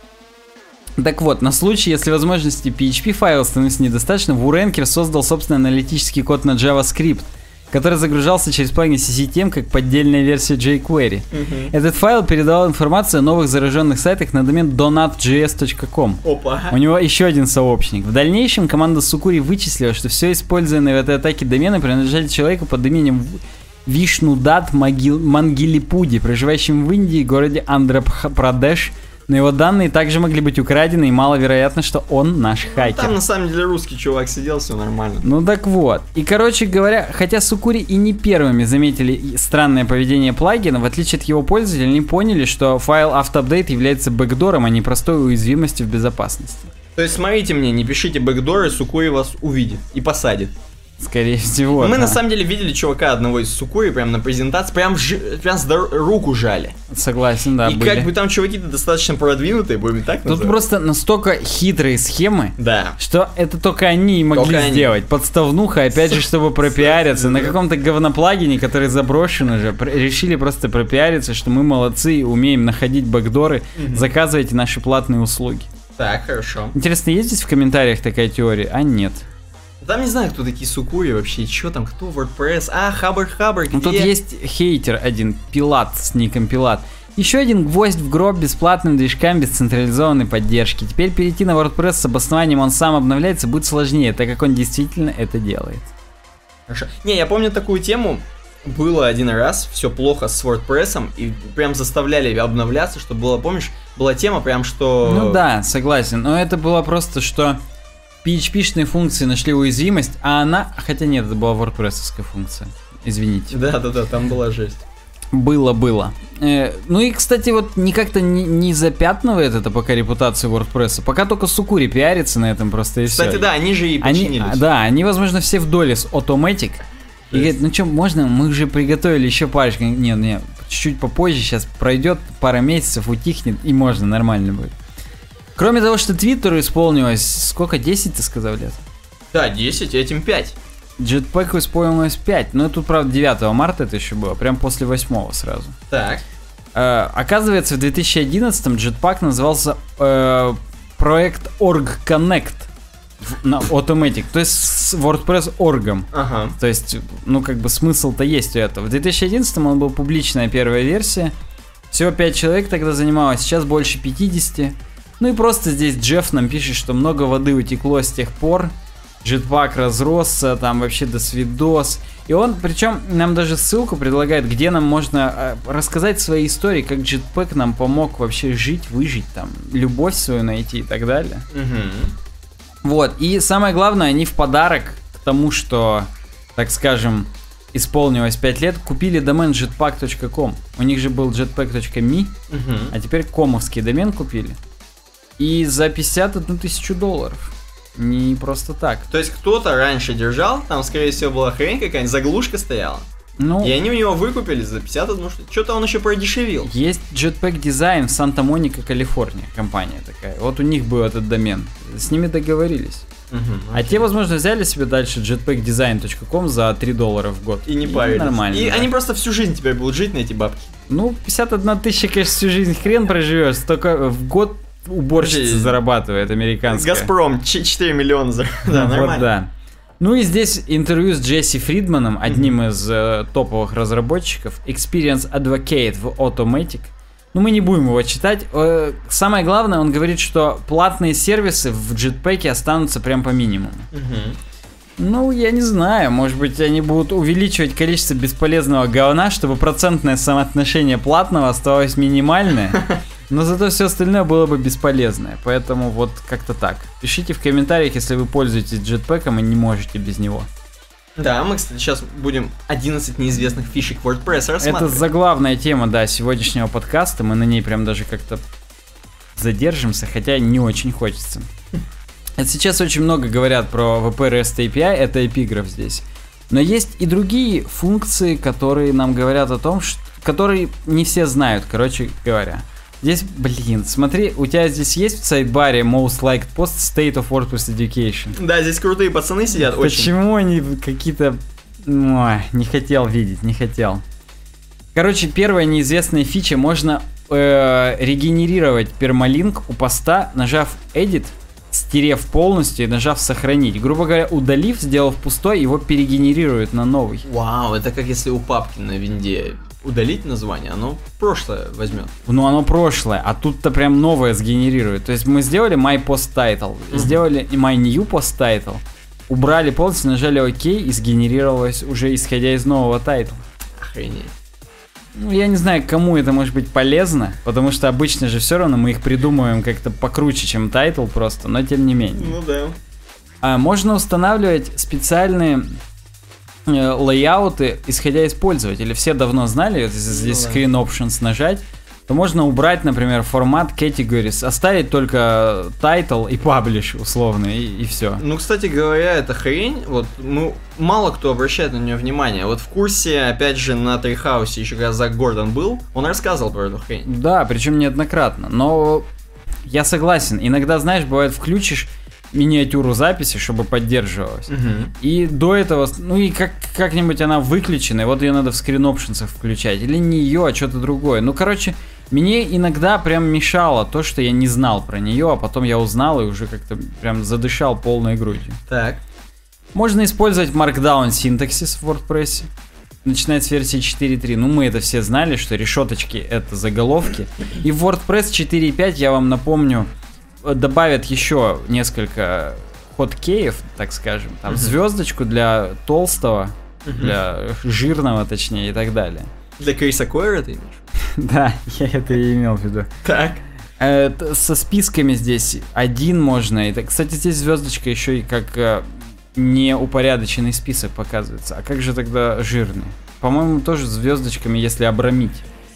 Так вот, на случай, если возможности пи эйч пи файла становится недостаточно, WooRanker создал собственный аналитический код на JavaScript, который загружался через плагин си си ти эм как поддельная версия jQuery. Uh-huh. Этот файл передавал информацию о новых зараженных сайтах на домен donut точка джей эс точка ком. Опа. У него еще один сообщник. В дальнейшем команда Sucuri вычислила, что все использованные в этой атаке домены принадлежали человеку под именем Вишнудат Мангилипуди, проживающим в Индии, городе Андхра-Прадеш. Но его данные также могли быть украдены, и маловероятно, что он наш хакер. Там на самом деле русский чувак сидел, все нормально. Ну так вот. И короче говоря, хотя Sucuri и не первыми заметили странное поведение плагина, в отличие от его пользователей, они поняли, что файл AutoUpdate является бэкдором, а не простой уязвимостью в безопасности. То есть смотрите мне, не пишите бэкдоры, Sucuri вас увидит и посадит. Скорее всего. Мы да. на самом деле видели чувака одного из Sucuri прям на презентации, прям, ж... прям с дор... руку жали. Согласен, да. И были. как бы там чуваки-то достаточно продвинутые, будем так называть. Тут просто настолько хитрые схемы, да. что это только они и могли только сделать. Они. Подставнуха, опять же, чтобы пропиариться. На каком-то говноплагине, который заброшен уже, решили просто пропиариться, что мы молодцы, умеем находить бэкдоры, угу. Заказывайте наши платные услуги. Так, хорошо. Интересно, есть здесь в комментариях такая теория? А нет. Там не знаю, кто такие Сукури вообще, что там, кто, WordPress, а, Хабр Хабр, где? Ну, тут есть хейтер один, Пилат, с ником Пилат. Еще один гвоздь в гроб бесплатным движкам без централизованной поддержки. Теперь перейти на WordPress с обоснованием «он сам обновляется» будет сложнее, так как он действительно это делает. Хорошо. Не, я помню такую тему. Было один раз, все плохо с WordPress, и прям заставляли обновляться, чтобы было, помнишь, была тема прям, что... Ну да, согласен, но это было просто, что пи эйч пи-шные функции нашли уязвимость, а она... Хотя нет, это была WordPress-овская функция, извините. Да-да-да, там была жесть. Было-было. Э, ну и, кстати, вот не как-то не, не запятнывает это пока репутацию WordPress. Пока только Сукури пиарится на этом просто и все. Кстати, да, они же и починились. Они, да, они, возможно, все в доле с Automatic. И говорят, ну что, можно, мы уже приготовили еще парочку. Нет, нет, чуть-чуть попозже, сейчас пройдет пара месяцев, утихнет, и можно, нормально будет. Кроме того, что Твиттеру исполнилось, сколько, десять, ты сказал, лет? Да, десять, этим пять. Jetpack исполнилось пять, но тут, правда, девятого марта это еще было, прям после восьмого сразу. Так. Э, оказывается, в две тысячи одиннадцатом Jetpack назывался э, проект Org Connect на Automatic, то есть с WordPress оргом. Ага. То есть, ну, как бы смысл-то есть у этого. В две тысячи одиннадцатом он был публичная первая версия. Всего пять человек тогда занималось, сейчас больше пятьдесят. Ну и просто здесь Джефф нам пишет, что много воды утекло с тех пор. Jetpack разросся, там вообще до свидос. И он, причем, нам даже ссылку предлагает, где нам можно э, рассказать свои истории, как Jetpack нам помог вообще жить, выжить, там, любовь свою найти и так далее. Угу. Вот, и самое главное, они в подарок к тому, что, так скажем, исполнилось пять лет, купили домен jetpack точка ком. У них же был jetpack точка ми, угу. а теперь комовский домен купили. И за пятьдесят одну тысячу долларов. Не просто так. То есть кто-то раньше держал, там, скорее всего, была хрень какая-нибудь, заглушка стояла. Ну, и они у него выкупили за пятьдесят одну штуку. Что-то он еще продешевил. Есть Jetpack Design в Санта-Моника, Калифорния, компания такая. Вот у них был этот домен. С ними договорились. Угу, а те, возможно, взяли себе дальше jetpack design точка ком за три доллара в год. И не парились. Нормально. И да. они просто всю жизнь теперь будут жить на эти бабки. Ну, пятьдесят одна тысяча, конечно, всю жизнь хрен проживешь. Только в год уборщица Подожди, зарабатывает американская. Газпром четыре миллиона зарабатывает. Да, нормально. Вот, да. Ну и здесь интервью с Джесси Фридманом, одним mm-hmm. из э, топовых разработчиков, Experience Advocate в Automatic. Ну мы не будем его читать. Э, самое главное, он говорит, что платные сервисы в Jetpack останутся прям по минимуму. Mm-hmm. Ну, я не знаю, может быть, они будут увеличивать количество бесполезного говна, чтобы процентное соотношение платного оставалось минимальное. Но зато все остальное было бы бесполезное. Поэтому вот как-то так. Пишите в комментариях, если вы пользуетесь Jetpack'ом и не можете без него. Да, мы, кстати, сейчас будем одиннадцать неизвестных фишек WordPress рассматривать. Это заглавная тема, да, сегодняшнего подкаста. Мы на ней прям даже как-то задержимся, хотя не очень хочется. Это сейчас очень много говорят про ви пи REST эй пи ай, это эпиграф здесь. Но есть и другие функции, которые нам говорят о том, что, которые не все знают, короче говоря. Здесь, блин, смотри, у тебя здесь есть в сайдбаре Most Liked Post State of WordPress Education? Да, здесь крутые пацаны сидят. Почему очень. они какие-то... Ой, не хотел видеть, не хотел. Короче, первая неизвестная фича. Можно э, регенерировать пермалинк у поста, нажав Edit, стерев полностью и нажав сохранить. Грубо говоря, удалив, сделав пустой, его перегенерирует на новый. Вау, это как если у папки на винде удалить название, оно прошлое возьмет. Ну, оно прошлое, а тут-то прям новое сгенерирует. То есть мы сделали My Post Title, mm-hmm. сделали My New Post Title, убрали полностью, нажали ОК и сгенерировалось уже исходя из нового тайтла. Охренеть. Ну, я не знаю, кому это может быть полезно, потому что обычно же все равно мы их придумываем как-то покруче, чем тайтл просто, но тем не менее. Ну да. А можно устанавливать специальные э, лейауты, исходя из пользователя. Все давно знали, если здесь ну, Screen да. Options нажать, то можно убрать, например, формат categories, оставить только title и publish условно, и, и все. Ну, кстати говоря, эта хрень, вот мы, мало кто обращает на нее внимание. Вот в курсе, опять же, на Трихаусе, еще когда Зак Гордон был, он рассказывал про эту хрень. Да, причем неоднократно, но я согласен. Иногда, знаешь, бывает, включишь миниатюру записи, чтобы поддерживалась. Угу. И до этого, ну и как, как-нибудь она выключена, и вот ее надо в Screen Options включать. Или не ее, а что-то другое. Ну, короче, Мне иногда прям мешало то, что я не знал про нее, а потом я узнал и уже как-то прям задышал полной грудью. Так. Можно использовать Markdown синтаксис в WordPress. Начинает с версии четыре точка три. Ну, мы это все знали, что решеточки — это заголовки. И в WordPress четыре точка пять, я вам напомню, добавят еще несколько хоткеев, так скажем. Там uh-huh. звездочку для толстого, uh-huh. для жирного, точнее, и так далее. Для Криса Койера ты имеешь? Да, я это и имел в виду. Так. Со списками здесь один можно. И, кстати, здесь звездочка еще и как... неупорядоченный список показывается. А как же тогда жирный? По-моему, тоже звездочками, если обрамить.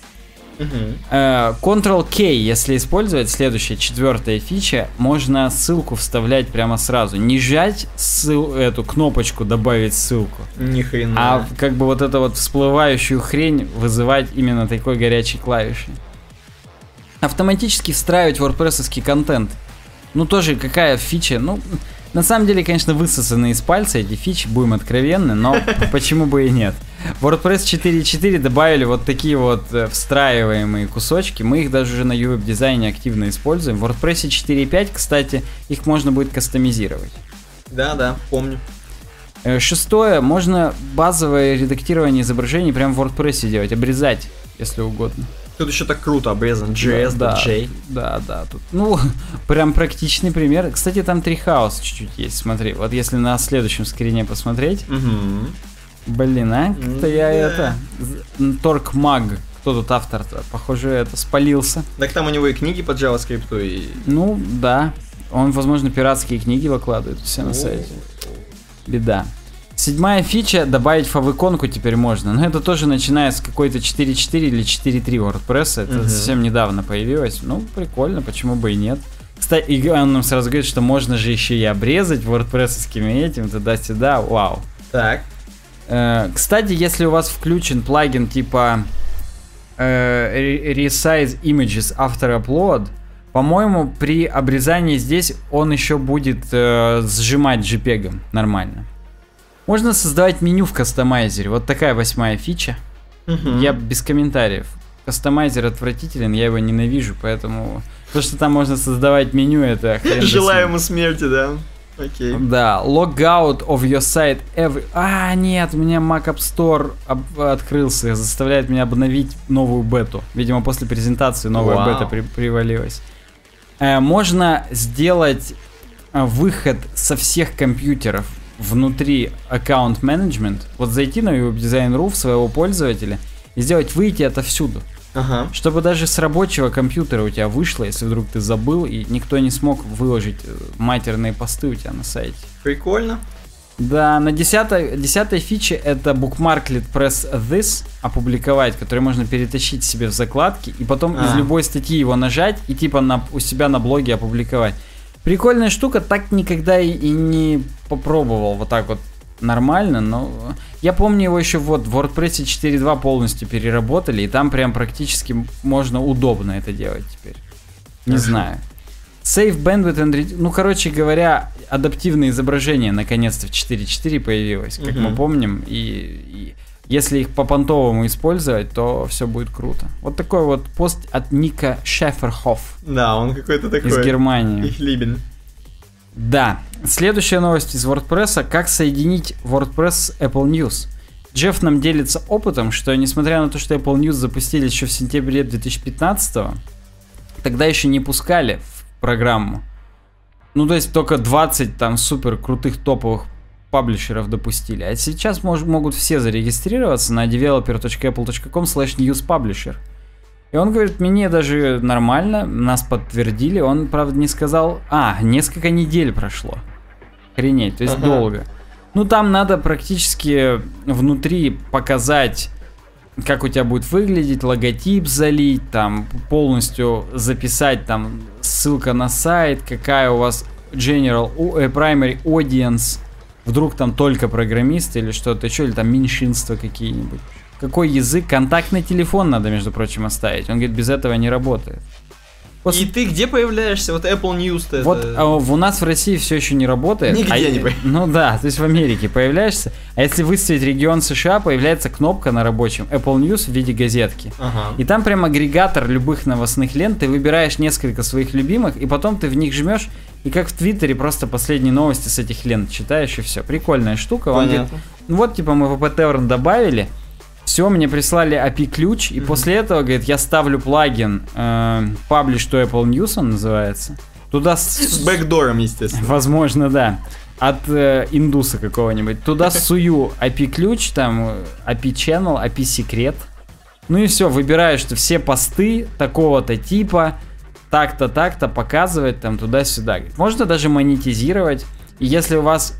Uh-huh. контрол-K, если использовать, следующая, четвертая фича, можно ссылку вставлять прямо сразу. Не жать ссыл, эту кнопочку «Добавить ссылку», ни хрена. А как бы вот эту вот всплывающую хрень вызывать именно такой горячей клавишей. Автоматически встраивать WordPress-овский контент. Ну, тоже какая фича? Ну... На самом деле, конечно, высосаны из пальца эти фичи, будем откровенны, но почему бы и нет. В WordPress четыре точка четыре добавили вот такие вот встраиваемые кусочки, мы их даже уже на ю веб-дизайне активно используем. В WordPress четыре точка пять, кстати, их можно будет кастомизировать. Да-да, помню. Шестое, можно базовое редактирование изображений прямо в WordPress делать, обрезать, если угодно. Тут еще так круто обрезан. джей эс, да, J. Да, да, тут, ну, прям практичный пример. Кстати, там Treehouse чуть-чуть есть, смотри. Вот если на следующем скрине посмотреть. Угу. Блин, а? Как-то я да. это... Торкмаг. Кто тут автор-то? Похоже, это спалился. Так там у него и книги по JavaScript, и... Ну, да. Он, возможно, пиратские книги выкладывает все на сайте. Беда. Седьмая фича, добавить фав-иконку теперь можно. Но это тоже начиная с какой-то четыре точка четыре или четыре точка три WordPress. Это uh-huh. совсем недавно появилось. Ну, прикольно, почему бы и нет. Кстати, и он нам сразу говорит, что можно же еще и обрезать WordPress-овскими этим, туда-сюда. Вау. Так. Э, кстати, если у вас включен плагин типа э, Resize Images After Upload, по-моему, при обрезании здесь он еще будет э, сжимать JPEG нормально. Можно создавать меню в кастомайзере. Вот такая восьмая фича. Uh-huh. Я без комментариев. Кастомайзер отвратителен, я его ненавижу, поэтому... То, что там можно создавать меню, это хрен. Желаю ему смерти, да. Окей. Да, logout of your site every... А, нет, у меня Mac App Store об- открылся, заставляет меня обновить новую бету. Видимо, после презентации новая wow. бета при- привалилась. Э, можно сделать э, выход со всех компьютеров внутри аккаунт менеджмент, вот зайти на веб-дизайн точка ру в своего пользователя и сделать выйти отовсюду. Ага. Чтобы даже с рабочего компьютера у тебя вышло, если вдруг ты забыл, и никто не смог выложить матерные посты у тебя на сайте. Прикольно. Да, на десятой, десятой фиче это bookmarklet press this опубликовать, который можно перетащить себе в закладки и потом а. из любой статьи его нажать и типа на, у себя на блоге опубликовать. Прикольная штука, так никогда и, и не попробовал вот так вот нормально, но я помню его еще вот в WordPress четыре точка два полностью переработали, и там прям практически можно удобно это делать теперь. Не Хорошо. знаю. Save Bandwidth and Reduce, ну, короче говоря, адаптивное изображение наконец-то в четыре точка четыре появилось, как uh-huh. мы помним, и, и если их по-понтовому использовать, то все будет круто. Вот такой вот пост от Ника Шеферхоф. Да, он какой-то такой. Из Германии. Их любим. Да. Следующая новость из WordPress. Как соединить WordPress с Apple News. Джефф нам делится опытом, что несмотря на то, что Apple News запустили еще в сентябре две тысячи пятнадцатого, тогда еще не пускали в программу. Ну, то есть только двадцать там супер крутых топовых паблишеров допустили. А сейчас мож, могут все зарегистрироваться на developer.apple.com slash newspublisher. И он говорит, мне даже нормально, нас подтвердили. Он, правда, не сказал... А, несколько недель прошло. Охренеть, то есть ага. долго. Ну, там надо практически внутри показать, как у тебя будет выглядеть, логотип залить, там полностью записать, там ссылка на сайт, какая у вас general, primary audience, вдруг там только программисты или что-то еще, или там меньшинства какие-нибудь. Какой язык, контактный телефон надо, между прочим, оставить. Он говорит, без этого не работает. После... И ты где появляешься? Вот Apple News-то Вот это... а, у нас в России все еще не работает. Нигде а, не появляешься. Ну да, то есть в Америке появляешься. А если выставить регион США, появляется кнопка на рабочем Apple News в виде газетки. Ага. И там прям агрегатор любых новостных лент. Ты выбираешь несколько своих любимых, и потом ты в них жмешь, и как в Твиттере просто последние новости с этих лент читаешь, и все. Прикольная штука. Он говорит, ну вот, типа, мы в эй пи-Torrent добавили. Все, мне прислали эй пи ай-ключ, и mm-hmm. после этого, говорит, я ставлю плагин э, Publish to Apple News, он называется. Туда с... С бэкдором, естественно. Возможно, да. От э, индуса какого-нибудь. Туда сую эй пи ай-ключ, там эй пи ай-channel, эй пи ай-секрет. Ну и все, выбираю, что все посты такого-то типа, так-то, так-то показывать там туда-сюда. Можно даже монетизировать. И если у вас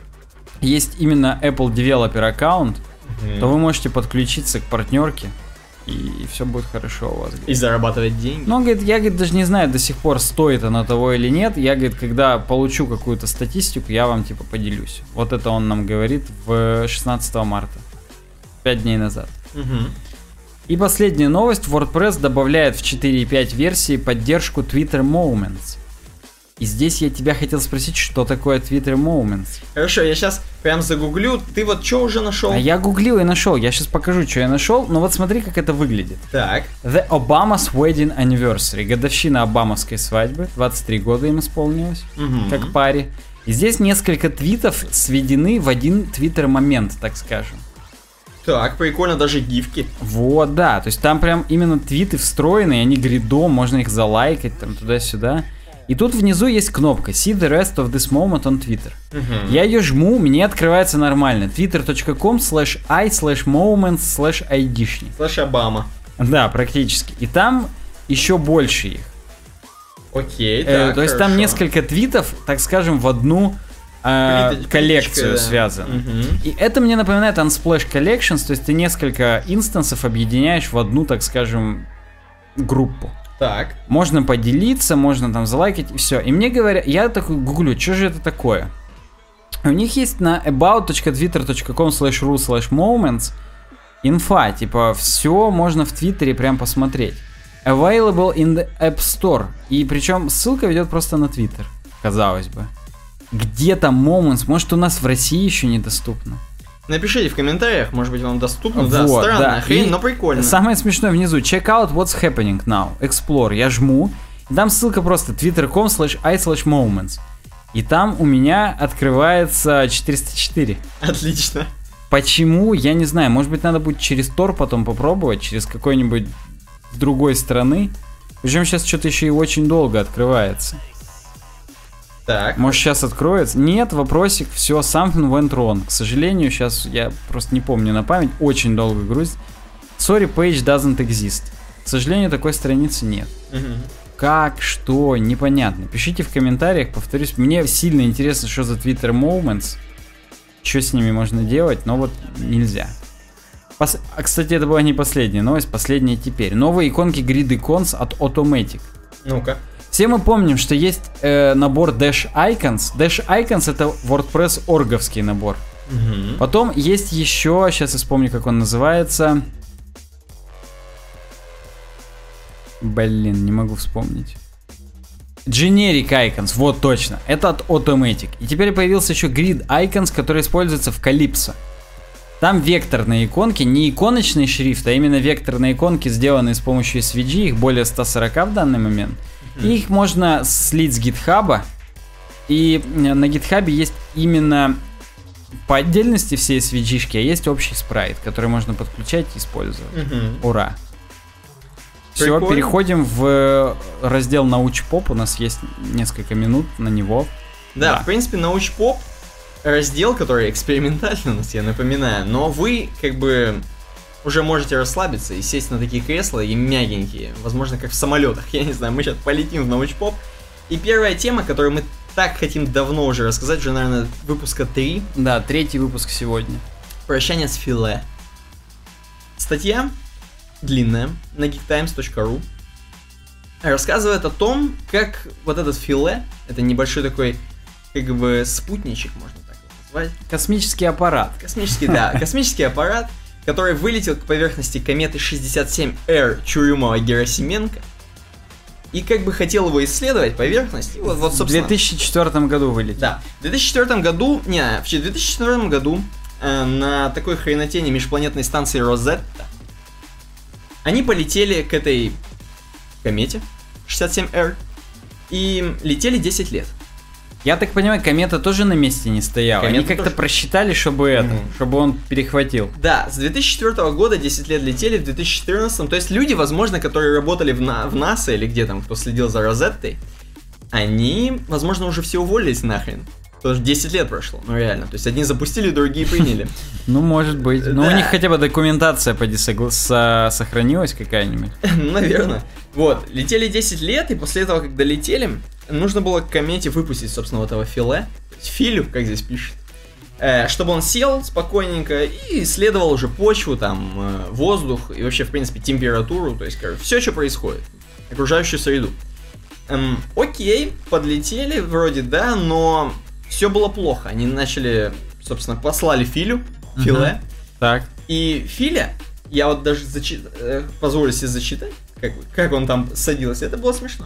есть именно Apple Developer аккаунт, то вы можете подключиться к партнерке, и, и все будет хорошо у вас. Говорит. И зарабатывать деньги. Ну, говорит, я, говорит, даже не знаю до сих пор, стоит оно того или нет. Я, говорит, когда получу какую-то статистику, я вам, типа, поделюсь. Вот это он нам говорит в шестнадцатого марта. Пять дней назад. Угу. И последняя новость. WordPress добавляет в четыре точка пять версии поддержку Twitter Moments. И здесь я тебя хотел спросить, что такое Twitter Moments. Хорошо, я сейчас прям загуглю. Ты вот что уже нашел? А я гуглил и нашел. Я сейчас покажу, что я нашел. Но вот смотри, как это выглядит. Так. The Obama's Wedding Anniversary. Годовщина обамовской свадьбы. двадцать три года им исполнилось. Угу. Как паре. И здесь несколько твитов сведены в один твиттер-момент, так скажем. Так, прикольно, даже гифки. Вот, да. То есть там прям именно твиты встроены, и они гридом, можно их залайкать там туда-сюда. И тут внизу есть кнопка See the rest of this moment on Twitter. Uh-huh. Я ее жму, мне открывается нормально. twitter.com slash i slash moments slash айдишник. Слэш Обама. Да, практически. И там еще больше их. Окей, э, так, То есть хорошо. там несколько твитов, так скажем, в одну э, Плиточ- коллекцию да. связаны. Uh-huh. И это мне напоминает Unsplash Collections, то есть ты несколько инстансов объединяешь в одну, так скажем, группу. Так. Можно поделиться, можно там залайкать, и все. И мне говорят, я такой гуглю, что же это такое? У них есть на about.twitter.com slash ru slash moments инфа, типа, все можно в Твиттере прям посмотреть. Available in the App Store. И причем ссылка ведет просто на Твиттер, казалось бы. Где там Moments? Может, у нас в России еще недоступно? Напишите в комментариях, может быть, вам доступно. Вот, да, странная да. хрень, И но прикольно. Самое смешное внизу. Check out what's happening now. Explore. Я жму. И там ссылка просто twitter.com slash i slash moments. И там у меня открывается четыреста четыре. Отлично. Почему? Я не знаю. Может быть, надо будет через Tor потом попробовать, через какой-нибудь с другой стороны. Причем сейчас что-то еще и очень долго открывается. Так. Может, сейчас откроется? Нет, вопросик, все, something went wrong. К сожалению, сейчас я просто не помню на память, очень долго грузит. Sorry, page doesn't exist. К сожалению, такой страницы нет. Угу. Как, что, непонятно. Пишите в комментариях, повторюсь, мне сильно интересно, что за Twitter Moments, что с ними можно делать, но вот нельзя. Пос... А, кстати, это была не последняя новость, последняя теперь. Новые иконки Grid Icons от Automatic. Ну-ка. Все мы помним, что есть э, набор Dash Icons. Dash Icons это WordPress орговский набор. Угу. Потом есть еще, сейчас я вспомню, как он называется. Блин, не могу вспомнить. Generic Icons, вот точно. Это от Automatic. И теперь появился еще Grid Icons, который используется в Calypso. Там векторные иконки, не иконочный шрифт, а именно векторные иконки, сделанные с помощью эс ви джи, их более ста сорока в данный момент. И их можно слить с гитхаба. И на гитхабе есть именно по отдельности все эс ви джи-шки, а есть общий спрайт, который можно подключать и использовать. Угу. Ура! Все, Прикольно. переходим в раздел Научпоп. У нас есть несколько минут на него. Да, Да. в принципе, Научпоп раздел, который экспериментальный у нас, я напоминаю, но вы как бы уже можете расслабиться и сесть на такие кресла и мягенькие, возможно, как в самолетах, я не знаю, мы сейчас полетим в Научпоп. И первая тема, которую мы так хотим давно уже рассказать, уже, наверное, выпуска три. Да, третий выпуск сегодня. Прощание с филе. Статья длинная на geek times точка ру рассказывает о том, как вот этот филе, это небольшой такой, как бы, спутничек, можно так его назвать. Космический аппарат. Космический, да, космический аппарат, который вылетел к поверхности кометы шестьдесят семь эр Чурюмова-Герасименко. и как бы хотел его исследовать, поверхность. И вот, вот, собственно... В две тысячи четвёртом году вылетел. Да. В две тысячи четвёртом году, не, в две тысячи четвёртом году э, на такой хренотени межпланетной станции Розетта они полетели к этой комете шестьдесят семь эр и летели десять лет. Я так понимаю, комета тоже на месте не стояла. Комета Они как-то тоже... просчитали, чтобы это, mm-hmm. чтобы он перехватил. Да, с две тысячи четвёртого года десять лет летели, в две тысячи четырнадцатом. То есть люди, возможно, которые работали в, на... в НАСА или где там, кто следил за Розеттой, они, возможно, уже все уволились нахрен. Потому что десять лет прошло, ну реально. То есть одни запустили, другие приняли. Ну, может быть. Но у них хотя бы документация поди сохранилась какая-нибудь. Наверное. Вот, летели десять лет, и после этого, когда летели, нужно было к комете выпустить, собственно, вот этого Филе, Филю, как здесь пишет, э, чтобы он сел спокойненько и исследовал уже почву, там, э, воздух и вообще, в принципе, температуру, то есть, короче, все, что происходит, окружающую среду. Эм, окей, подлетели, вроде, да, но все было плохо. Они начали, собственно, послали Филю, Филе, uh-huh. так. И Филя, я вот даже зачи... э, позволю себе зачитать, как, как он там садился, это было смешно.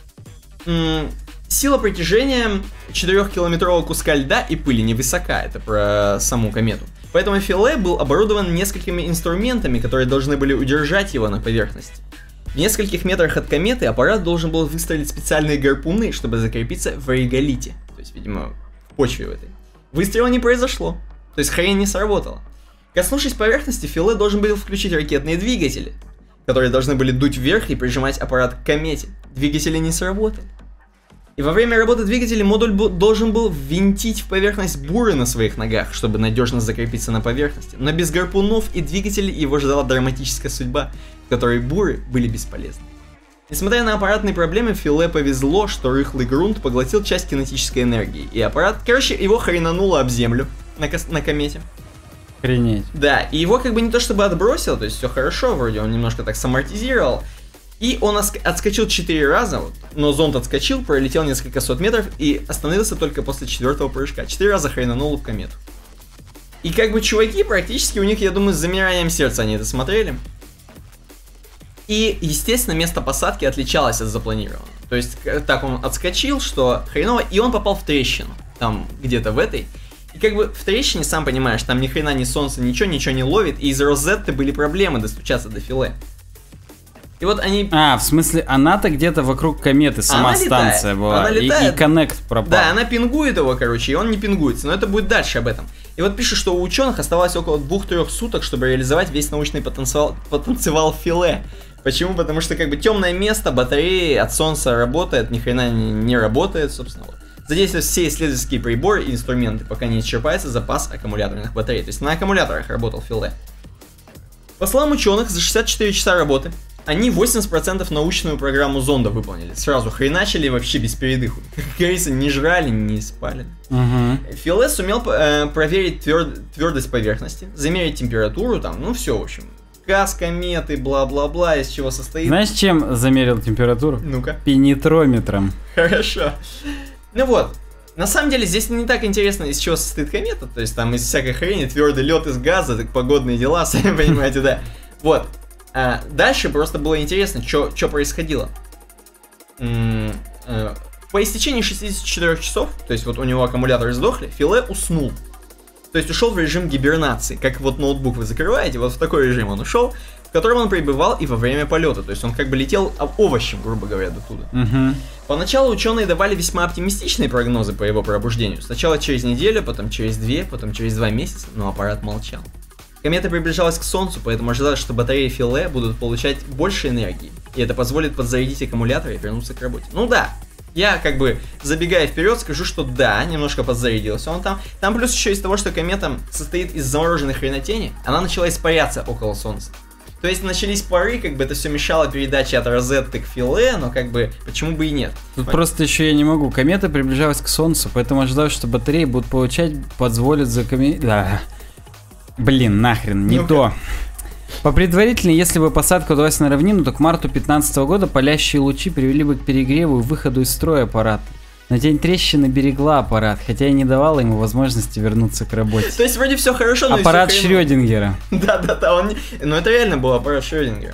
М- сила притяжения четырехкилометрового куска льда и пыли невысока, это про саму комету. Поэтому Филе был оборудован несколькими инструментами, которые должны были удержать его на поверхности. В нескольких метрах от кометы аппарат должен был выстрелить специальные гарпуны, чтобы закрепиться в реголите, то есть, видимо, в почве в этой. Выстрела не произошло, то есть хрень не сработала. Коснувшись поверхности, Филе должен был включить ракетные двигатели, которые должны были дуть вверх и прижимать аппарат к комете. Двигатели не сработали. И во время работы двигателей модуль бу- должен был ввинтить в поверхность буры на своих ногах, чтобы надежно закрепиться на поверхности. Но без гарпунов и двигателей его ждала драматическая судьба, в которой буры были бесполезны. Несмотря на аппаратные проблемы, Филе повезло, что рыхлый грунт поглотил часть кинетической энергии. И аппарат, короче, его хренануло об землю на, кос- на комете. Охренеть. Да, и его как бы не то чтобы отбросило, то есть все хорошо, вроде он немножко так самортизировал. И он отскочил четыре раза, вот, но зонд отскочил, пролетел несколько сот метров и остановился только после четвертого прыжка. Четыре раза хренанул в комету. И как бы чуваки практически у них, я думаю, с замиранием сердца они это смотрели. И, естественно, место посадки отличалось от запланированного. То есть так он отскочил, что хреново, и он попал в трещину, там где-то в этой. И как бы в трещине, сам понимаешь, там ни хрена ни солнце, ничего, ничего не ловит, и из Розетты были проблемы достучаться до Филе. И вот они... А, в смысле, она-то где-то вокруг кометы, сама она станция летает. была, она и, и коннект пропал. Да, она пингует его, короче, и он не пингуется, но это будет дальше об этом. И вот пишут, что у ученых оставалось около двух-трех суток, чтобы реализовать весь научный потенциал, потенциал Филе. Почему? Потому что как бы темное место, батареи от солнца работает, ни хрена не, не работает, собственно. Вот. Задействуют все исследовательские приборы и инструменты, пока не исчерпается запас аккумуляторных батарей. То есть на аккумуляторах работал Филе. По словам ученых, за шестьдесят четыре часа работы они восемьдесят процентов научную программу зонда выполнили. Сразу хреначили вообще без передыху. Как говорится, не жрали, не спали. Угу. Филе сумел э, проверить тверд... твердость поверхности, замерить температуру, там, ну все, в общем. Газ кометы, бла-бла-бла, из чего состоит. Знаешь, чем замерил температуру? Ну-ка. Пенетрометром. Хорошо. Ну вот, на самом деле здесь не так интересно, из чего состоит комета, то есть там из всякой хрени, твердый лед из газа, так погодные дела, сами понимаете, да. Вот. А дальше просто было интересно, что происходило. М-м- э- по истечении шестидесяти четырёх часов, то есть вот у него аккумуляторы сдохли, Филе уснул. То есть ушел в режим гибернации, как вот ноутбук вы закрываете, вот в такой режим он ушел, в котором он пребывал и во время полета. То есть он как бы летел овощем, грубо говоря, до туда. Угу. Поначалу ученые давали весьма оптимистичные прогнозы по его пробуждению. Сначала через неделю, потом через две, потом через два месяца, но аппарат молчал. Комета приближалась к Солнцу, поэтому ожидалось, что батареи Филе будут получать больше энергии, и это позволит подзарядить аккумулятор и вернуться к работе. Ну да, я как бы, забегая вперед, скажу, что да, немножко подзарядился он там. Там плюс еще из того, что комета состоит из замороженной хренотени, она начала испаряться около Солнца. То есть начались пары, как бы это все мешало передаче от Розетты к Филе, но как бы, почему бы и нет. Тут Пон... просто еще я не могу. Комета приближалась к Солнцу, поэтому ожидаю, что батареи будут получать, позволят за кометой... Да. Блин, нахрен, не Ну-ка. то. По предварительной, если бы посадка удалась на равнину, то к марту две тысячи пятнадцатого года палящие лучи привели бы к перегреву и выходу из строя аппарата. Но тень трещины берегла аппарат, хотя и не давала ему возможности вернуться к работе. То есть вроде все хорошо, но аппарат и все хреново. Шрёдингера. Да-да-да, он не... но это реально был аппарат Шрёдингера.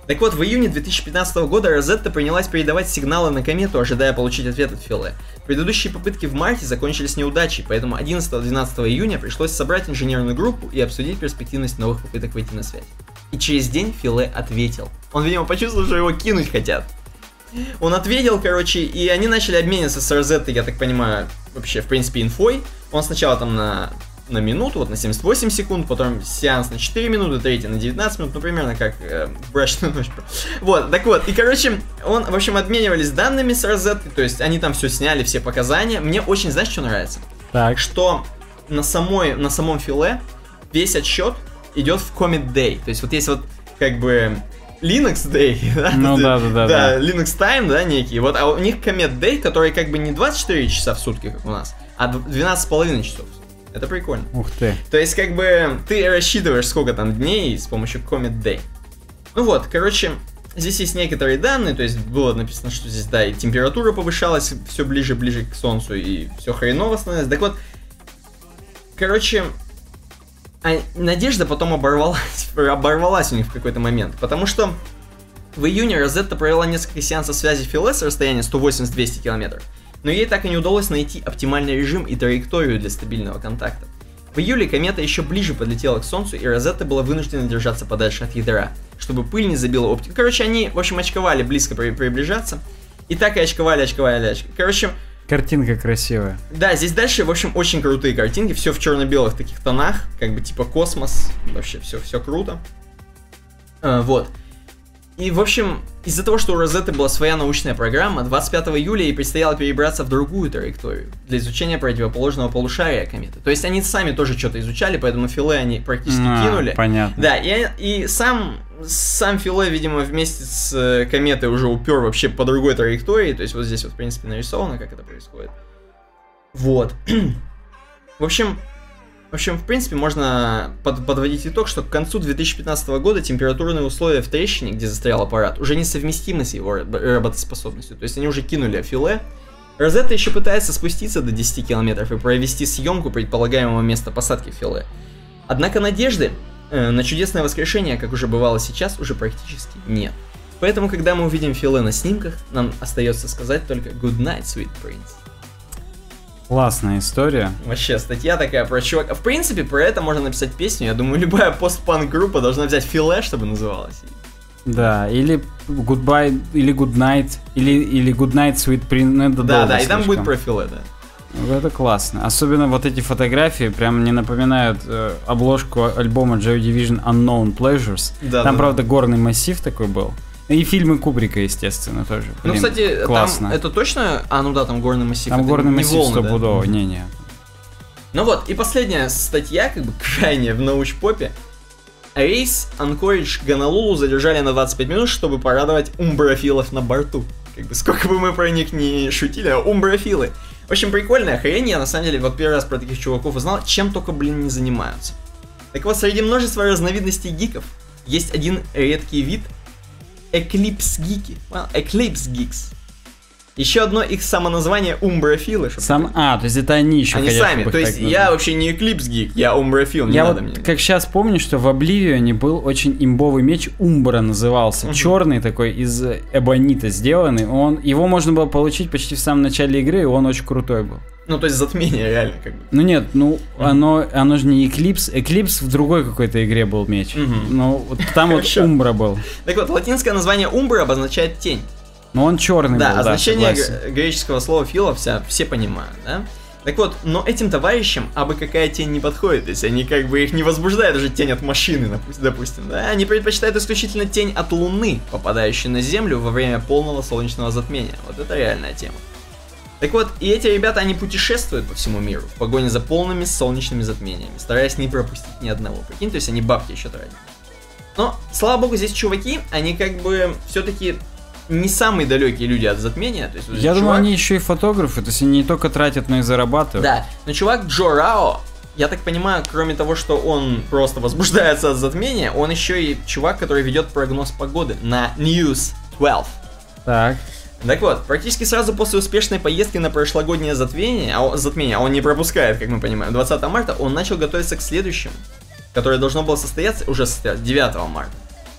Так вот, в июне две тысячи пятнадцатого года Розетта принялась передавать сигналы на комету, ожидая получить ответ от Филе. Предыдущие попытки в марте закончились неудачей, поэтому одиннадцатого-двенадцатого июня пришлось собрать инженерную группу и обсудить перспективность новых попыток выйти на связь. И через день Филе ответил. Он, видимо, почувствовал, что его кинуть хотят. Он ответил, короче, и они начали обмениваться с Розеттой, я так понимаю, вообще, в принципе, инфой. Он сначала там на... на минуту, вот на семьдесят восемь секунд, потом сеанс на четыре минуты, третий на девятнадцать минут, ну, примерно как э, брачную ночь. Вот, так вот, и, короче, он, в общем, обменивались данными с Розеттой, то есть они там все сняли, все показания. Мне очень, знаешь, что нравится? Так. Что на, самой, на самом Филе весь отсчет идет в Comet Day, то есть вот есть вот, как бы... Linux Day, да? Ну да, да, да, да. Да, Linux Time, да, некий. Вот, а у них Comet Day, который как бы не двадцать четыре часа в сутки, как у нас, а двенадцать с половиной часов. Это прикольно. Ух ты. То есть, как бы, ты рассчитываешь, сколько там дней с помощью Comet Day. Ну вот, короче, здесь есть некоторые данные, то есть было написано, что здесь, да, и температура повышалась все ближе-ближе к Солнцу, и все хреново становилось. Так вот, короче... А надежда потом оборвалась, оборвалась у них в какой-то момент, потому что в июне Розетта провела несколько сеансов связи Филе с расстояния сто восемьдесят - двести километров, но ей так и не удалось найти оптимальный режим и траекторию для стабильного контакта. В июле комета еще ближе подлетела к Солнцу, и Розетта была вынуждена держаться подальше от ядра, чтобы пыль не забила оптику. Короче, они, в общем, очковали близко при- приближаться, и так и очковали, очковали, очковали. Короче... Картинка красивая. Да, здесь дальше, в общем, очень крутые картинки, все в черно-белых таких тонах, как бы типа космос, вообще все, все круто. А, вот. И, в общем, из-за того, что у Розетты была своя научная программа, двадцать пятого июля ей предстояло перебраться в другую траекторию для изучения противоположного полушария кометы. То есть они сами тоже что-то изучали, поэтому Филе они практически а, кинули. Понятно. Да, и, и сам, сам Филе, видимо, вместе с э, кометой уже упер вообще по другой траектории. То есть вот здесь вот, в принципе, нарисовано, как это происходит. Вот. В общем... В общем, в принципе, можно под, подводить итог, что к концу две тысячи пятнадцатого года температурные условия в трещине, где застрял аппарат, уже несовместимы с его работоспособностью. То есть они уже кинули Филе. Розетта еще пытается спуститься до десяти километров и провести съемку предполагаемого места посадки Филе. Однако надежды э, на чудесное воскрешение, как уже бывало сейчас, уже практически нет. Поэтому, когда мы увидим Филе на снимках, нам остается сказать только «Good night, sweet prince». Классная история. Вообще, статья такая про чувака. В принципе, про это можно написать песню. Я думаю, любая постпанк-группа должна взять Филе, чтобы называлась. Да, или Goodbye, или Good Night, или, или Good Night, Sweet Prince. Ну, это да, да, слишком. И там будет про Филе, да. Ну, это классно. Особенно вот эти фотографии прям мне напоминают э, обложку альбома Joy Division Unknown Pleasures. Да, там, да, правда, да. горный массив такой был. И фильмы Кубрика, естественно, тоже. Блин, ну, кстати, классно. Там это точно... А, ну да, там горный массив. Там это горный не массив стопудово, да? не-не. Ну вот, и последняя статья, как бы крайняя в научпопе. Рейс Анкоридж Гонолулу задержали на двадцать пять минут, чтобы порадовать умброфилов на борту. Как бы сколько бы мы про них не шутили, а умброфилы. В общем, прикольная хрень, я на самом деле вот первый раз про таких чуваков узнал, чем только, блин, не занимаются. Так вот, среди множества разновидностей гиков есть один редкий вид — Eclipse Geeks. Well, Eclipse Geeks. Еще одно их самоназвание — умброфилы. Сам... А, то есть это они еще Они хотят, сами, то есть я назвать. Вообще не Eclipse Geek, я умброфил, не я надо вот мне. Как сейчас помню, что в Обливионе был очень имбовый меч, Умбра назывался, uh-huh. черный такой, из эбонита сделанный. Он... Его можно было получить почти в самом начале игры, и он очень крутой был. Ну, то есть затмение реально как бы. Ну нет, ну оно, оно же не Eclipse. Eclipse в другой какой-то игре был меч. Угу. Ну, вот там вот Умбра был. Так вот, латинское название Умбра обозначает тень. Но он черный да, был, а да, значение согласен. греческого слова фила вся, все понимают, да? Так вот, но этим товарищам абы какая тень не подходит. То есть они как бы их не возбуждает уже тень от машины, допустим, да? Они предпочитают исключительно тень от Луны, попадающей на Землю во время полного солнечного затмения. Вот это реальная тема. Так вот, и эти ребята, они путешествуют по всему миру в погоне за полными солнечными затмениями, стараясь не пропустить ни одного. Прикинь, то есть они бабки еще тратят. Но, слава богу, здесь чуваки, они как бы все-таки не самые далекие люди от затмения. То есть, Я чувак... думаю, они еще и фотографы, то есть они не только тратят, но и зарабатывают. Да, но чувак Джо Рао, я так понимаю, кроме того, что он просто возбуждается от затмения, он еще и чувак, который ведет прогноз погоды на News двенадцать. Так. Так вот, практически сразу после успешной поездки на прошлогоднее затмение, а он, затмение, а он не пропускает, как мы понимаем, двадцатого марта, он начал готовиться к следующему, которое должно было состояться уже девятого марта.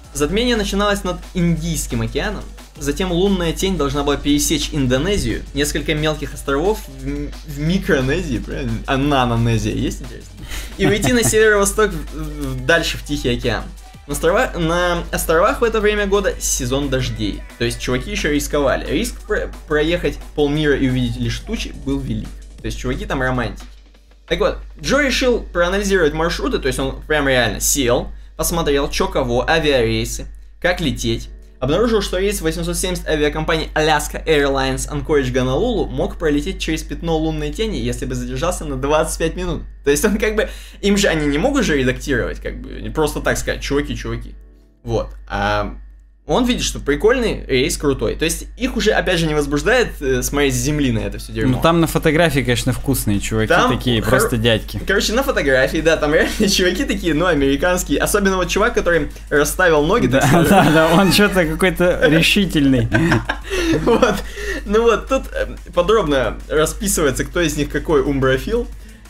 Затмение начиналось над Индийским океаном, затем лунная тень должна была пересечь Индонезию, несколько мелких островов в, в Микронезии, правильно? А Нанонезия есть, интересно? И уйти на северо-восток дальше в Тихий океан. На, острова, на островах в это время года сезон дождей, то есть чуваки еще рисковали. Риск про- проехать полмира и увидеть лишь тучи был велик, то есть чуваки там романтики. Так вот, Джо решил проанализировать маршруты, то есть он прям реально сел, посмотрел, чё кого, авиарейсы, как лететь. Обнаружил, что рейс восемьсот семьдесят авиакомпании Alaska Airlines Anchorage Гонолулу мог пролететь через пятно лунной тени, если бы задержался на двадцать пять минут. То есть он как бы... Им же они не могут же редактировать, как бы, не просто так сказать, чуваки, чуваки. Вот. А он видит, что прикольный рейс крутой. То есть их уже, опять же, не возбуждает э, смотреть с земли на это все дерьмо. Ну там на фотографии, конечно, вкусные чуваки там такие, хор... просто дядьки. Короче, на фотографии, да, там реально чуваки такие, ну, американские. Особенно вот чувак, который расставил ноги. Да, да, да, он что-то какой-то решительный. Вот. Ну вот, тут подробно расписывается, кто из них какой умброфил.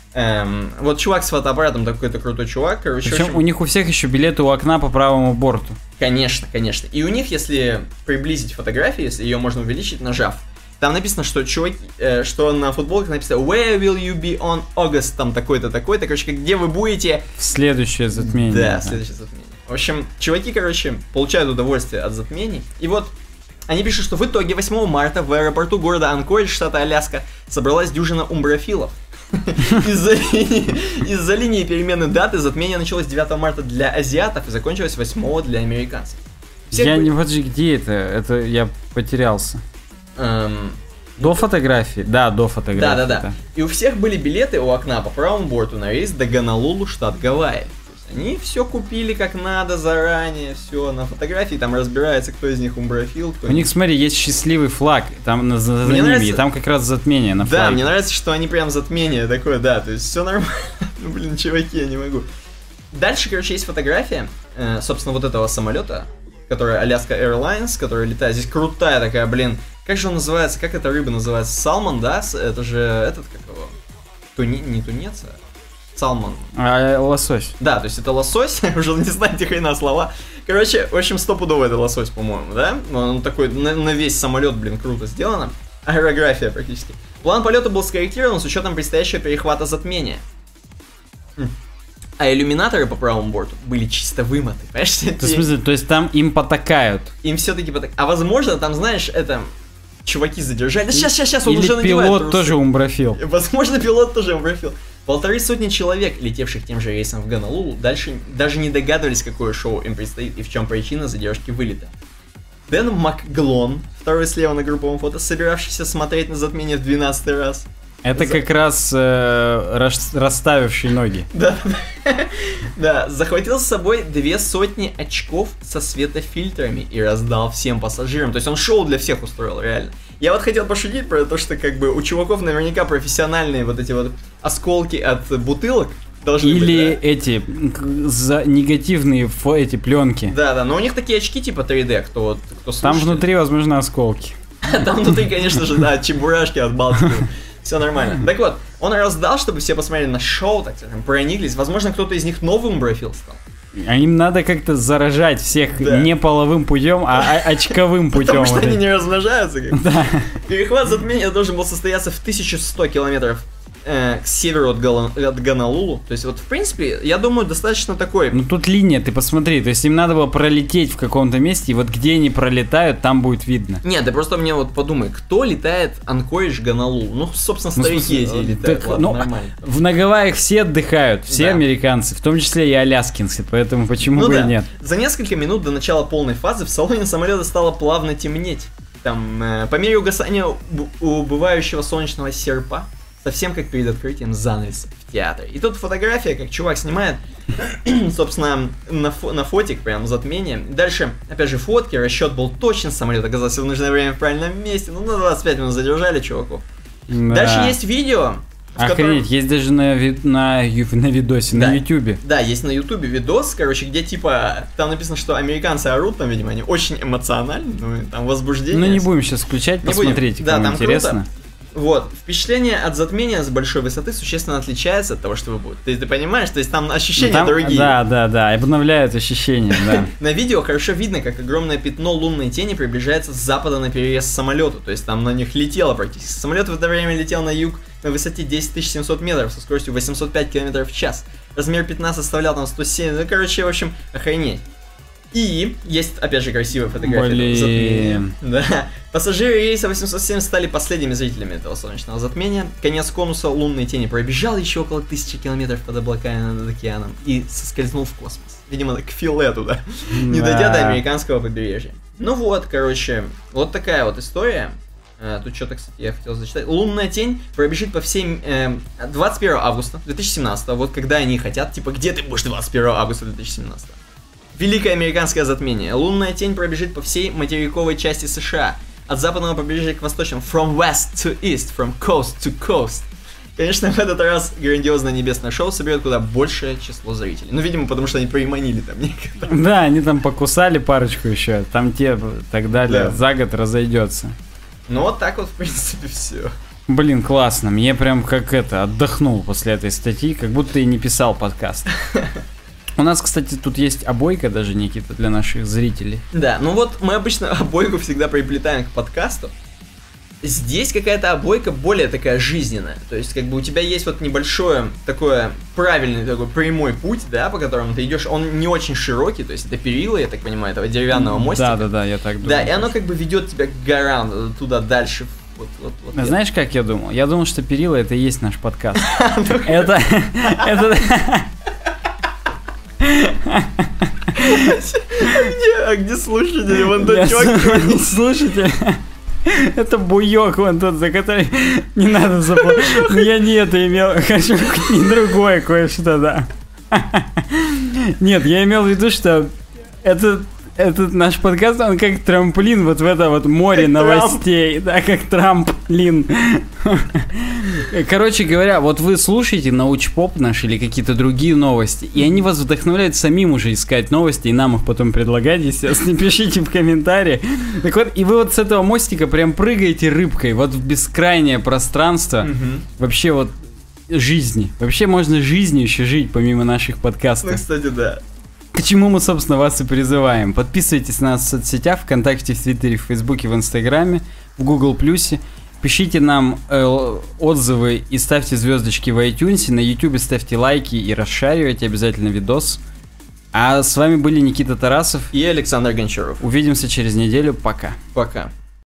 Эм, вот чувак с фотоаппаратом, такой-то крутой чувак. Короче, причем очень... у них у всех еще билеты у окна по правому борту. Конечно, конечно. И у них, если приблизить фотографию, если ее можно увеличить, нажав, там написано, что чуваки, э, что на футболках написано Where will you be on August, там такой-то, такой-то, короче, где вы будете... В следующее затмение. Да, да, следующее затмение. В общем, чуваки, короче, получают удовольствие от затмений. И вот они пишут, что в итоге восьмого марта в аэропорту города Анкоридж, штата Аляска, собралась дюжина умброфилов. Из-за линии, из-за линии перемены даты затмение началось девятого марта для азиатов и закончилось восьмого для американцев. Всех я бы... не... Вот же где это? Это я потерялся. Эм... До фотографии? Да, до фотографии. Да, да, да, да. И у всех были билеты у окна по правому борту на рейс до Гонолулу, штат Гавайи. Они все купили как надо заранее, все на фотографии, там разбирается, кто из них умброфил, кто... У них, смотри, есть счастливый флаг, там за, за ними, нравится... и там как раз затмение на флаге. Да, мне нравится, что они прям затмение такое, да, то есть все нормально. Ну, блин, чуваки, я не могу. Дальше, короче, есть фотография, э, собственно, вот этого самолета, который Alaska Airlines, который летает. Здесь крутая такая, блин, как же он называется, как эта рыба называется? Салмон, да? Это же этот, как его? Туни... Не тунец, а... Салмон. А, лосось. Да, то есть это лосось, уже не знаете хрена слова. Короче, в общем, стопудово это лосось, по-моему, да? Он такой, на, на весь самолет, блин, круто сделано. Аэрография практически. План полета был скорректирован с учетом предстоящего перехвата затмения. А иллюминаторы по правому борту были чисто вымыты, понимаешь? В смысле, то есть там им потакают? Им все-таки потакают. А возможно, там, знаешь, это... Чуваки задержали. Да сейчас, сейчас, сейчас, он Или уже надевает пилот трусы. тоже умброфил. Возможно, пилот тоже умброфил. Полторы сотни человек, летевших тем же рейсом в Гонолулу, дальше даже не догадывались, какое шоу им предстоит и в чем причина задержки вылета. Дэн Макглон, второй слева на групповом фото, собиравшийся смотреть на затмение в двенадцатый раз. Это За... как раз э, рас... расставивший ноги. Да, да, захватил с собой две сотни очков со светофильтрами и раздал всем пассажирам. То есть он шоу для всех устроил, реально. Я вот хотел пошутить про то, что как бы у чуваков наверняка профессиональные вот эти вот осколки от бутылок должны Или быть, да? эти за негативные фо... эти пленки. Да, да, но у них такие очки типа три дэ, кто вот кто слушает. Там внутри, возможно, осколки. Там внутри, конечно же, да, чебурашки от Балтики. Все нормально. Так вот, он раздал, чтобы все посмотрели на шоу, так скажем, прониклись. Возможно, кто-то из них новым умброфил стал. А им надо как-то заражать всех да. не половым путем, а очковым путем. Потому что они не размножаются. Да. Перехват затмения должен был состояться в тысяча сто километров э, к северу от, Гол... от Гонолулу. То есть вот, в принципе, я думаю, достаточно такой... Ну тут линия, ты посмотри. То есть им надо было пролететь в каком-то месте, и вот где они пролетают, там будет видно. Нет, ты просто мне вот подумай, кто летает Анкоридж Гонолулу? Ну, собственно, старики ну, эти летают, так, ладно, ну, нормально. В Нагавайях все отдыхают, все да. американцы, в том числе и аляскинцы, поэтому почему ну, бы да. и нет. За несколько минут до начала полной фазы в салоне самолета стало плавно темнеть. Там, э, по мере угасания убывающего солнечного серпа, совсем как перед открытием занавеса в театре. И тут фотография, как чувак снимает, собственно, на, фо- на фотик, прям затмение. Дальше, опять же, фотки, расчет был точен, самолет оказался в нужное время в правильном месте. Ну, на двадцать пять минут задержали чуваков. Да. Дальше есть видео. Охренеть, котором... есть даже на, ви- на, на видосе, да. на ютубе. Да, есть на ютубе видос, короче, где типа, там написано, что американцы орут, там, видимо, они очень эмоциональны, ну, там возбуждение. Ну, не будем сейчас включать, посмотрите, кому да, там интересно. Круто. Вот, впечатление от затмения с большой высоты существенно отличается от того, что вы будете. Ты, ты понимаешь, то есть там ощущения там, другие. Да, да, да, обновляют ощущения, да. На видео хорошо видно, как огромное пятно лунной тени приближается с запада на перерез самолету, то есть там на них летело практически. Самолет в это время летел на юг на высоте десять тысяч семьсот метров со скоростью восемьсот пять километров в час. Размер пятна составлял там сто семь, ну короче, в общем, охренеть. И есть, опять же, красивая фотография затмения. Да. Пассажиры рейса восемьсот семь стали последними зрителями этого солнечного затмения. Конец конуса лунной тени пробежал еще около тысячи километров под облаками над океаном и соскользнул в космос. Видимо, к филе туда, не дойдя до американского побережья. Ну вот, короче, вот такая вот история. Тут что-то, кстати, я хотел зачитать. Лунная тень пробежит по всей... Э, двадцать первого августа две тысячи семнадцатого, вот когда они хотят, типа, где ты будешь двадцать первого августа две тысячи семнадцатого? Великое американское затмение. Лунная тень пробежит по всей материковой части США. От западного побережья к восточному. From west to east, from coast to coast. Конечно, в этот раз грандиозное небесное шоу соберет куда большее число зрителей. Ну, видимо, потому что они приманили там некоторые. Да, они там покусали парочку еще. Там те, так далее. Да. За год разойдется. Ну, вот так вот, в принципе, все. Блин, классно. Мне прям как это, отдохнул после этой статьи, как будто и не писал подкаст. У нас, кстати, тут есть обойка даже, Никита, для наших зрителей. Да, ну вот мы обычно обойку всегда приплетаем к подкасту. Здесь какая-то обойка более такая жизненная. То есть, как бы у тебя есть вот небольшое такое правильный такой прямой путь, да, по которому ты идешь. Он не очень широкий, то есть это перила, я так понимаю, этого деревянного мостика. Да, да, да, я так думаю. Да, и оно как бы ведет тебя к горам, туда дальше. Вот, вот, вот а знаешь, как я думал? Я думал, что перила это и есть наш подкаст. Это... это... А где слушатели? Вон тот чувак. Слушатели. Это буёк вон тот, за который не надо заплатить. Я не это имел, хочу не другое кое-что, да. Нет, я имел в виду, что это... Этот наш подкаст, он как трамплин вот в это вот море как новостей. Трамп. Да, как трамплин. Короче говоря, вот вы слушаете научпоп наш или какие-то другие новости, и они вас вдохновляют самим уже искать новости, и нам их потом предлагать, естественно, пишите в комментарии. Так вот, и вы вот с этого мостика прям прыгаете рыбкой вот в бескрайнее пространство. Угу. Вообще вот жизни. Вообще можно жизнью еще жить, помимо наших подкастов. Ну, кстати, да. К чему мы, собственно, вас и призываем. Подписывайтесь на нас в соцсетях, ВКонтакте, в Твиттере, в Фейсбуке, в Инстаграме, в Гугл Плюсе. Пишите нам э, отзывы и ставьте звездочки в iTunes. На Ютубе ставьте лайки и расшаривайте обязательно видос. А с вами были Никита Тарасов и Александр Гончаров. Увидимся через неделю. Пока. Пока.